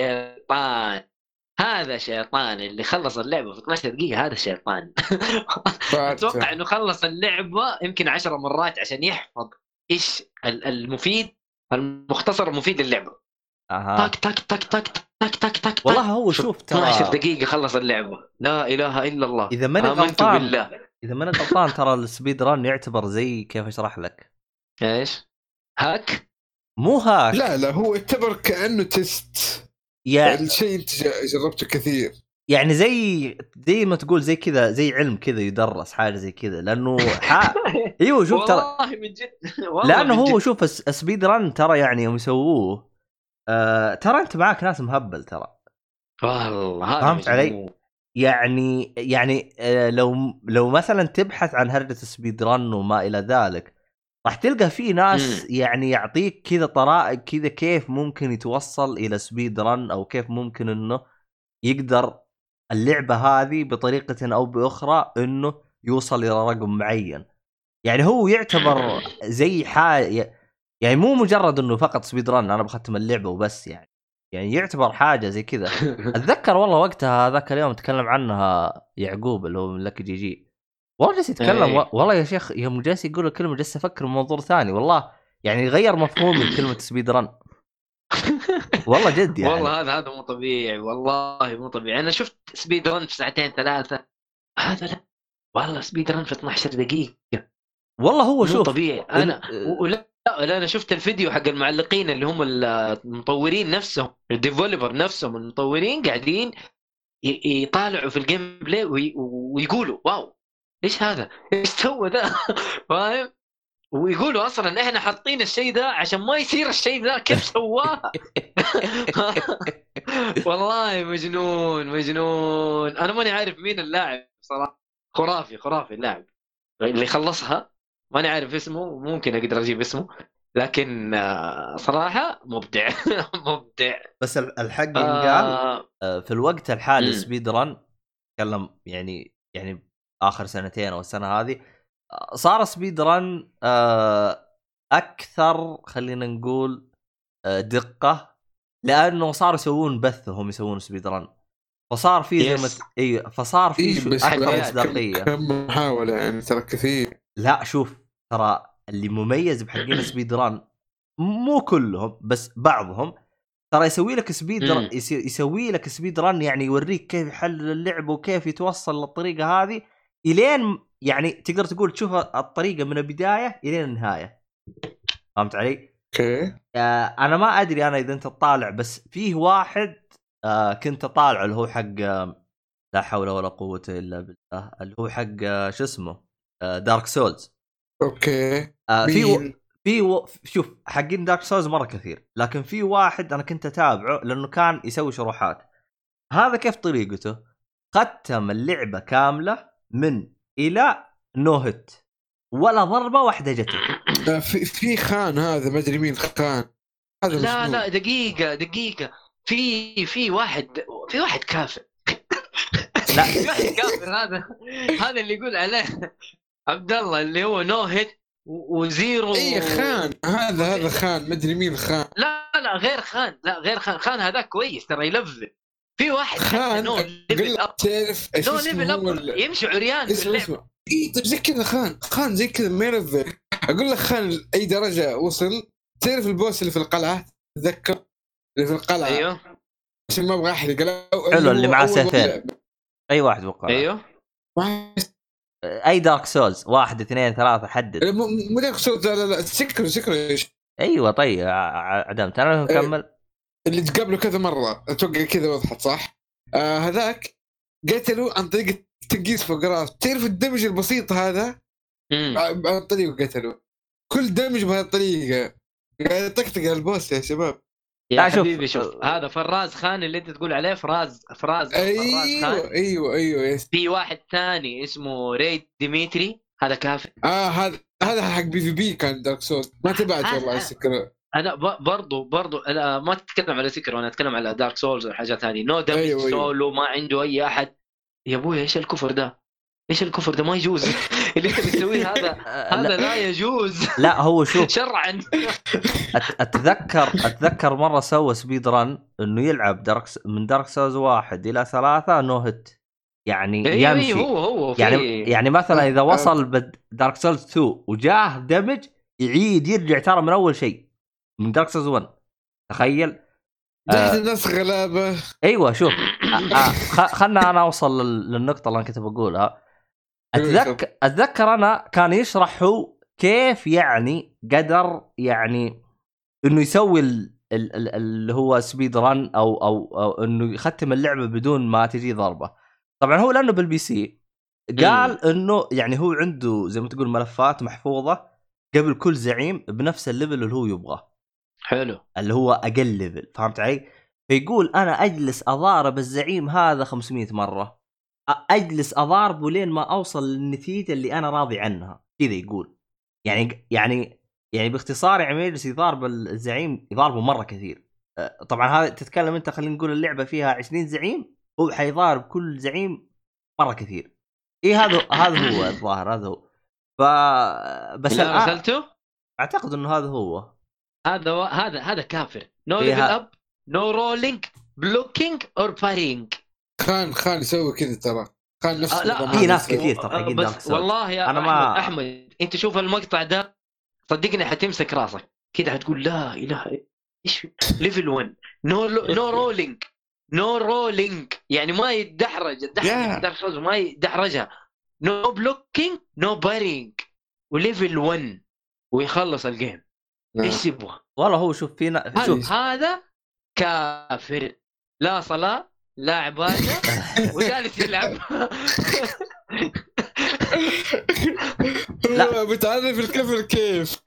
هذا شيطان اللي خلص اللعبه في 12 دقيقه. هذا شيطان. اتوقع انه خلص اللعبه يمكن 10 مرات عشان يحفظ ايش المفيد، المختصر المفيد للعبه. تك تك تك تك تك تك تك. والله هو شوف ترى 12 دقيقه خلص اللعبه. لا اله الا الله. اذا ماني غلطان ترى السبيد ران يعتبر زي كيف اشرح لك ايش هاك. مو هاك، لا هو يعتبر كأنه تيست يعني الشيء انت جربته كثير، يعني زي ما تقول زي كذا زي علم كذا يدرس حاجه زي كذا لانه ايوه شوف ترى والله من جد لانه هو شوف السبيد ران ترى يعني يوم يسووه ترى انت معاك ناس مهبل ترى والله فهمت علي. يعني لو مثلا تبحث عن هرجة السبيد ران وما الى ذلك راح تلقى في ناس يعني يعطيك كذا طرائق كذا كيف ممكن يتوصل الى سبيد ران او كيف ممكن انه يقدر اللعبة هذه بطريقة او باخرى انه يوصل الى رقم معين. يعني هو يعتبر زي حاجة يعني مو مجرد انه فقط سبيد ران انا بختم اللعبة وبس، يعني يعتبر حاجة زي كذا. اتذكر والله وقتها ذاك اليوم تكلم عنها يعقوب اللي هو من لك جي والله جالس يتكلم والله يا شيخ يوم جالس يقول الكلمة جالس افكر بموضوع ثاني والله يعني غير مفهومي لكلمة سبيد ران والله جد يعني. والله هذا مو طبيعي، والله مو طبيعي. انا شفت سبيد ران في 2-3 هذا لا والله سبيد ران في 12 دقيقة والله هو مو شوف طبيعي. انا لا انا شفت الفيديو حق المعلقين اللي هم المطورين نفسهم الديفلوبر نفسهم المطورين قاعدين يطالعوا في الجيم بلاي ويقولوا واو ايش هذا ايش سوى ذا فاهم، ويقولوا اصلا احنا حاطين الشيء ذا عشان ما يصير الشيء ذا كيف سواه. والله مجنون. انا ماني عارف مين اللاعب صراحه، خرافي اللاعب اللي خلصها، ماني عارف اسمه، ممكن اقدر اجيب اسمه، لكن صراحه مبدع. مبدع. بس الحق ينقال في الوقت الحالي سبيد ران تكلم يعني اخر سنتين او السنه هذه صار سبيد ران اكثر خلينا نقول دقه، لانه صاروا يسوون بث وهم يسوون سبيد ران، فصار في زي ما فصار في اكثر مصداقيه. كم محاوله يعني ترى كثير. لا شوف ترى اللي مميز بحقين سبيد ران مو كلهم بس بعضهم ترى يسوي لك سبيد ران يسوي لك سبيد ران يعني يوريك كيف يحل اللعبه وكيف يتوصل للطريقه هذه الين يعني تقدر تقول تشوف الطريقه من البدايه الين النهايه. فهمت علي؟ اوكي انا ما ادري انا اذا انت تطالع بس فيه واحد كنت اطالع اللي هو حق لا حول ولا قوه الا بالله اللي هو حق شو اسمه دارك سولز. اوكي في شوف حقين دارك سولز مره كثير، لكن في واحد انا كنت اتابعه لانه كان يسوي شروحات. هذا كيف طريقته ختم اللعبه كامله من الى نو هيت ولا ضربه واحده جته. في خان هذا ما ادري مين خان هذا. لا دقيقه في واحد كافر. لا في واحد كافر هذا اللي يقول عليه عبد الله اللي هو نو هيت وزيرو. اي خان هذا خان ما ادري مين خان. لا غير خان، لا غير خان هذا كويس ترى يلفل. في واحد خان نو ليفل اب، تعرف ايش اسمه يمشي عريان في اللعبة. اي طيب زي كذا خان زي كذا ما يلفل. اقول لك خان اي درجه وصل. تعرف البوس اللي في القلعه تذكر اللي في القلعه؟ ايوه عشان ما ابغى احرق. حلو اللي معاه سيفين اي واحد وقع. ايوه ما اي دارك سولز 1 2 3 حدد. مو دارك سولز، لا سكر ايش ايوه طيب عدمت انا نكمل. اللي تقابله كذا مره، اتوقع كذا وضحت صح. هذاك قتلوا عن طريق تنقيس فوق راس. تعرف الدمج البسيط هذا عن طريقه قتلوا. كل دمج بهالطريقه قاعد يطقطق على البوس يا شباب. يا لا، شوف. حبيبي شوف هذا فراز خان اللي انت تقول عليه، فراز خان. ايوه يس. في واحد ثاني اسمه ريد ديميتري، هذا كافر. هذا حق بي كان دارك سولز، ما تبعت والله السكر. انا برضو انا ما اتكلم على سكر، وانا اتكلم على دارك سولز والحاجات هذه. نو دامج سولو، ما عنده اي احد. يا ابوي ايش الكفر ده؟ ايش الكفر ده؟ ما يجوز. اللي انت بتسويه هذا لا يجوز. لا هو شوف شرعا. اتذكر مره سوى سبيد ران انه يلعب من دارك سولز 1 الى 3 نو هيت، يعني يمشي. هو يعني مثلا اذا وصل بدارك سولز 2 وجاه دمج يعيد يرجع ترى من اول شيء من دارك سولز 1. تخيل الناس غلابه. ايوه شوف خلنا انا اوصل للنقطه اللي انا كنت بقولها. اتذكر انا كان يشرح هو كيف يعني قدر يعني انه يسوي اللي هو سبيد ران أو انه يختم اللعبه بدون ما تجي ضربه. طبعا هو لانه بالبي سي قال انه يعني هو عنده زي ما تقول ملفات محفوظه قبل كل زعيم بنفس الليفل اللي هو يبغاه. حلو. اللي هو اقل ليفل، فهمت علي؟ فيقول انا اجلس اضارب الزعيم هذا 500 مره، اجلس اضاربه لين ما اوصل للنتيجه اللي انا راضي عنها كذا. يقول يعني باختصار يعني يجلس يضارب الزعيم، يضاربه مره كثير. طبعا هذا تتكلم انت، خلينا نقول اللعبه فيها 20 زعيم، هو حيضارب كل زعيم مره كثير. هذا هو الظاهر، هذا هو. بس رسلته اعتقد انه هذا هو. هذا كافر. نو ليفل اب، نو رولينج، بلوكينج اور بارينج. خان يسوي كذا ترى. خان نفسه. في ناس كثير ترى حقين دارك سولز. والله يا أنا احمد انت شوف المقطع ده صدقني حتمسك راسك كده، حتقول لا اله ايش ليفل 1 نو رولينج، نو رولينج يعني ما يدحرج دارك سولز، ما يدحرجها. نو بلوكينج، نو بارينج، وليفل 1 ويخلص الجيم. ايش يبغى؟ والله هو شوف فينا شوف هذا كافر، لا صلاة لا عبادة وجالس يلعب. لا بتعرف الكفر كيف.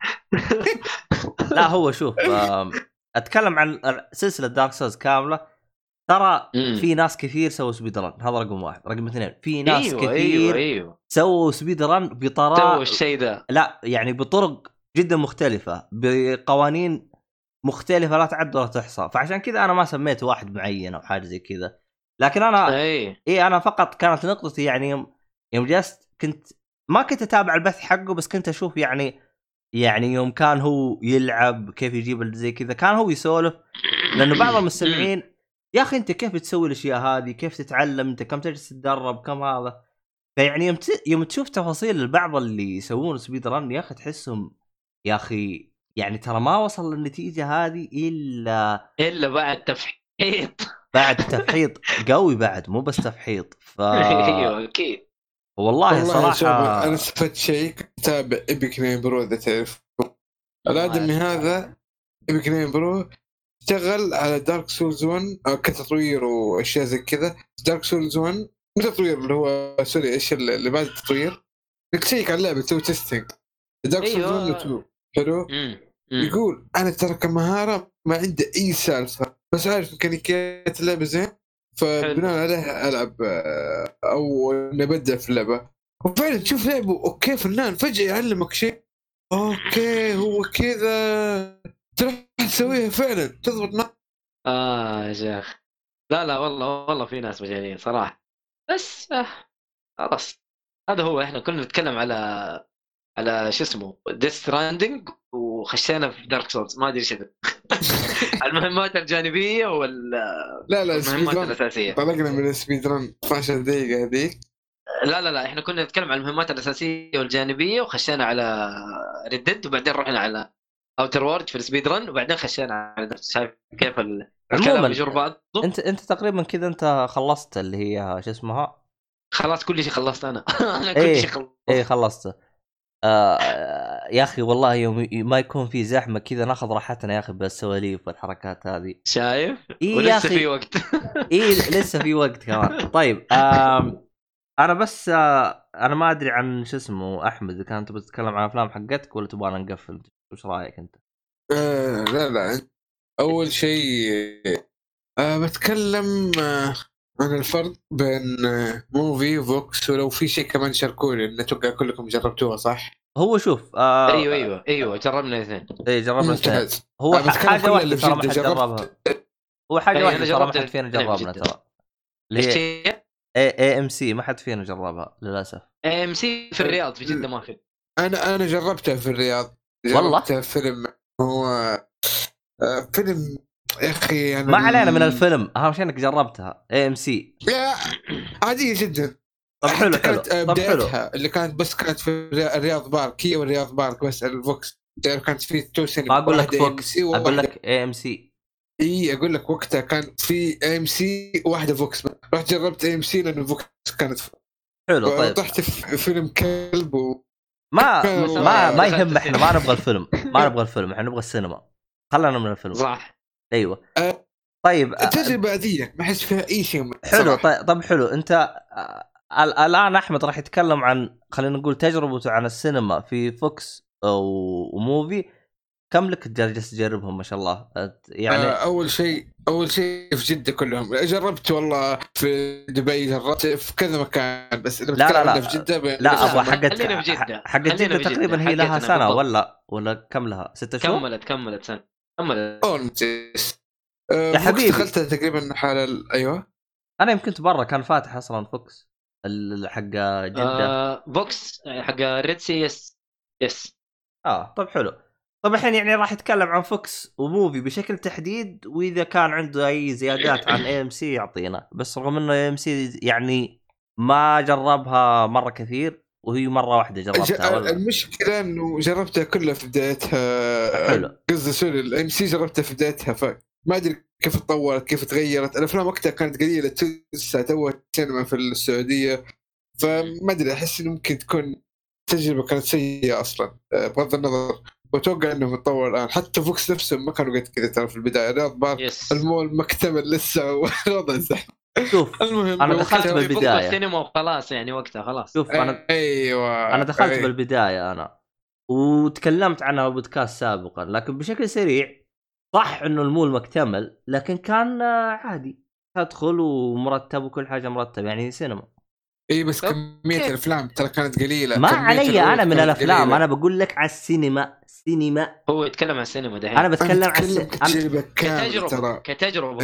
لا هو شوف اتكلم عن سلسلة دارك سولز كاملة. ترى في ناس كثير سووا سبيد ران، هذا رقم 1. رقم 2 في ناس كثير سووا سبيد ران بطريقة سووا الشيء ده، لا يعني بطرق جدا مختلفة، بقوانين مختلفة لا تعد ولا تحصى. فعشان كذا أنا ما سميت واحد معين أو حاجة زي كذا. لكن أنا أنا فقط كانت نقطتي يعني يوم جلست ما كنت أتابع البث حقه، بس كنت أشوف يعني يوم كان هو يلعب كيف يجيب زي كذا، كان هو يسولف. لأنه بعض المستمعين يا أخي أنت كيف تسوي الأشياء هذه، كيف تتعلم أنت، كم تجلس تتدرب، كم هذا. فيعني يوم تشوف تفاصيل البعض اللي يسوون سبيد ران يا أخي تحسهم يا أخي يعني ترى ما وصل للنتيجة هذه إلا بعد تفحيط. بعد تفحيط قوي، بعد مو بس تفحيط. ايوه اكيد. والله صراحة انا استفدت شيء. تابع ايبك مين برو اذا تعرف الادمي هذا. ايبك مين برو اشتغل على دارك سولز 1 كتطوير واشياء زي كذا. دارك سولز 1 مو تطوير اللي هو سوري ايش اللي بعد التطوير، تشيك على اللعبة تسوي تيستينج. دارك سولز 1 و 2 حلو. يقول انا ترى كمهارة ما عندي اي سالفة، بس عارف ميكانيكيات اللعبة زين، فبناء عليها العب او نبدأ في اللعبة. وفعلا تشوف لعبه اوكي فنان فجأة يعلمك شيء اوكي هو كذا تروح تسويها فعلا تضبط معك. يا شيخ لا والله في ناس مجانين صراحة. بس خلاص هذا هو. احنا كنا نتكلم على شو اسمه ديث ستراندنج وخشينا في دارك سولز، ما ادري ايش المهمات الجانبيه لا المهمات الاساسيه. طلقنا من السبيد ران 12 دقيقه هذيك. لا احنا كنا نتكلم عن المهمات الاساسيه والجانبيه وخشينا على ريدد وبعدين رحنا على اوتر وورد في السبيد ران وبعدين خشينا على شايف كيف الكلام يجر بعض. انت تقريبا كذا انت خلصت اللي هي شو اسمها خلاص كل شيء خلصت انا. انا كل شيء خلصت. ايه خلصته. يا اخي والله يوم ما يكون في زحمه كذا ناخذ راحتنا يا اخي بالسواليف والحركات هذه. شايف؟ إيه ولسه يا أخي. في وقت. ايه لسه في وقت كمان. طيب انا بس انا ما ادري عن شو اسمه احمد، اذا كنت بتتكلم عن افلام حقتك ولا تبغانا نقفل؟ وش رايك انت؟ لا اول شيء بتكلم عن الفرق بين موفي وفوكس، ولو في شيء كمان شاركوني، لان اتوقع كلكم جربتوها صح؟ هو شوف ايوه جربنا الاثنين. ايه جربنا الاثنين. ممتاز. هو بتكلم حاجه كل واحده اللي ترى ما بجدة حد جربها. هو حاجه أنا واحده ترى ما جربت حد فينا الاثنين جربنا بجدة. ترى، اللي ايش هي هي؟ اي ام سي. ما حد فينا جربها للاسف. ام سي في الرياض، في جدة ما في. انا جربتها في الرياض. والله؟ جربتها فيلم، هو فيلم يا اخي يعني ما علينا من الفيلم، اهم شيء انك جربتها. اي ام سي عادية جدا. طب حلو حتى كانت حلو. طب حلو. بدايتها اللي كانت بس كانت في الرياض بارك، هي والرياض بارك بس. الفوكس كانت في تو سينما، ما اقول لك واحدة فوكس، AMC اقول وواحدة- لك اي ام سي. اي اقول لك وقتها كان في AMC واحدة فوكس. رحت جربت AMC لأنه فوكس كانت حلو. طيب طحت في فيلم كلب ما يهم، احنا ما نبغى الفيلم، ما نبغى الفيلم، احنا نبغى السينما. خلنا من الفيلم. صح. ايوه. طيب التجربة عادية، ما احس فيها اي شيء حلو. طيب حلو. انت الان احمد راح يتكلم عن، خلينا نقول تجربته عن السينما في فوكس وموفي. كم لك جالس تجربهم ما شاء الله يعني؟ اول شيء في جدة كلهم جربت، والله في دبي جربت في كذا مكان، بس اذا لا في جدة لا ابغى حقت جدة تقريبا هي لها سنة ولا كم لها 6 شهور؟ كملت سنة. كملت. يا حبيبي دخلت تقريبا حال ايوه. انا يمكن برا كان فاتح اصلا فوكس حق جدة. بوكس حق ريد سي. يس. طب حلو. طب الحين يعني راح يتكلم عن فوكس وموفي بشكل تحديد، واذا كان عنده اي زيادات عن اي ام سي يعطينا. بس رغم انه اي ام سي يعني ما جربها مره كثير، وهي مره واحده جربتها. ولا المشكله انه جربتها كلها في بدايتها. حلو. قصدي سوري، الام سي جربتها في بدايتها، فما ادري كيف تطورت كيف تغيرت. الافلام وقتها كانت قليله، لسه توها سينما في السعوديه، فما ادري، احس انه ممكن تكون تجربه كانت سيئه اصلا بغض النظر. واتوقع انه متطور الان. حتى فوكس نفسه ما كانوا قد كذا ترى في البدايه. رياض بارك المول مكتمل لسه والوضع زحمه. شوف المهم انا دخلت بالبدايه السينما وخلاص يعني وقتها خلاص. شوف ايوه انا دخلت بالبدايه انا وتكلمت عنها بودكاست سابقا، لكن بشكل سريع. صح انه المول مكتمل، لكن كان عادي تدخل ومرتب وكل حاجه مرتب، يعني سينما. اي بس كميه الافلام ترى كانت قليله. ما علي انا من الافلام قليلة. انا بقول لك على السينما. هو يتكلم عن السينما دحين. انا بتكلم عن كتجربه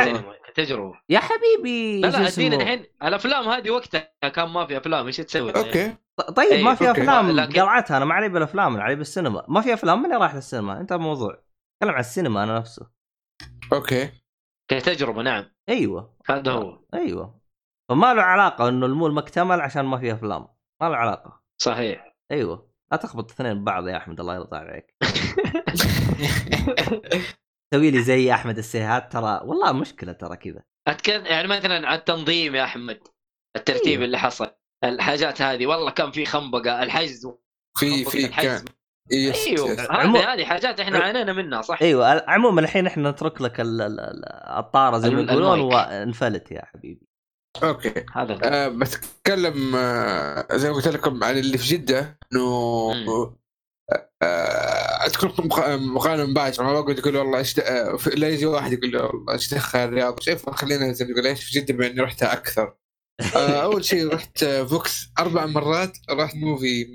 يا حبيبي. لا ادينا الحين الافلام هذه وقتها كان ما في افلام، ايش تسوي؟ اوكي طيب ما في افلام قلعتها. انا ما علي بالافلام، انا علي بالسينما. ما في افلام، ماني رايح للسينما. انت الموضوع تكلم عن السينما انا نفسه. اوكي كتجربه. نعم ايوه هذا هو. ايوه. فما له علاقه انه المول مكتمل عشان ما في افلام، ما له علاقه. صحيح. ايوه لا تخبط اثنين ببعض يا احمد، الله يرضى عليك. سوي لي زي احمد السيهات، ترى والله مشكله ترى كذا. اتكلم يعني مثلا على التنظيم يا احمد، الترتيب اللي حصل، الحاجات هذه والله كان في خنبقه. الحجز في كان ايوه هذه حاجات احنا عانينا منها صح. ايوه عموما الحين احنا نترك لك الطاره زي ما يقولون ونفلت يا حبيبي. اوكي هذا بتكلم زي ما قلت لكم عن اللي في جده، انه تكون مقارنه مباشره. ما بقول تقول والله لا يجي واحد يقول له والله ايش دخل الرياض شايف. خلينا زي ما نقول ايش في جده بما اني رحتها اكثر. اول شيء رحت فوكس 4 مرات، رحت موفي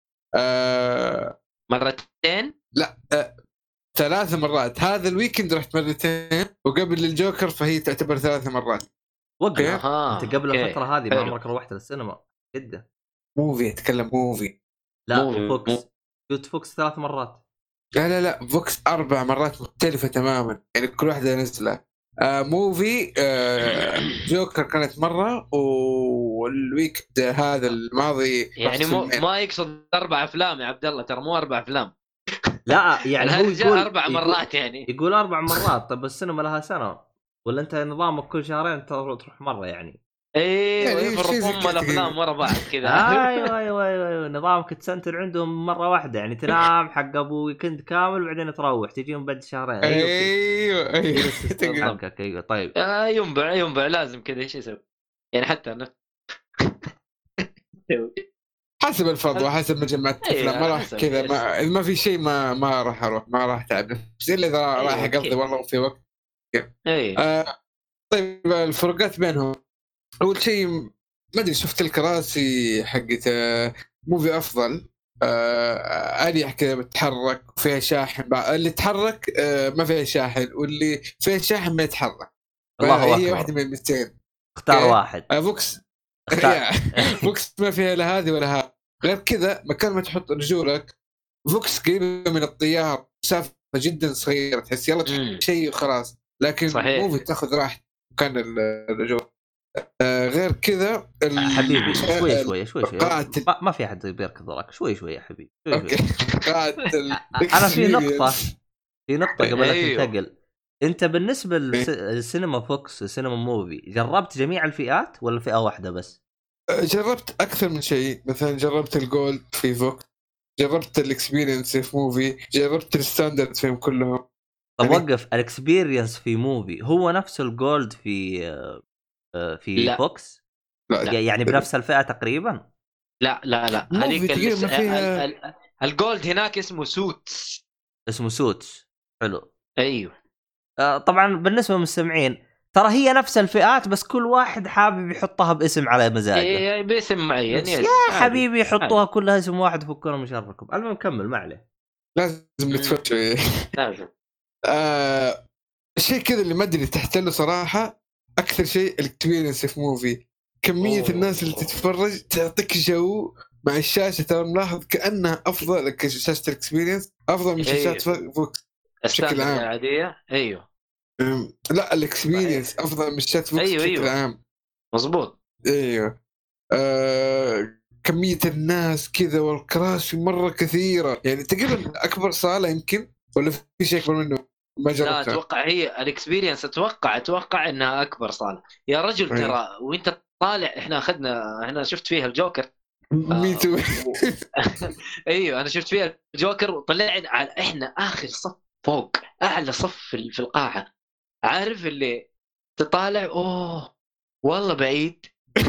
مرتين لا 3 مرات. هذا الويكند رحت مرتين، وقبل الجوكر فهي تعتبر 3 مرات. وقف انت قبل الفتره هذه ما عمرك روحت للسينما جده؟ موفي اتكلم موفي لا فوكس. قلت فوكس 3 مرات. لا فوكس 4 مرات مختلفة تماما، يعني كل واحدة نزلة. موفي جوكر كانت مرة، والويكند هذا الماضي يعني ما يقصد 4 أفلام يا عبد الله، ترى مو 4 أفلام. لا يعني هو يقول 4 مرات يعني يقول 4 مرات. طب السينما لها سنة ولا انت نظامك كل شهرين تروح مرة يعني؟ ايوه يعني شيء زي يفرطون كذا الافلام ورا بعض كذا. ايوه نظام كنت عندهم مره واحده، يعني تنام حق ابو ويكند كامل وبعدين تروح تجيهم بعد شهرين. ايوه ايوه تقدر. حقك. ايوه طيب ينبع لازم كذا، ايش يسوي يعني؟ حتى انا حسب الفضوى، حسب ما جمعت افلام، ما راح حسب كذا، ما اذا ما في شيء ما راح اروح، ما راح اتعب نفسي الا اذا راح اقضي أكيد. والله في وقت. اي طيب الفروقات بينهم، اول شيء ما ادري، شفت الكراسي حقت موفي افضل اريح كذا، بتتحرك وفيها شاحن، اللي تتحرك ما فيها شاحن، واللي فيها شاحن ما يتحرك. الله هي اكبر، واحدة من المثلين. اختار واحد. فوكس اختار. فوكس ما فيها لا هذه ولا هذه. غير كذا مكان ما تحط رجولك، فوكس قريبة من الطيار، مسافة جدا صغيرة، تحس يلا شيء وخلاص. لكن صحيح. موفي تاخذ راحة مكان الرجول. غير كذا حبيبي شوي ما في احد بيركض وراك، شوي يا حبيبي اوكي. قاعد انا في نقطة قبل لا أيوه. تنتقل. انت بالنسبة للسينما فوكس، السينما موفي، جربت جميع الفئات ولا فئة واحدة بس؟ جربت اكثر من شيء، مثلا جربت الجولد في فوكس، جربت الاكسبيرينس في موفي، جربت الستاندرد فيهم كلهم. طب يعني وقف، الاكسبيرينس في موفي هو نفس الجولد في لا. فوكس؟ لا. يعني بنفس الفئة تقريبا؟ لا موفي تقريبا ما فيها. الجولد هناك اسمه سوتس. اسمه سوتس. حلو. ايوه طبعا بالنسبة للمستمعين ترى هي نفس الفئات، بس كل واحد حابب يحطها باسم على مزاجه. إيه باسم معين. يا حبيبي يحطوها كلها اسم واحد وفكونا مشارككم. المهم كمل، ما عليه. لازم نتفرج. لازم. الشيء كذا اللي ما ادري تحتله صراحه اكثر شيء الاكسبيرينس في موفي، كميه الناس اللي تتفرج تعطيك جو مع الشاشه، ترى ملاحظ كانها افضل كشاشه الاكسبيرينس، افضل من شاشات فوكس بشكل عام. العاديه. ايوه لا الاكسبيرينس افضل من شاشات فوكس بشكل عام. مظبوط. ايوه كميه الناس كذا والكراسي مره كثيره، يعني تقريبا اكبر صاله يمكن، ولا في شيء اكبر منه ما جربتها. لا اتوقع هي الاكسبيرينس، اتوقع انها اكبر صاله يا رجل. ترى وانت طالع احنا شفت فيها الجوكر. ميتو. ايوه انا شفت فيها الجوكر وطلعنا على احنا اخر صف فوق، اعلى صف في القاعه. عارف اللي تطالع اوه والله بعيد.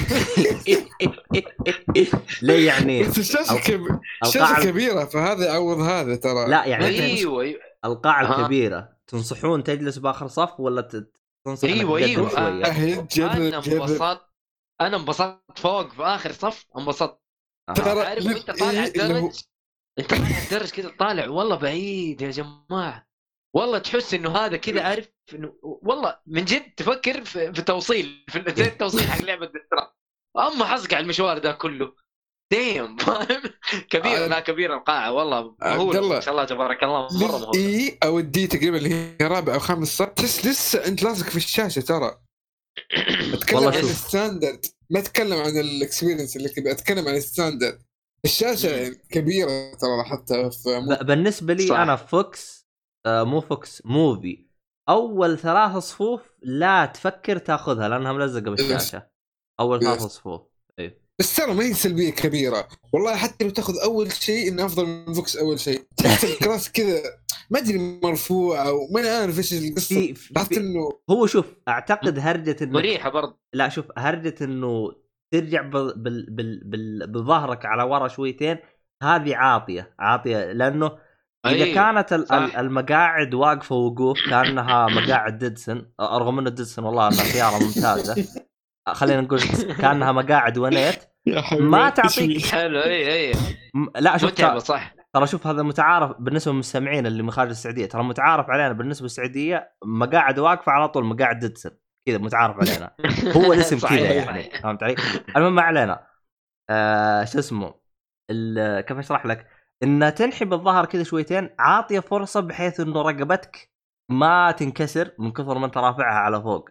ليه يعني؟ بس الشاشة كبيرة، فهذا يعوض هذا ترى. لا يعني ايوه القاعة الكبيرة تنصحون تجلس باخر صف ولا تنصح ايوه شوية؟ انا انبسطت فوق في اخر صف، انبسطت. ترى عارف انت طالع الدرج، انت طالع الدرج كذا طالع والله بعيد يا جماعه، والله تحس انه هذا كذا، عارف انه والله من جد تفكر في توصيل، في التوصيل حق لعبه دسترا. اما حصق على المشوار ده كله دايم. فاهم؟ كبير لا كبير القاعه والله مهول ما شاء الله تبارك الله، مره مهول. اي او دي تقريبا اللي هي رابع او خامس صف، تحس لسه انت لازق في الشاشه. ترى اتكلم عن الستاندرد، ما اتكلم عن الاكسبيرينس اللي كذا، اتكلم عن الستاندرد. الشاشه كبيره ترى حتى في بالنسبه لي صح. انا فوكس مو فوكس موفي، اول 3 صفوف لا تفكر تاخذها لانها ملزقه بالشاشه. اول 3 صفوف اي، بس ترى ما هي سلبيه كبيره والله. حتى لو تاخذ اول شيء انه افضل من فوكس اول شيء، تحس الكراس كذا ما ادري مرفوع او ما انا عارف ايش القصه. انه هو شوف اعتقد هرجه انه مريحه برضه. لا شوف هرجه انه ترجع بظهرك على ورا شويتين، هذه عاطيه لانه اذا كانت المقاعد واقفه وقوف كانها مقاعد ديدسن، رغم انه ديدسن والله انها خياره ممتازه، خلينا نقول كانها مقاعد ونيت ما تعطيك حلو. اي لا شوف صح. ترى شوف هذا متعارف بالنسبه للمستمعين اللي من خارج السعوديه، ترى متعارف علينا بالنسبه للسعوديه مقاعد واقفه على طول، مقاعد ديدسن كذا متعارف علينا. هو الاسم كذا يعني، فهمت علي؟ المهم ما علينا. شو اسمه كيف اشرح لك؟ ان تنحب الظهر كذا شويتين، عاطيه فرصه بحيث انه رقبتك ما تنكسر من كثر ما انت رافعها على فوق.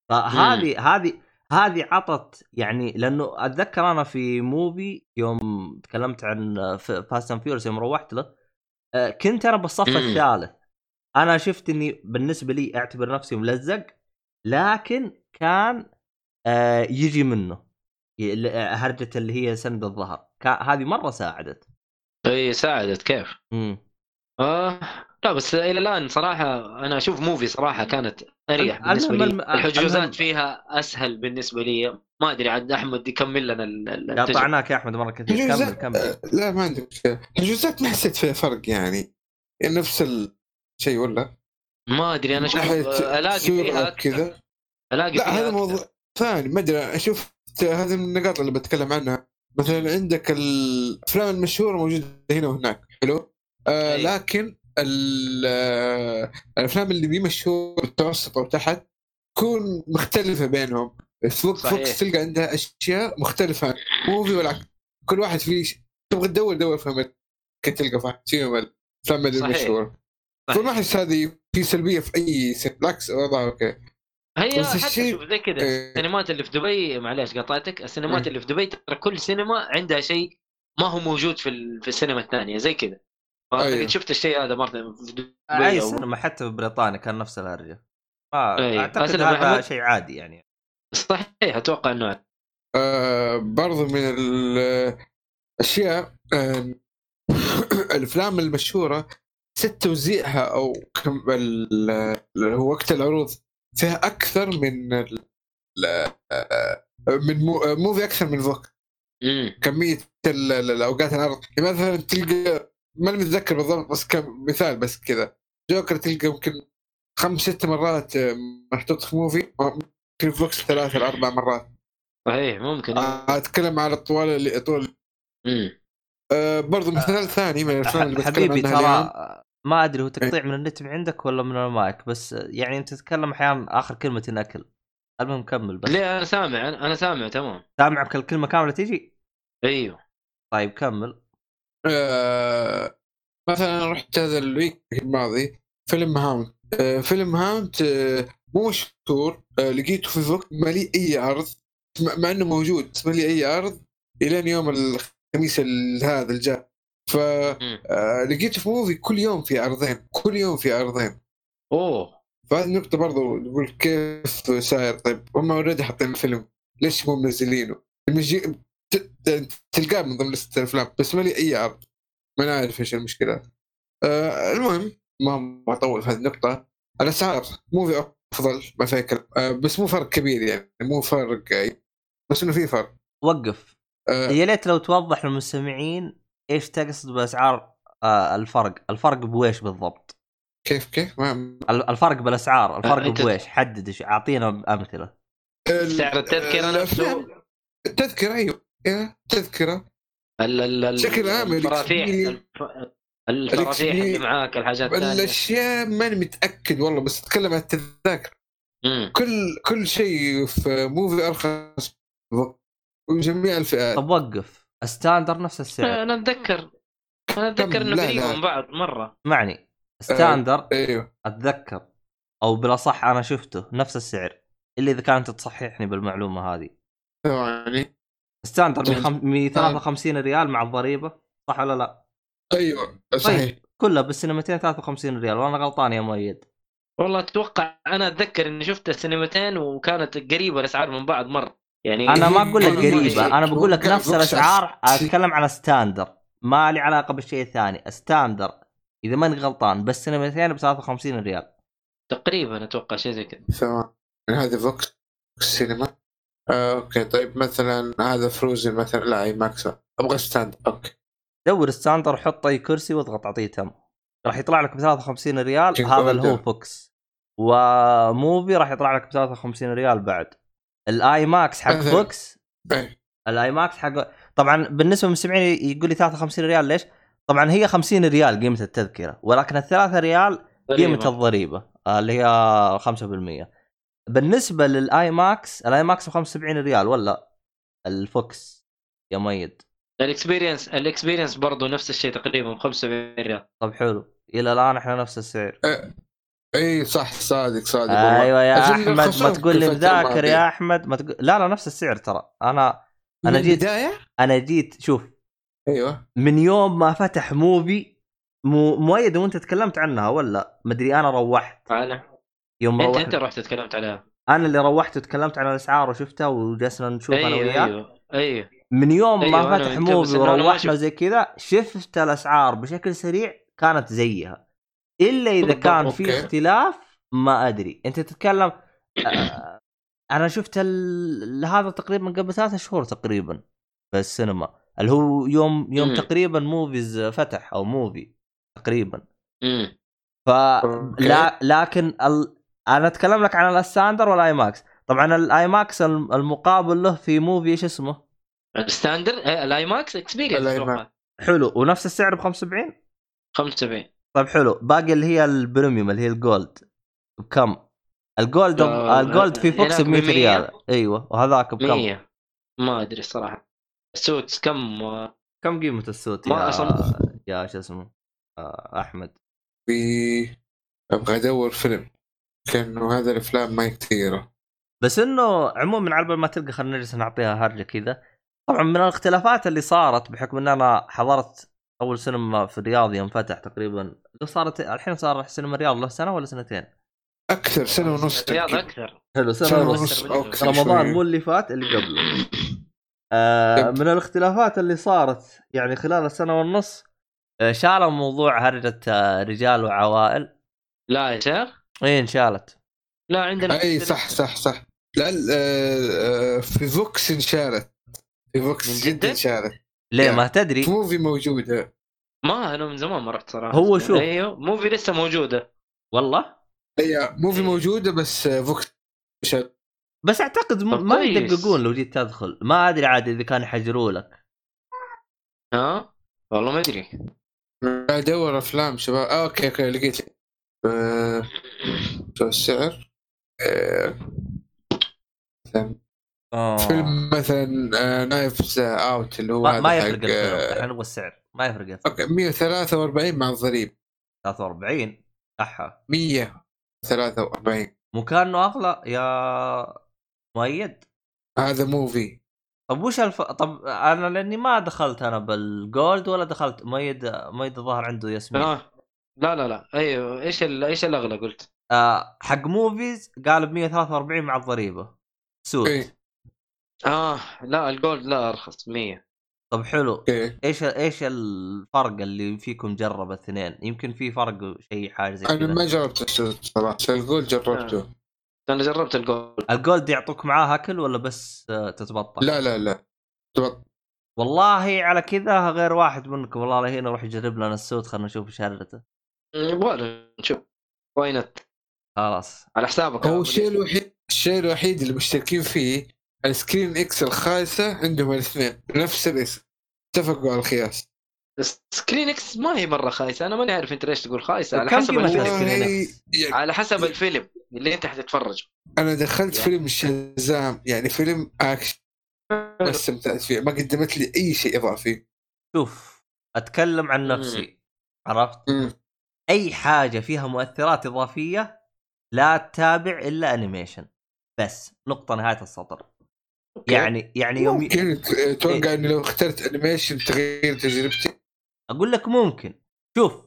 هذه عطت يعني، لانه اتذكر انا في موفي يوم تكلمت عن فاست اند فيوريوس يوم روحت له، كنت انا بالصف الثالث. انا شفت اني بالنسبه لي اعتبر نفسي ملزق، لكن كان يجي منه هرجة اللي هي سند الظهر، هذه مرة ساعدت. اي ساعدت كيف. لا بس الى الان صراحه انا اشوف موفي صراحه كانت اريح بالنسبه لي. الحجوزات فيها اسهل بالنسبه لي. ما ادري عاد احمد يكمل لنا قاطعناك يا احمد مره كثير. كمل. لا ما عندك الحجوزات، ما حسيت فيها فرق يعني نفس الشيء ولا ما ادري. انا اشوف الاقي فيها كذا. لا هذا موضوع ثاني ما ادري. اشوف هذه من النقاط اللي بتكلم عنها. مثلا عندك الافلام المشهوره موجوده هنا وهناك حلو. لكن الافلام اللي مشهوره متوسطه وتحت تكون مختلفه بينهم. فوكس تلقى عندها اشياء مختلفه عن موفي والعكس. كل واحد فيه تبغى تدور في امريكا تلقى فيهم الافلام المشهوره. فما احس هذه في سلبيه في اي بالعكس وضعها اوكي. هي حتى شوف زي كذا السينمات اللي في دبي، معليش قطعتك، السينمات اللي في دبي ترى كل سينما عندها شيء ما هو موجود في السينما الثانية زي كذا. قد شفت الشيء هذا مرة في دبي اي سينما حتى في بريطانيا كان نفس الهرجة. اعتقد هذا شيء عادي يعني. صحيح اتوقع انه برضو من الاشياء الافلام المشهوره توزيعها او هو وقت العروض فيها اكثر من موفي اكثر من فوك. كميه الاوقات العرض مثلا تلقى ما متذكر بالضبط بس كمثال بس كذا جوكر تلقى ممكن 5-6 مرات محطوط في موفي، في فوكس 3-4 مرات. صحيح ممكن. اتكلم على الطوال اللي طول. برضو مثال ثاني من الافلام اللي حبيبي ترى ما ادري هو تقطيع من النت عندك ولا من المايك، بس يعني انت تتكلم احيانا اخر كلمه اكل. المهم كمل بس. ليه انا سامع تمام. سامعك الكلمه كامله تيجي. ايوه طيب كمل. مثلا رحت هذا الويك الماضي فيلم هاوند. فيلم هاوند مو مشهور. لقيته في فوق ما لي اي عرض مع انه موجود بس ما لي اي عرض الى يوم الخميس هذا الجاء. فلقيته في موفي كل يوم في عرضين. اوه فهذه النقطة برضو نقول كيف ساير. طيب هم اوريدي حاطين الفيلم ليش مو منزلينه؟ تلقاه من ضمن لستة الافلام بس ما لي اي عرض. ما نعرف ايش المشكلة. المهم ما اطول في هذه النقطة. الاسعار موفي افضل ما فيها كلام. بس مو فرق كبير يعني مو فرق بس انه في فرق. وقف يا ليت لو توضح للمستمعين ايش تقصد باسعار. الفرق بويش بالضبط؟ كيف ما الفرق بالاسعار. الفرق بويش؟ حدد اعطينا امثله. سعر التذكره نفسه. التذكره ايوه تذكره بشكل عام. الفرافيح اللي معاك الحاجات الثانيه الاشياء ماني متاكد والله بس اتكلم عن التذاكر. كل شيء في موفي ارخص وجميع الفئات. طب وقف ستاندر نفس السعر. انا اتذكر انه قريب من بعض مره. معني ستاندر ايوه اتذكر او بلا صح انا شفته نفس السعر اللي اذا كانت تصححني بالمعلومه هذه. يعني ستاندر 53 ريال مع الضريبه صح ولا لا؟ ايوه صحيح. طيب. كلها بالسينمتين 53 ريال وانا غلطان يا مؤيد؟ والله اتوقع انا اتذكر اني شفت السينمتين وكانت قريبه الاسعار من بعض مره يعني. انا ما اقول لك قريبه انا بقول لك نفس الاسعار. اتكلم عن ستاندر ما لي علاقه بالشيء الثاني. ستاندر اذا ماني غلطان بس سينمتين ب 53 ريال تقريبا اتوقع شيء زي كذا. تمام هذا فوكس سينما. اوكي طيب مثلا هذا فروزن مثلا لا اي ماكس ابغى ستاند. اوكي دور ستاندر حط اي كرسي واضغط اعطيه تم راح يطلع لك ب 53 ريال. هذا اللي هو فوكس. وموفي راح يطلع لك ب 53 ريال بعد. الاي ماكس حق فوكس. الاي ماكس حق طبعا بالنسبه للمستمعين يقول لي 53 ريال ليش؟ طبعا هي 50 ريال قيمه التذكره ولكن 3 ريال قيمه الضريبه اللي هي 5%. بالنسبه للاي ماكس الاي ماكس ب 75 ريال ولا الفوكس يا مؤيد؟ الاكسبيرينس برضو نفس الشيء تقريبا ب 75 ريال. طب حلو الى الان احنا نفس السعر. اي صح صادق ايوه يا احمد ما تقول لي مذاكر يا احمد ما تقول لا نفس السعر ترى. انا جيت شوف ايوه من يوم ما فتح موفي مؤيد وانت تكلمت عنها ولا مدري انا روحت انا يوم انت رحت تكلمت عليها. انا اللي روحت وتكلمت عن الاسعار وشفتها وجلسنا نشوف انا وياك. ايوه من يوم أيوة، ما أنا فتح وأنت، بس موفي إنه أنا ما وروحنا شفت. زي كذا شفت الاسعار بشكل سريع كانت زيها، الا اذا بالضبط. كان في أوكي. اختلاف ما ادري. انت تتكلم انا شفت هذا تقريبا من قبل 3 شهور تقريبا في السينما، اللي هو يوم تقريبا موفيز فتح او موفي تقريبا. أوكي. لكن انا اتكلم لك عن الستاندر والاي ماكس. طبعا الاي ماكس المقابل له في موفي ايش اسمه الستاندر الاي ماكس اكسبيرينس الآي ماكس. اتوقع حلو ونفس السعر ب 75. 75. طيب حلو، باقي اللي هي البريميوم اللي هي الجولد بكم؟ الجولد في فوكس هناك ب 100 ب100. ريال ايوه، وهذاك بكم؟ 100 ما ادري الصراحه. السوتس كم كم قيمة السوت ما يا أصلاً. يا شو اسمه احمد؟ ابغى ادور فيلم كانه هذا الافلام ما هي كثيره. بس انه عموما على بال ما تلقى خلينا نجلس نعطيها هرجه كذا. طبعا من الاختلافات اللي صارت بحكم ان انا حضرت اول سينما في الرياض يوم فتح تقريبا، لو صارت الحين صار سينما الرياض له سنه ولا سنتين؟ اكثر سنه ونص الرياض تركيب. اكثر. حلو سنه سنه ونص منه. او أكثر رمضان شوية. مو اللي فات اللي قبله. من الاختلافات اللي صارت يعني خلال السنه والنص شالوا موضوع هرجه رجال وعوائل. لا يا شيخ ايه انشالت. لا عندنا اي صح. لا في فوكس انشالت. في فوكس من جدا جدة؟ انشالت. ليه يا. ما تدري؟ موفي موجوده. ما انا من زمان ما رحت صراحه. هو شوف. ايوه موفي لسه موجوده. والله هي موفي إيه. موجوده بس فوكس انشالت. بس اعتقد طب ما كويس. يدققون لو جيت تدخل، ما ادري عاد اذا كان يحجروا لك. ها والله ما ادري. ادور افلام شباب. اوكي لقيت. شو السعر؟ مثلا فيلم مثلا نايفز اوت اللي هو ما هذا يفرق حق الفيلم، احنا نبغى السعر ما يفرق الفيلم. اوكي 143 مع الضريب. 43 احا 143. مو كانه اغلى يا مؤيد؟ هذا موفي. طب وش طب انا لاني ما دخلت انا بالجولد ولا دخلت مؤيد الظاهر عنده ياسمين. لا ايوه ايش الاغلى قلت؟ حق موفيز قال ب 143 مع الضريبه سوت. إيه. لا الجولد لا ارخص 100. طب حلو. اوكي ايش الفرق اللي فيكم جرب الاثنين؟ يمكن في فرق شيء حاجه زي انا كذا. ما جربت السوت صراحه. الجول جربته. انا جربت الجولد. الجولد يعطوك معاه اكل ولا بس تتبطل؟ لا والله على كذا غير واحد منكم والله الحين نروح يجرب لنا السوت خلنا نشوف ايش هرته. نبغى نشوف واينت خلاص على حسابك. هو الشيء الوحيد اللي مشتركين فيه السكرين اكس الخايسه عندهم الاثنين نفس الاسم. اتفقوا على القياس. سكرين اكس ما هي مره خايسه. انا ماني عارف انت ليش تقول خايسه. على كم حسب قيمة الفيلم. السكرين والله إكس؟ يعني على حسب الفيلم اللي انت حتتفرجه. انا دخلت فيلم الشزام يعني فيلم اكشن بس استمتعت فيه. ما قدمت لي اي شيء اضافي. شوف اتكلم عن نفسي عرفت؟ اي حاجه فيها مؤثرات اضافيه لا تتابع الا انيميشن بس، نقطه نهايه السطر. يعني يوم ممكن اتوقع اني لو اخترت انيميشن تغير تجربتي. اقول لك ممكن. شوف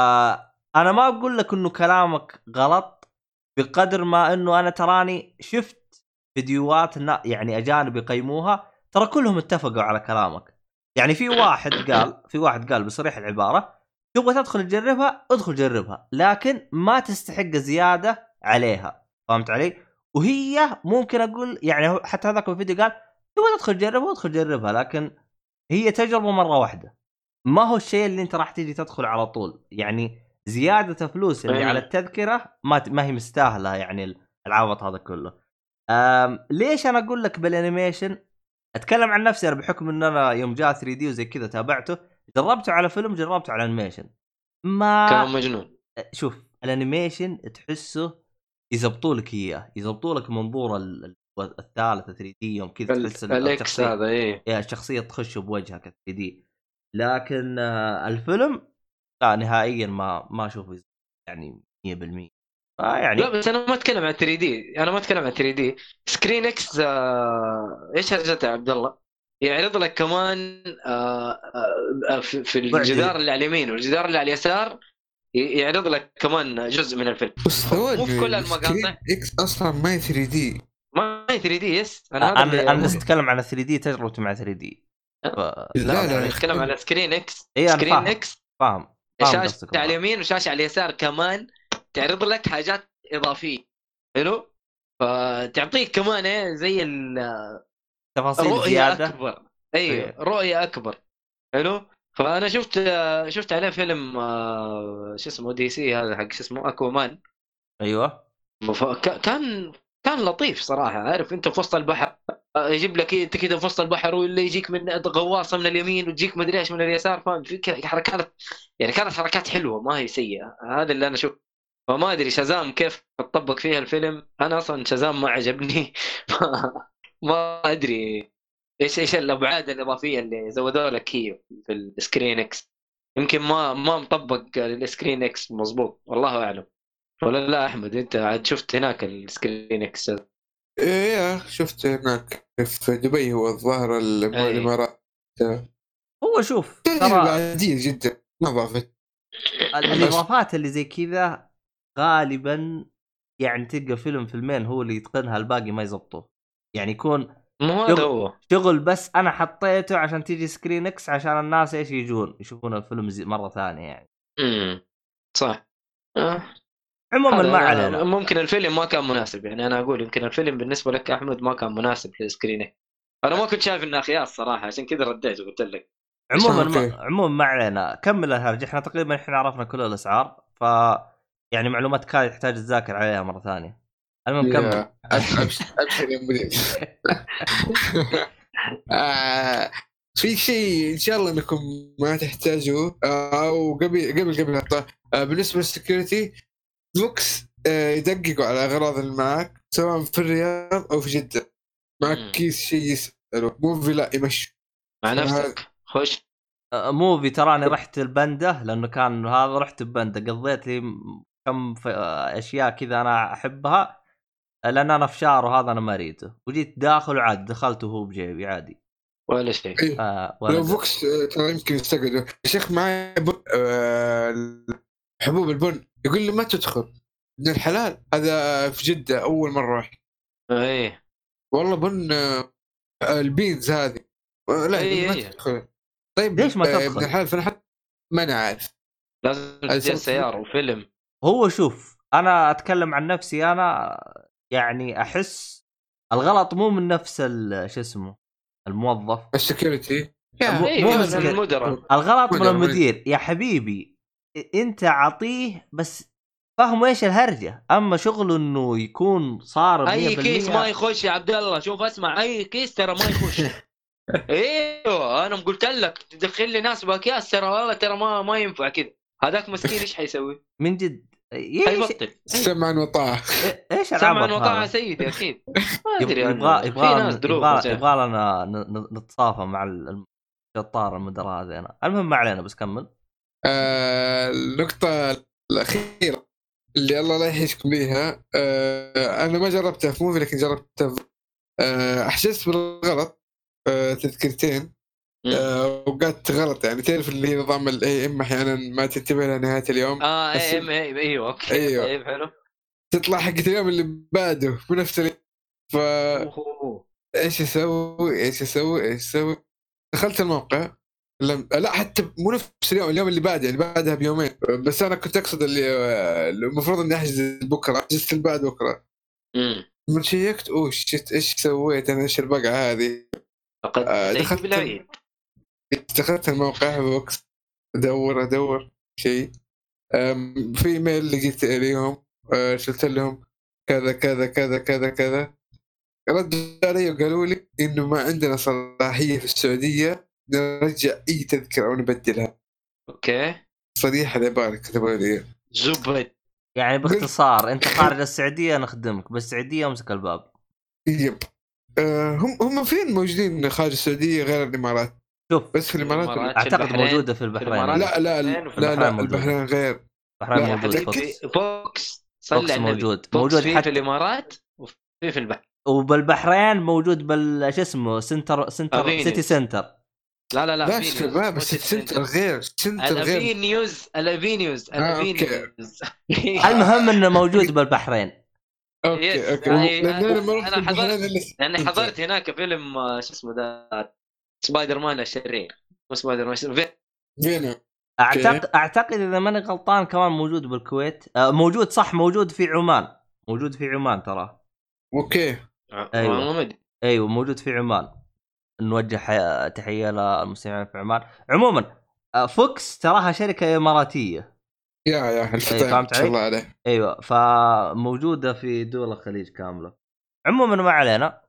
انا ما اقول لك انه كلامك غلط بقدر ما انه انا تراني شفت فيديوهات يعني اجانب يقيموها ترى كلهم اتفقوا على كلامك. يعني في واحد قال بصريح العباره تبغى تدخل تجربها ادخل جربها لكن ما تستحق زياده عليها. فهمت علي؟ وهي ممكن اقول يعني حتى هذاك الفيديو قال تبغى تدخل تجربها ادخل جربها لكن هي تجربه مره واحده ما هو الشيء اللي انت راح تيجي تدخل على طول. يعني زياده فلوس اللي على التذكره ما هي مستاهله يعني العوض هذا كله. ليش انا اقول لك بالانيميشن؟ اتكلم عن نفسي انا بحكم ان انا يوم جاء 3 دي وزي كذا تابعته جربته على فيلم جربته على انيميشن ما كان مجنون. شوف الانيميشن تحسه يزبطوا لك اياه يزبطوا لك منظور الثالث 3 دي يوم كذا تحس الاكس هذا ايه الشخصيه تخش بوجهك 3 دي. لكن الفيلم لا نهائيا ما اشوفه يعني 100%. يعني لا بس انا ما اتكلم عن 3 دي. انا ما اتكلم عن 3 دي. سكرين اكس ايش هرجته يا عبد الله؟ يعرض لك كمان في الجدار اللي على اليمين والجدار اللي على اليسار يعرض لك كمان جزء من الفيلم. بس مو في كل المقاطع. اكس اصلا ما 3 دي. ما هي 3 دي. يس انا هذا اللي انا اتكلم عن 3 دي، تجربتي مع 3 دي. لا انا اتكلم على سكرين اكس. اي انا سكرين فاهم. اكس فاهم شاشة على اليمين وشاشة على اليسار كمان، تعرض لك حاجات إضافية. حلو. فتعطيك كمان زي تفاصيل الرؤية زياده أكبر. أيوه رؤية أكبر. حلو. فأنا شفت عليه فيلم شو اسمه دي سي هذا حق شو اسمه أكوامان. ايوه كان لطيف صراحة. عارف أنت في وسط البحر، يجيب لك أنت كذا في وسط البحر ولا يجيك من غواصة من اليمين وتجيك مدري إيش من اليسار. فاهم في حركات يعني، كانت حركات حلوة ما هي سيئة. هذا اللي أنا شوف. فما أدري شازام كيف تطبق فيها الفيلم. أنا أصلا شازام ما عجبني. ما أدري إيش الأبعاد الإضافية اللي زودوا لك هي في السكرين إكس. يمكن ما مطبق السكرين إكس مظبوط، والله أعلم. ولا لا أحمد أنت عاد شفت هناك السكرين إكس؟ ايه شفت هناك في دبي، هو الظاهر الامارات. هو شوف ترى عادية جدا ما ضافت. الاضافات اللي زي كذا غالبا يعني تلقى فيلمين هو اللي يتقنها، الباقي ما يزبطه. يعني يكون مو هذا هو شغل بس انا حطيته عشان تيجي سكرين اكس عشان الناس ايش يجون يشوفون الفيلم مرة ثانية يعني. صح. عموما ما علينا. ممكن الفيلم ما كان مناسب. يعني انا اقول يمكن الفيلم بالنسبه لك احمد ما كان مناسب للسكرينه. انا ما كنت شايف انه خيار صراحه، عشان كذا رديت وقلت لك. عموما ما علينا، كمل الهرج. احنا تقريبا احنا عرفنا كل الاسعار، ف يعني معلومات هذه تحتاج تذاكر عليها مرة ثانية. المهم كمل. ابشر يا مدير. في شيء ان شاء الله انكم ما تحتاجوا، او قبل بالنسبه للسكيورتي فوكس يدققوا على اغراض اللي معك سواء في الرياض او في جده. معك كيس شيء يسألوا، موفي لا يمشي مع نفسك خش. موفي تراني رحت البندة لانه كان هذا، رحت البندة قضيت لي كم اشياء كذا انا احبها، لان انا فشار وهذا انا ما اريده، وجيت داخل وعاد دخلته وهو بجيبي عادي ولا شيء. إيه. لو فوكس ترى يمكن يستقعدوا. يا شيخ معي حبوب البن، يقول لي ما تدخل من الحلال. هذا في جدة أول مرة رحت. ايه والله بن البينز هذه لا ما تدخل. طيب ليش ما تدخل من الحلال؟ فأنا حتى ما أنا عارف. لازم تجي سيارة وفيلم. هو شوف انا اتكلم عن نفسي، انا يعني احس الغلط مو من نفس شو اسمه الموظف السكيورتي، مو من المدراء. الغلط من المدير يا حبيبي. انت عطيه بس فهم ايش الهرجه، اما شغله انه يكون صار 100%. اي كيس ما يخش يا عبد الله. شوف اسمع، اي كيس ترى ما يخش. ايوه انا قلت لك تدخل لي ناس باكياس ترى، والله ترى ما ينفع كذا. هذاك مسكين ايش حيسوي من جد؟ حيبطل سمعا وطاعة. ايش سمعا وطاعة سيدي اكيد. ما ادري يبغى لنا نتصافى مع الشطار المدراء هذين. المهم ما علينا بس كمل. النقطة الأخيرة اللي الله لا يحيشكم بيها، أنا ما جربتها في موفي لكن جربتها. أحجزت بالغلط تذكرتين، وقعدت غلط. يعني تعرف اللي هي نظام الAM أحيانا ما تنتبه لنهاية اليوم. ايوه اوكي. أيوه حلو. تطلع حقة اليوم اللي بعده بنفس اليوم. ايش اسوي دخلت الموقع. لا حتى مو نفس اليوم اللي بعده، يعني بعدها بيومين. بس انا كنت اقصد اللي المفروض اني احجز بكره، حجزت اللي بعد بكره. من شيكت ايش سويت انا؟ ايش البقعه هذه؟ دخلت الموقع بوكس ادور شيء. في ايميل لقيت اليهم، شلت لهم كذا كذا كذا كذا كذا. ردوا علي وقالوا لي إنه ما عندنا صلاحية في السعودية نرجع أي تذكرة أو نبدلها. أوكي. صريحة العبارة كتبوا لي زبد. يعني باختصار أنت خارج السعودية نخدمك، بس السعودية أمسك الباب. يب. هم فين موجودين خارج السعودية غير الإمارات؟ شوف بس في الإمارات أعتقد موجودة في البحرين. لا البحرين غير. البحرين موجود. فوكس صلى على موجود حتى في الإمارات وفي البحر. وبالبحرين موجود شو اسمه سنتر سيتي سنتر. لا فينيوز. شباب مو بس سيتي سنتر غير سنتر غير. الافينيوز أوكي. المهم انه موجود بالبحرين. اوكي اوكي لان انا لما رحت انا حضرت البحرين لاني حضرت هناك فيلم شو اسمه ذا سبايدر مان الشرير، مو سبايدر مان فينو. اعتقد اذا ماني غلطان كمان موجود بالكويت. موجود صح، موجود في عمان، موجود في عمان ترى. اوكي ايوه موجود في عمان. نوجه تحيه للمستمعين في عمان. عموما فوكس تراها شركه اماراتيه. يا الفطير فهمت ما شاء الله عليه. ايوه فموجوده في دول الخليج كامله. عموما ما علينا.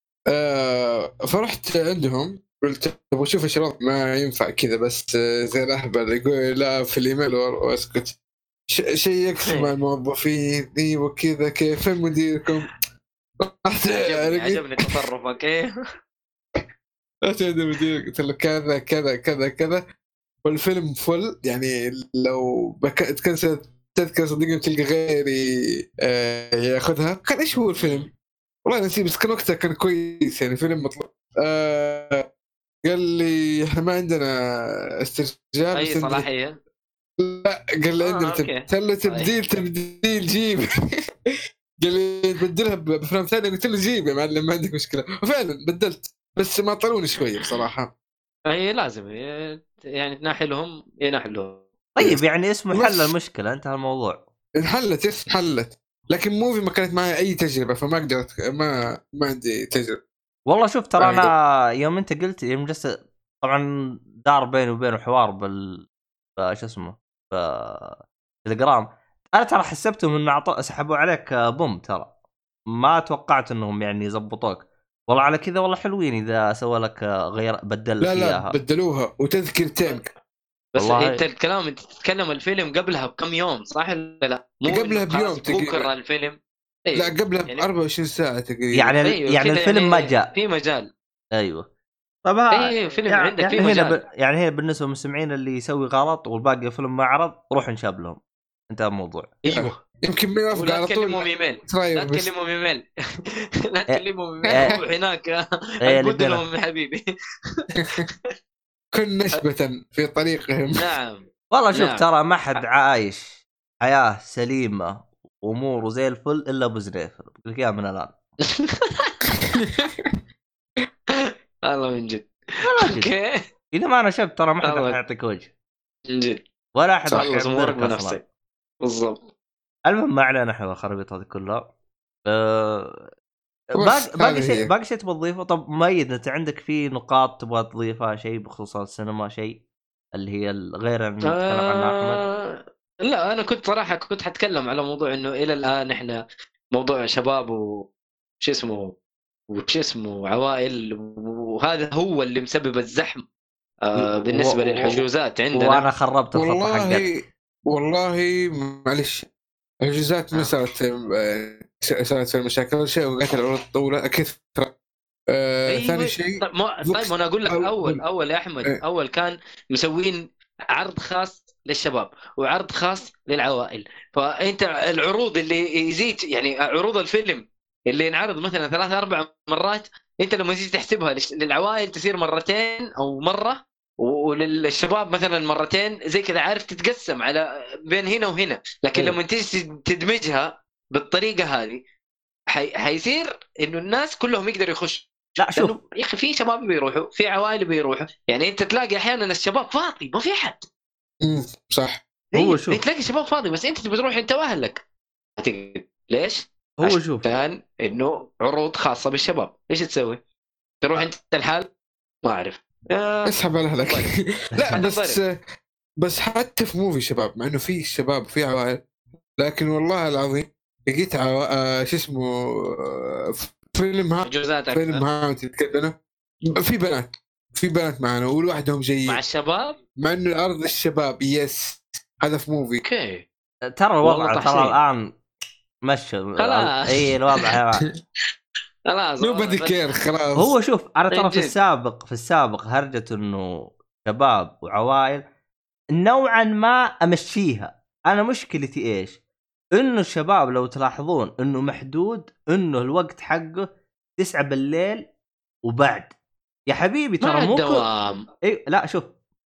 فرحت عندهم قلت ابغى اشوف اشراط ما ينفع كذا بس زي الاهبل يقول لا في الايميل واسكت. شيكت مع الموظفين ايوه كذا كيف مديركم. عجبني تصرفك. ايه رحت عند المدير قلت له كذا كذا كذا كذا والفيلم فل يعني لو تكنسل تذكر صديقي تلقى غيري ياخذها. كان ايش هو الفيلم والله نسيب بس كان وقتها كان كويس يعني فيلم مطلوب. قال لي احنا ما عندنا استرجال اي صلاحيه. لا قال لي عندنا تبديل جيب. قال لي تبدلها بافلام ثانيه قلت له جيب يا معلم ما عندك مشكله وفعلا بدلت بس ما طلعوني شويه بصراحه. هي لازم يعني تناحي لهم يناحي لهم. طيب يعني اسمه حل المشكله انتهى الموضوع. انحلت لكن موفي ما كانت معي اي تجربه فما قدرت ما عندي تجربه. والله شوف ترى انا يوم انت قلت يوم جلست طبعا دار بيني وبينه حوار شو اسمه تليجرام. انا ترى حسبتهم ان سحبوا عليك بوم ترى ما توقعت انهم يعني يزبطوك. والله على كذا والله حلوين اذا سوى لك غير بدل لك اياها. لا بدلوها وتذكرتين بس انت الكلام انت تتكلم الفيلم قبلها بكم يوم صح ولا لا؟ مو قبلها بيوم بكره الفيلم. لا قبلها يعني 24 ساعه تقريبا. يعني يعني الفيلم يعني ما جاء في مجال. ايوه طبعا فيلم يعني عندك في مجال. يعني هنا بالنسبه للمستمعين اللي يسوي غلط والباقي فيلم ما عرض روح نشاب لهم انتهى الموضوع. ايوه يمكن ما يوافق على طول. لا تكلمهم ايميل لا تكلمهم ايميل روح هناك اقول لهم يا حبيبي كن نشبة في طريقهم. نعم والله شوف ترى ما حد عايش حياة سليمة أموره زي الفل إلا أبو زنيفر بقول لك من الآن. والله من جد. اوكي إذا ما نشبت ترى ما حد راح يعطيك وجه من جد ولا أحد راح يعبرك بنفسك بالضبط. المهم ما علينا احنا الخرابيط هذه كلها. باقي شيء تبغى تضيفه؟ طب مؤيد انت عندك في نقاط تبغى تضيفها شيء بخصوص السينما شيء اللي هي غير ان نتكلم عنها احمد؟ لا انا كنت صراحه كنت حتكلم على موضوع انه الى الان احنا موضوع شباب وش اسمه عوائل وهذا هو اللي مسبب الزحمه بالنسبه للحجوزات عندنا. وانا خربت الخطه حقتك والله معلش الحجوزات ما صارت في المشاكل. اول شيء وقت العروض طويله اكيد. ثاني شيء طيب انا اقول لك اول يا احمد اول كان مسوين عرض خاص للشباب وعرض خاص للعوائل. فانت العروض اللي يزيد يعني عروض الفيلم اللي ينعرض مثلا 3-4 مرات انت لما تيجي تحسبها للعوائل تصير مرتين او مره وللشباب مثلا مرتين زي كذا عارف تتقسم على بين هنا وهنا. لكن لما تيجي تدمجها بالطريقه هذه حيصير انه الناس كلهم يقدروا يخشوا. لا شوف يا اخي في شباب بيروحوا في عوائل بيروحوا يعني انت تلاقي احيانا الشباب فاضي ما في حد. صح هو شوف تلاقي الشباب فاضي بس انت تبي تروح انت واهلك ليش؟ هو شوف كان انه عروض خاصه بالشباب ايش تسوي؟ تروح انت الحال ما اعرف اسحب على هذاك. لا بس حتى في موفي شباب مع انه في شباب في عوائل لكن والله العظيم لقيت شو اسمه فيلم ها تتكلم في بنات معنا والواحدهم جايين مع الشباب مع انه الارض الشباب يس هذا في موفي. اوكي ترى الوضع ترى الان مشى اي الوضع خلاص نوبدي كير خلاص. هو شوف انا ترى في السابق هرجة انه شباب وعوائل نوعا ما امشيها. انا مشكلتي ايش؟ انه الشباب لو تلاحظون انه محدود انه الوقت حقه 9 بالليل وبعد يا حبيبي مع ترى مو الدوام. اي لا شوف،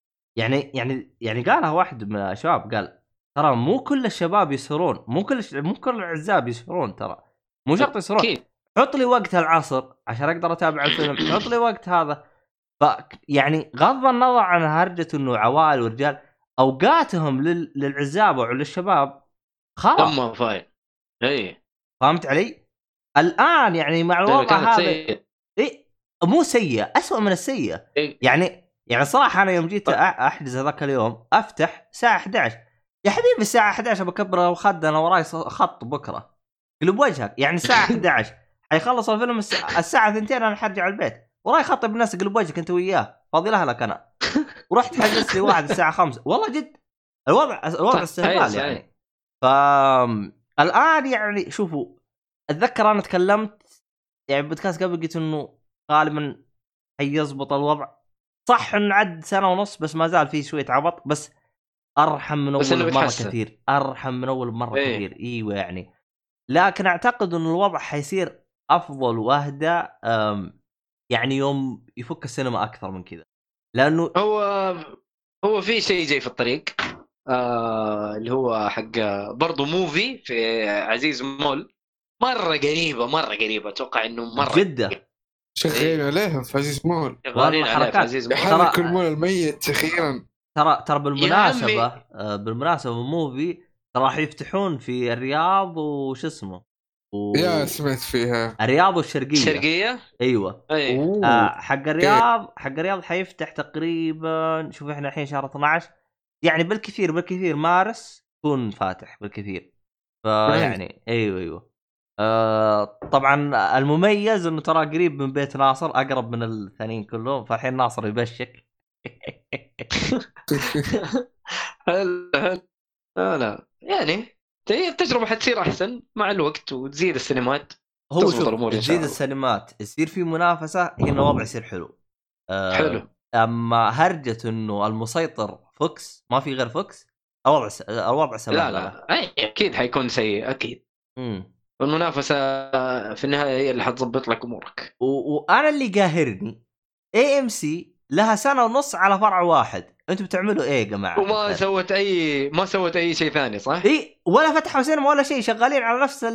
يعني قالها واحد من الشباب، قال ترى مو كل الشباب يسهرون، مو كل العزاب يسهرون، ترى مو شرط يسهرون. اكيد حط لي وقت العصر عشان اقدر اتابع الفيلم، حط لي وقت هذا. يعني غض النظر عن هرجة انه عوائل ورجال، اوقاتهم للعزاب او للشباب خلاص. لما فايل اي فهمت علي؟ الان يعني مع الوضع كانت هذا سيئة. إيه، مو سيء، أسوأ من السيء. إيه. يعني صراحة أنا يوم جيت أحجز هذاك اليوم أفتح الساعة 11، يا حبيبي الساعة 11 بكبر وخد أنا وراي خط بكرة قلب وجهك. يعني الساعة 11 حيخلص الفيلم الساعة 2 أنا حرجع البيت وراي خط بالناس قلب وجهك أنت وياه فاضي لها لك أنا. ورحت حجزت لي واحد الساعة 5. والله جد الوضع استهبال يعني. فالآن يعني شوفوا، أتذكر أنا تكلمت يعني بودكاست قبل قلت إنه غالبا هيزبط الوضع. صح إنه عد سنة ونص بس ما زال فيه شوية عبط، بس أرحم من أول مرة كثير، أرحم من أول مرة كثير. إيوه يعني، لكن أعتقد إنه الوضع حيصير أفضل وأهدى يعني يوم يفك السينما أكثر من كذا، لأنه هو في شيء جاي في الطريق اللي هو حق برضو موفي في عزيز مول، مرة قريبة أتوقع إنه مرة جدة شغالين عليها في عزيز مول، شغالين عليها في عزيز مول. يحرك المول الميت أخيرا. ترى بالمناسبة موفي ترى راح يفتحون في الرياض وش اسمه يا سمعت فيها الرياض والشرقية. ايوه حق الرياض حيفتح تقريبا، شوف احنا الحين شهر 12 يعني بالكثير مارس يكون فاتح بالكثير. فيعني ايوه طبعا المميز انه ترى قريب من بيت ناصر، اقرب من الثانيين كلهم، فالحين ناصر يبشك. حلو لا يعني التجربة حتصير أحسن مع الوقت وتزيد السينمات. هو شوف تزيد السينمات يصير في منافسة، هنا الوضع يصير حلو. حلو. أما هرجة إنه المسيطر فوكس ما في غير فوكس، الوضع سمع. لا أكيد حيكون سيء أكيد. والمنافسة في النهاية هي اللي حتضبط لك أمورك. وأنا اللي قاهرني AMC لها سنة ونص على فرع واحد، أنتوا بتعملوا إيه يا جماعة؟ وما سوت أي شيء ثاني صح؟ إيه ولا فتحوا سينما ولا شيء، شغالين على نفس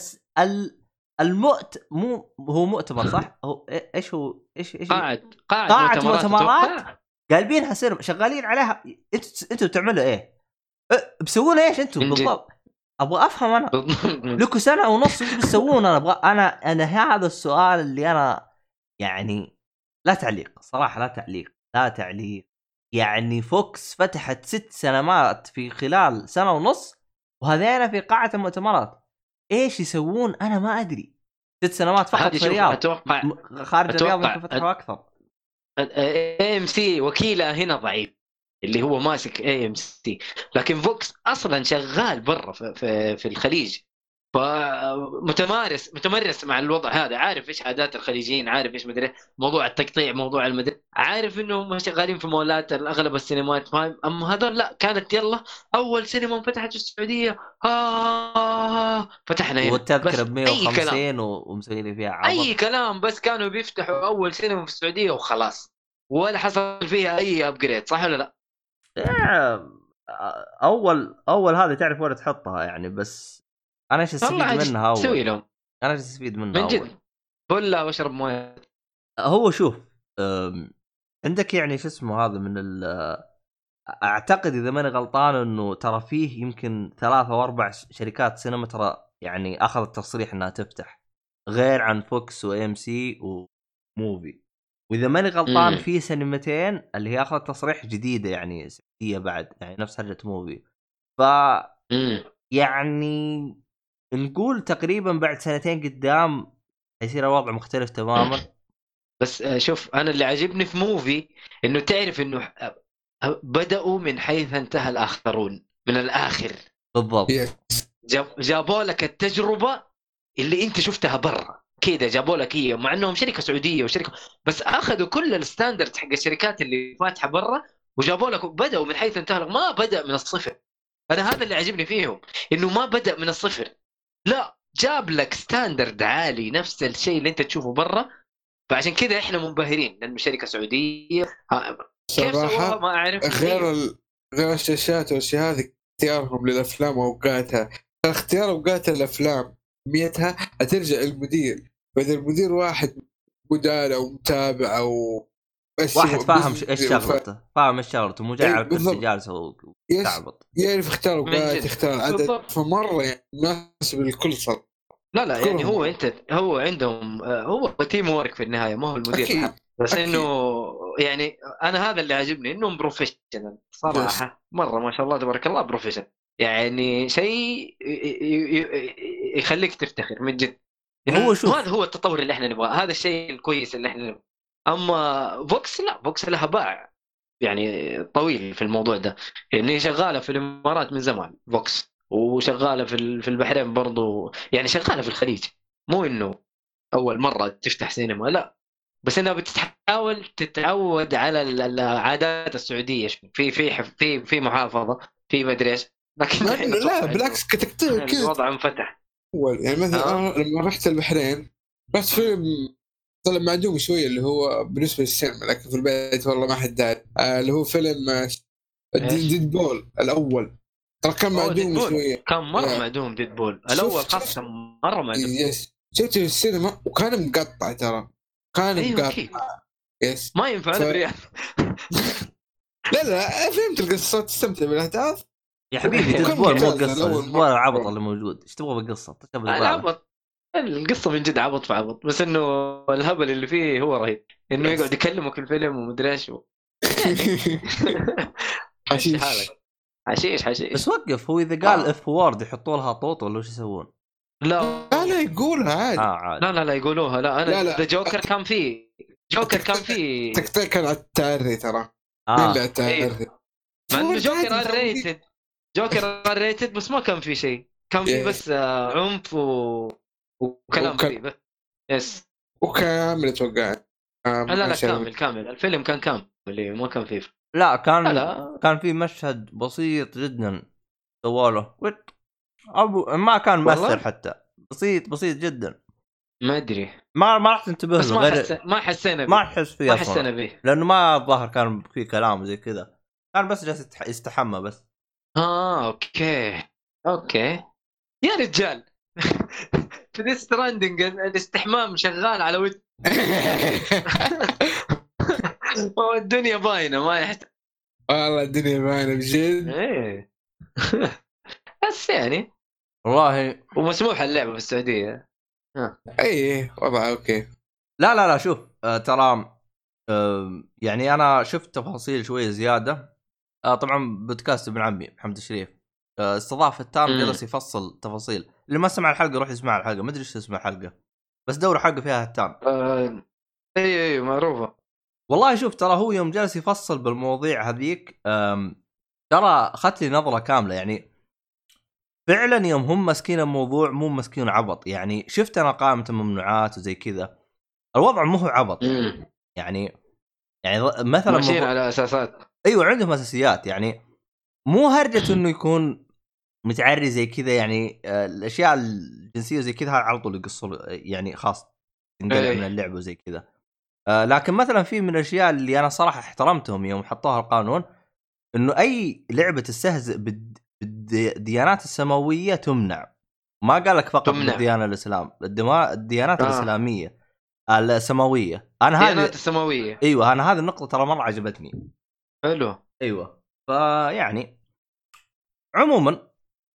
مو هو مؤتمر صح؟ هو إيش هو إيش قاعة مؤتمرات قالبينها سينما شغالين عليها. أنتوا بتعملوا إيه؟ بسوون إيش أنتوا بالضبط؟ أبغى أفهم أنا. لكم سنة ونص إيش بتسوون؟ أنا هذا السؤال اللي أنا يعني لا تعليق صراحة، لا تعليق. يعني فوكس فتحت 6 سينمات في خلال سنة ونص وهذين في قاعة المؤتمرات، إيش يسوون أنا ما أدري. 6 سينمات فقط في الرياض، خارج الرياض ممكن فتحوا أكثر. AMC وكيلة هنا ضعيف اللي هو ماسك AMC، لكن فوكس أصلا شغال برا في الخليج، فمتمرس مع الوضع هذا، عارف ايش عادات الخليجيين، عارف ايش مدري موضوع التقطيع، موضوع المدري، عارف انهم شغالين في مولات اغلب السينمات فاهم. اما هذول لا، كانت يلا اول سينما فتحت في السعوديه فتحنا هنا وتذكر ب 150 ومسويين فيها عبط اي كلام، بس كانوا بيفتحوا اول سينما في السعوديه وخلاص، ولا حصل فيها اي ابجريد صح ولا لا؟ اول هذا تعرف وين تحطها يعني، بس انا ايش استفيد منها اول؟ انا ايش استفيد منها من جد؟ ولا واشرب مويه. هو شوف عندك يعني شو اسمه هذا من اعتقد اذا ماني غلطان انه ترى فيه يمكن 3 أو 4 شركات سينما ترى يعني اخذت تصريح انها تفتح، غير عن فوكس وAMC وموفي. واذا ماني غلطان في سينمتين اللي هي اخذت تصريح جديده يعني سعوديه بعد، يعني نفس حاجه موفي. ف يعني نقول تقريبا بعد 2 قدام هيصير الوضع مختلف تماما. بس شوف انا اللي عجبني في موفي انه تعرف انه بدأوا من حيث انتهى الاخرون، من الاخر بالضبط. جابوا لك التجربة اللي انت شفتها برا كده، جابوا لك هي مع انهم شركة سعودية وشركة، بس اخذوا كل الستاندرد حق الشركات اللي فاتحة برا وجابوا لك، بدأوا من حيث انتهى، ما بدأ من الصفر. انا هذا اللي عجبني فيهم، انه ما بدأ من الصفر، لا جاب لك ستاندرد عالي نفس الشيء اللي انت تشوفه برا فعشان كذا احنا منبهرين لانه شركه سعوديه. كيف سووها صراحة ما اعرف. غير الشاشات والاشياء هذه، اختيارهم للافلام واوقاتها، اختيار اوقات الافلام كميتها هترجع للمدير. فاذا المدير واحد مدار او متابع او واحد فاهم ايش شغلته، فاهم ايش شغلته، مو جاي على الكرسي بالضبط. جالس وتعبط. يعرف يختار من اوقات، جد. يختار العدد، بالضبط. فمره يعني مناسب للكل صار. لا يعني كلهم. هو عندهم هو تيم وورك في النهايه، ما هو المدير أكيد. الحق. بس أكيد. انه يعني انا هذا اللي عاجبني انهم بروفيشنال صراحه، مره ما شاء الله تبارك الله بروفيشنال. يعني شيء يخليك تفتخر من جد. هو شوف، هذا هو التطور اللي احنا نبغاه، هذا الشيء الكويس اللي احنا نبغاه. اما فوكس لا، فوكس لها باع يعني طويل في الموضوع ده، يعني شغاله في الامارات من زمان فوكس، وشغاله في البحرين برضو، يعني شغاله في الخليج. مو انه اول مره تفتح سينما، لا، بس انها بتحاول تتعود على العادات السعوديه، في محافظه، في مدري ايش. لكن مع الحين انه لا اتوقع انه بالعكس كتكتب كذا الوضع انفتح. اول. يعني مثلا انا لما رحت البحرين رحت فيلم طلع معدوم شويه اللي هو بالنسبه للسينما، لكن في البيت والله ما حد داري. اللي هو فيلم ايش؟ ديد بول الاول، ترى كان معدوم ديدبول شويه. كان مره معدوم، ديدبول الاول خاصه مره معدوم. يس، شفته في السينما وكان مقطع، ترى كان ايوه مقطع. اكيد يس. ما ينفع انا بريال. لا فهمت القصه، تستمتع بالاحداث يا حبيبي وكان ديدبول مو ممتاز قصه، الأول ديدبول مرة. العبط اللي موجود، ايش تبغى بالقصه؟ تشبه زباله. العبط، القصه من جد عبط في عبط، بس انه الهبل اللي فيه هو رهيب، انه يس. يقعد يكلمك الفيلم ومدري ايش ماشي حشيش. حالك. حشيش بس وقف، هو اذا قال اف وورد يحطوا لها طوط ولا وش يسوون؟ لا لا يقولها عادي. عادي. لا يقولوها. لا انا لا. ذا جوكر كان فيه، جوكر كان فيه تقطيع كان على التعري ترى. مين اللي على التعري؟ ايوه، مع انه جوكر ار ريتد، جوكر ار ريتد، بس ما كان فيه شيء، كان فيه بس عنف وكلام بذيء بس. يس. وكامل اتوقع. لا كامل الفيلم كان كامل، ما كان فيه. لا كان لا كان في مشهد بسيط جدا سواله ابو ما كان مؤثر حتى، بسيط جدا. ما ادري، ما راح تنتبه بس له غير ما حسينا به، ما تحس فيه ما اصلا، حسينا به لانه ما الظاهر كان في كلام زي كذا، كان بس جالس يستحمى بس. اوكي يا رجال. في ذا ستراندنج الاستحمام شغال على وجه. الدنيا باينه ما يحتاج. والله الدنيا باينه بجد. ايه. بس يعني والله ومسموح اللعبه في السعوديه. اي وضعه اوكي. لا شوف ترى يعني انا شفت تفاصيل شويه زياده. طبعا بودكاست ابن عمي محمد الشريف استضاف التام، جلس يفصل تفاصيل. اللي ما سمع الحلقه روح يسمع الحلقه، ما ادري ايش اسمها الحلقه، بس دور حلقه فيها التام. اي معروفه. والله شوف ترى هو يوم جالس يفصل بالمواضيع هذيك ترى اخذت لي نظره كامله. يعني فعلا يوم هم مسكين الموضوع مو مسكين عبط. يعني شفت انا قائمه الممنوعات وزي كذا، الوضع مو هو عبط يعني مثلا ماشيين على اساسات. ايوه عندهم اساسيات. يعني مو هرجة انه يكون متعري زي كذا. يعني الاشياء الجنسيه زي كذا على طول يقصوا، يعني خاص تنقلع من اللعبه وزي كذا. لكن مثلا في من الاشياء اللي انا صراحه احترمتهم يوم حطوها القانون، انه اي لعبه تستهزئ بالديانات السماويه تمنع. ما قال لك فقط بالديانه الاسلام، الديانات الاسلاميه السماويه. انا هذه الديانات السماويه. ايوه انا هذه النقطه ترى مره عجبتني. حلو. ايوه فيعني عموما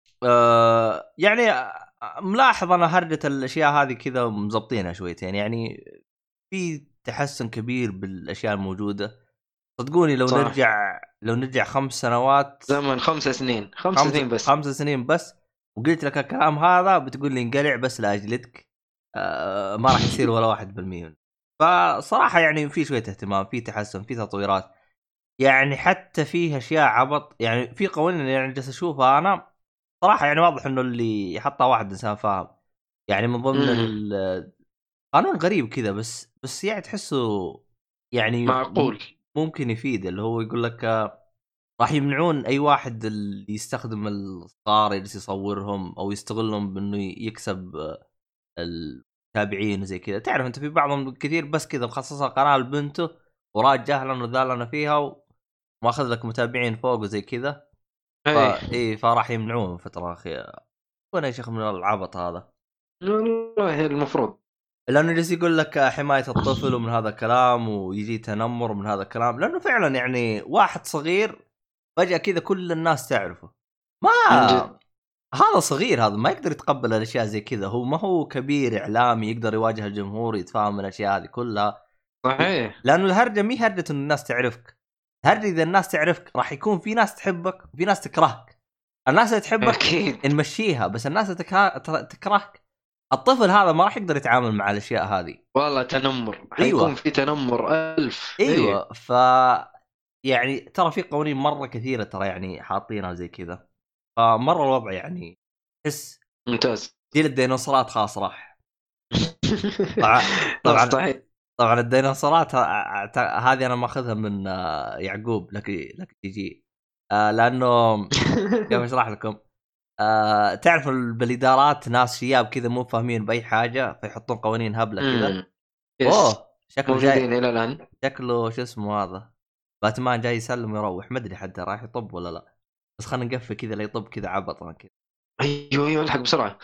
يعني ملاحظ انا هرجة الاشياء هذه كذا مزبطينها شويتين. يعني في تحسن كبير بالاشياء الموجوده. صدقوني لو صح. نرجع 5 سنوات، زمن 5 سنين، 5 سنين بس، 5 سنين بس، وقلت لك الكلام هذا بتقول لي انقلع بس لاجلتك. ما راح يصير ولا 1%. فصراحه يعني في شويه اهتمام، في تحسن، في تطويرات. يعني حتى فيه اشياء عبط. يعني في قوانين يعني جالس اشوفها انا صراحه، يعني واضح انه اللي يحطها واحد انسان فاهم. يعني من ضمن قانون غريب كذا، بس يعني تحسه يعني معقول، ممكن يفيد. اللي هو يقول لك راح يمنعون اي واحد اللي يستخدم الصغار يجلس يصورهم او يستغلهم بانه يكسب تابعين زي كذا. تعرف انت في بعضهم كثير بس كذا مخصصها قناه لبنته وراد جهلا وذالنا فيها وماخذ لك متابعين فوق وزي كذا. اي فراح يمنعوه من فتره اخيره. وانا يا شيخ من العبط هذا والله المفروض، لانه جالس يقول لك حمايه الطفل ومن هذا الكلام ويجي تنمر من هذا الكلام، لانه فعلا يعني واحد صغير فجاه كذا كل الناس تعرفه. ما هذا صغير، هذا ما يقدر يتقبل الاشياء زي كذا. هو ما هو كبير اعلامي يقدر يواجه الجمهور يتفاهم من الاشياء هذه كلها. صحيح، لانه الهرجه مي هرجه ان الناس تعرفك، هرجه اذا الناس تعرفك راح يكون في ناس تحبك وفي ناس تكرهك. الناس اللي تحبك اكيد نمشيها، بس الناس اللي تكرهك الطفل هذا ما راح يقدر يتعامل مع الاشياء هذه. والله تنمر، أيوة. حيكون في تنمر 1000. ايوه ف يعني ترى في قوانين مره كثيره ترى يعني حاطينها زي كذا، فمره الوضع يعني حس ممتاز. جيل الديناصورات خلاص راح. طبعا الديناصورات هذه انا ماخذها من يعقوب لك تجي لانه كيف اشرح لكم. تعرف بالادارات ناس شياب كذا مو فاهمين باي حاجه فيحطون قوانين هبله كذا. شكله جاي الى الان، شكله شو اسمه هذا باتمان جاي يسلم ويروح، ما ادري حتى راح يطب ولا لا، بس خلينا نقفل كذا لا يطب كذا عبط كذا. ايوه الحق بسرعه.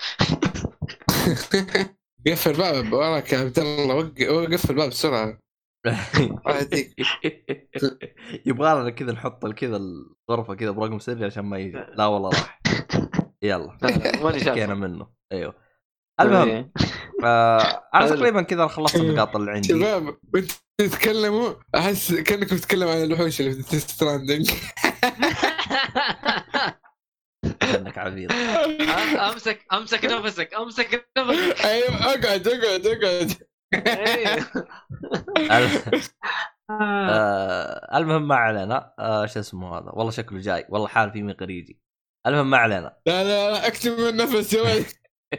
قفل الباب وراك يا عبد الله، وقف الباب بسرعه. يبغى لنا كذا نحط كذا الغرفه كذا برقم سري عشان ما يجي. لا والله راح. يلا ماني شايف كينا منه. ايوه المهم انا تقريبا كذا خلصت النقاط اللي عندي. شباب وانت تتكلموا احس كانكم تتكلموا عن الوحوش اللي في ستراندنج. انك عبيط. امسك نفسك. ايوه اقعد. المهم ما علينا. شو اسمه هذا والله شكله جاي والله حال في مقريجي. المهم ما علينا. لا اكتم النفس يا ولد.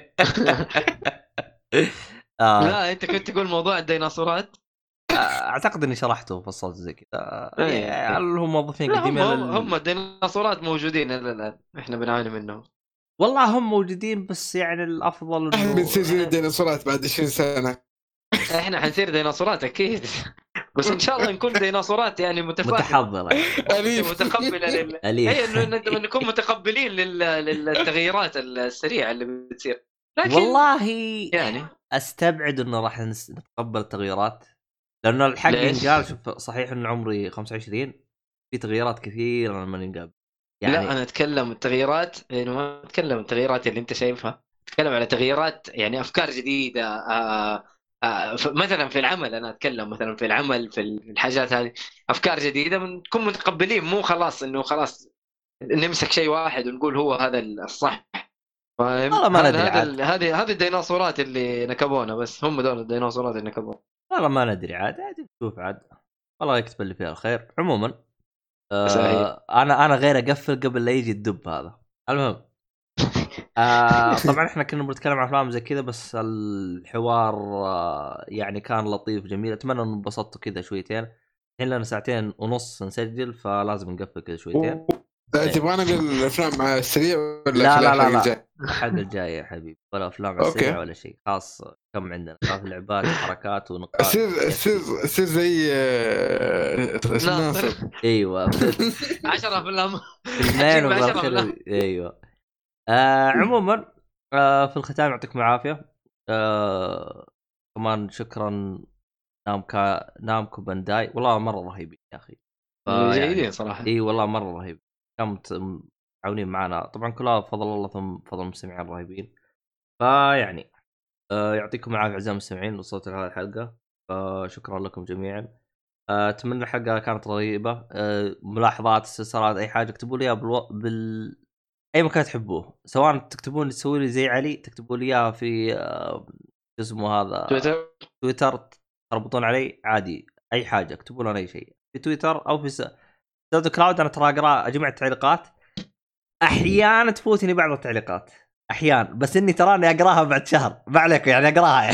لا انت كنت تقول موضوع الديناصورات. اعتقد اني شرحته وفصلت زي كذا. هل هم موظفين قديمين؟ هم الديناصورات موجودين الان، احنا بنعاني منهم. والله هم موجودين بس يعني الافضل احنا بنصير الديناصورات بعد 20 سنه. احنا حنصير ديناصورات اكيد، بس ان شاء الله نكون ديناصورات يعني متحضره متقبله هي انه نكون متقبلين للتغييرات السريعه اللي بتصير. لكن والله يعني استبعد انه راح نتقبل التغييرات، لانه الحق ينقال. شوف صحيح ان عمري 25 في تغييرات كثيره لما نقابل يعني. لا انا اتكلم التغييرات يعني ما اتكلم التغييرات اللي انت شايفها، اتكلم على تغييرات يعني افكار جديده. مثلا في العمل، انا اتكلم مثلا في العمل في الحاجات هذه افكار جديده نكون متقبلين، مو خلاص انه خلاص نمسك شيء واحد ونقول هو هذا الصح. والله ما ندري عاد. هذه الديناصورات اللي نكبونا، بس هم دول الديناصورات اللي نكبونا. والله ما ندري عاد نشوف عاد. والله يكتب اللي فيها الخير. عموما انا غير اقفل قبل لا يجي الدب هذا. المهم طبعا احنا كنا بنتكلم عن افلام زي كذا، بس الحوار يعني كان لطيف جميل. اتمنى ان انبسطتوا كذا شويتين. الحين لنا 2.5 ساعة نسجل، فلازم نقفل كذا شويتين. تبغانا الافلام مع السريع ولا لا الحلقه الجايه يا حبيبي، ولا افلام على السريع ولا شيء خاص. كم عندنا 3 لعبات وحركات ونقاط. سير زي ناصر. ايوه 10 افلام ايوه. عموما في الختام يعطيكم العافيه. كمان شكرا نامكو بانداي، والله مره رهيبين يا اخي. جيدين صراحه. اي والله مره رهيب، كانوا معاونين معنا طبعا كلها بفضل الله ثم بفضل المستمعين الرهيبين. فيعني يعطيكم العافيه اعزائي المستمعين وصلتوا لهذه الحلقه، فشكرا لكم جميعا. اتمنى الحلقه كانت رهيبه. ملاحظات استفسارات اي حاجه اكتبوا لي اياها اي مكان تحبوه، سواء تكتبون تسوي لي زي علي تكتبوا لي اياها في اسمه هذا تويتر تربطون علي عادي. اي حاجه اكتبوا لنا اي شيء في تويتر او في ساوند كلاود. انا ترى اقرا اجمع التعليقات، احيانا تفوتني بعض التعليقات احيانا، بس اني تراني اقراها بعد شهر ما عليك يعني اقراها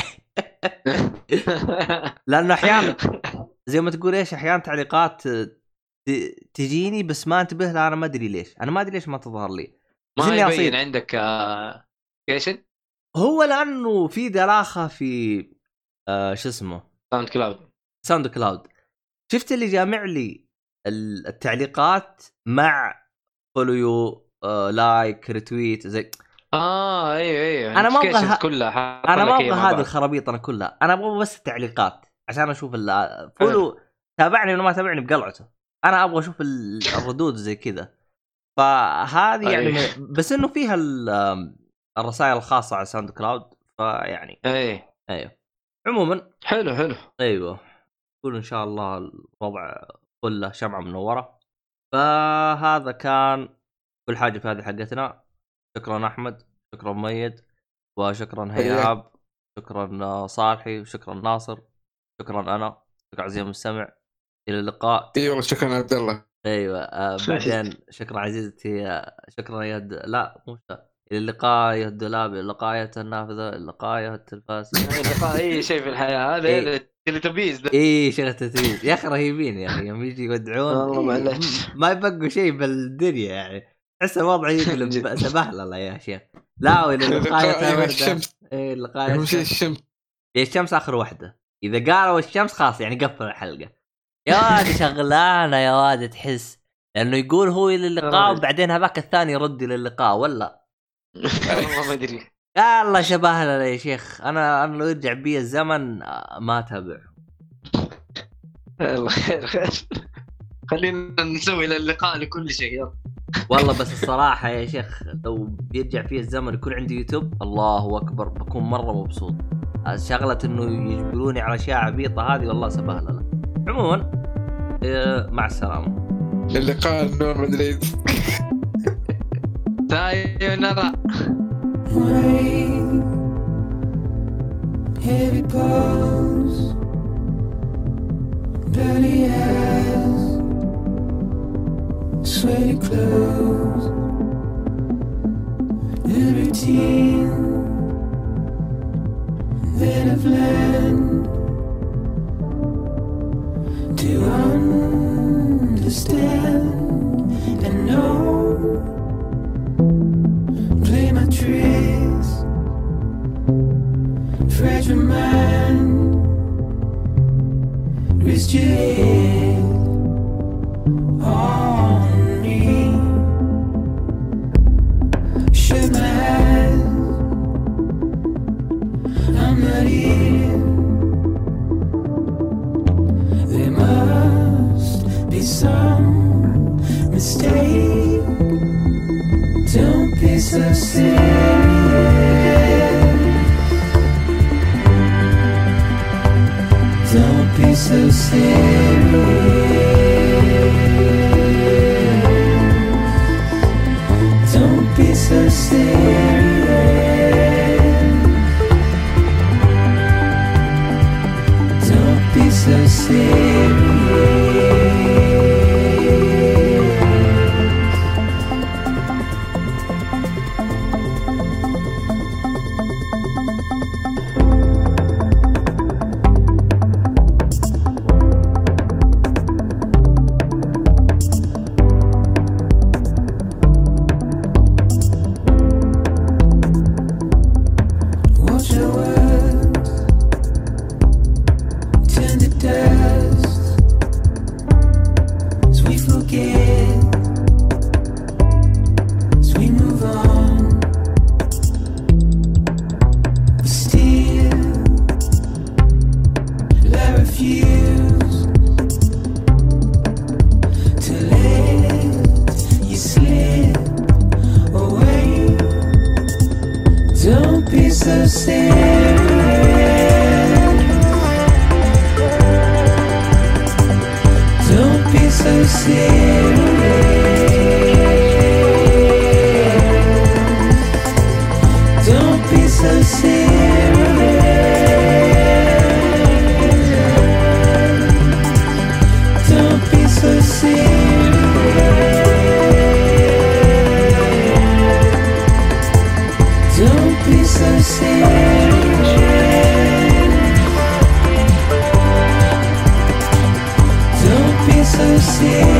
لانه احيانا زي ما تقول ايش احيانا تعليقات تجيني بس ما انتبه لها. انا ما ادري ليش ما تظهر لي، ما يبين عندك كيشن هو لانه في دراخه في شو اسمه ساوند كلاود. شفت اللي جامع لي التعليقات مع فولو لايك ريتويت زي ايوه انا ما ابغى كلها انا ما ابغى هذه الخرابيط انا كلها. انا ابغى بس التعليقات عشان اشوف فولو تابعني ولا ما تابعني بقلعته. انا ابغى اشوف الردود زي كذا. فهذه يعني بس انه فيها الرسائل الخاصه على ساوند كلاود فيعني ايوه عموما حلو ايوه قول ان شاء الله الوضع كله شمعة منورة. فهذا كان كل حاجة في هذه حلقتنا. شكرا أحمد، شكرا ميد، وشكرا هياب، شكرا صالحي، وشكرا ناصر، شكرا أنا، شكرا عزيزي المستمع. إلى اللقاء. ايوه شكرا عبد الله. ايوه بعدين شكرا عزيزتي، شكرا يا لا مو الى اللقاء يا الدولاب، الى اللقاء النافذه، الى اللقاء يا التلفاز، اللقاء اي شيء في الحياه هذا التلفزيون ده شغل التلفزيون يا اخي رهيبين يا اخي يوم يجي يودعون والله معلش ما يبقوا شيء بالدنيا يعني تحس الوضع يقلب سبهلله يا شيخ. لا الى اللقاء يا الشمس اللقاء الشمس الشمس اخر واحده. اذا قالوا الشمس خلاص يعني قفل الحلقه. يا واد شغلانه يا واد تحس لانه يقول هو الى اللقاء وبعدين هذاك الثاني يرد الى اللقاء ولا والله ما ادري. الله شبهنا يا شيخ. انا لو يرجع بي الزمن ما تابع. الله خير خلينا نسوي اللقاء لكل شيء يلا. والله بس الصراحه يا شيخ لو بيرجع فيه الزمن يكون عندي يوتيوب الله اكبر بكون مره مبسوط. شغله انه يجبروني على اشياء عبيطه هذه والله سبهلله. عموما مع السلامه. اللقاء النور مدريد. سايونارا. Heavy pulse, bloody eyes, sweaty clothes, the routine that I've learned to understand and know. Play my tricks, fragile mind, risk your head on me. Shut my eyes, I'm not here. There must be some mistake. Don't be so serious. Don't be so serious. Don't be so serious. Don't be so serious. Watch your words turn to dust as we forget, as we move on. But still, I refuse to let you slip away. Don't be so serious. Don't be so serious. Don't be so serious. Don't be so serious. Don't be so serious. Don't be so serious.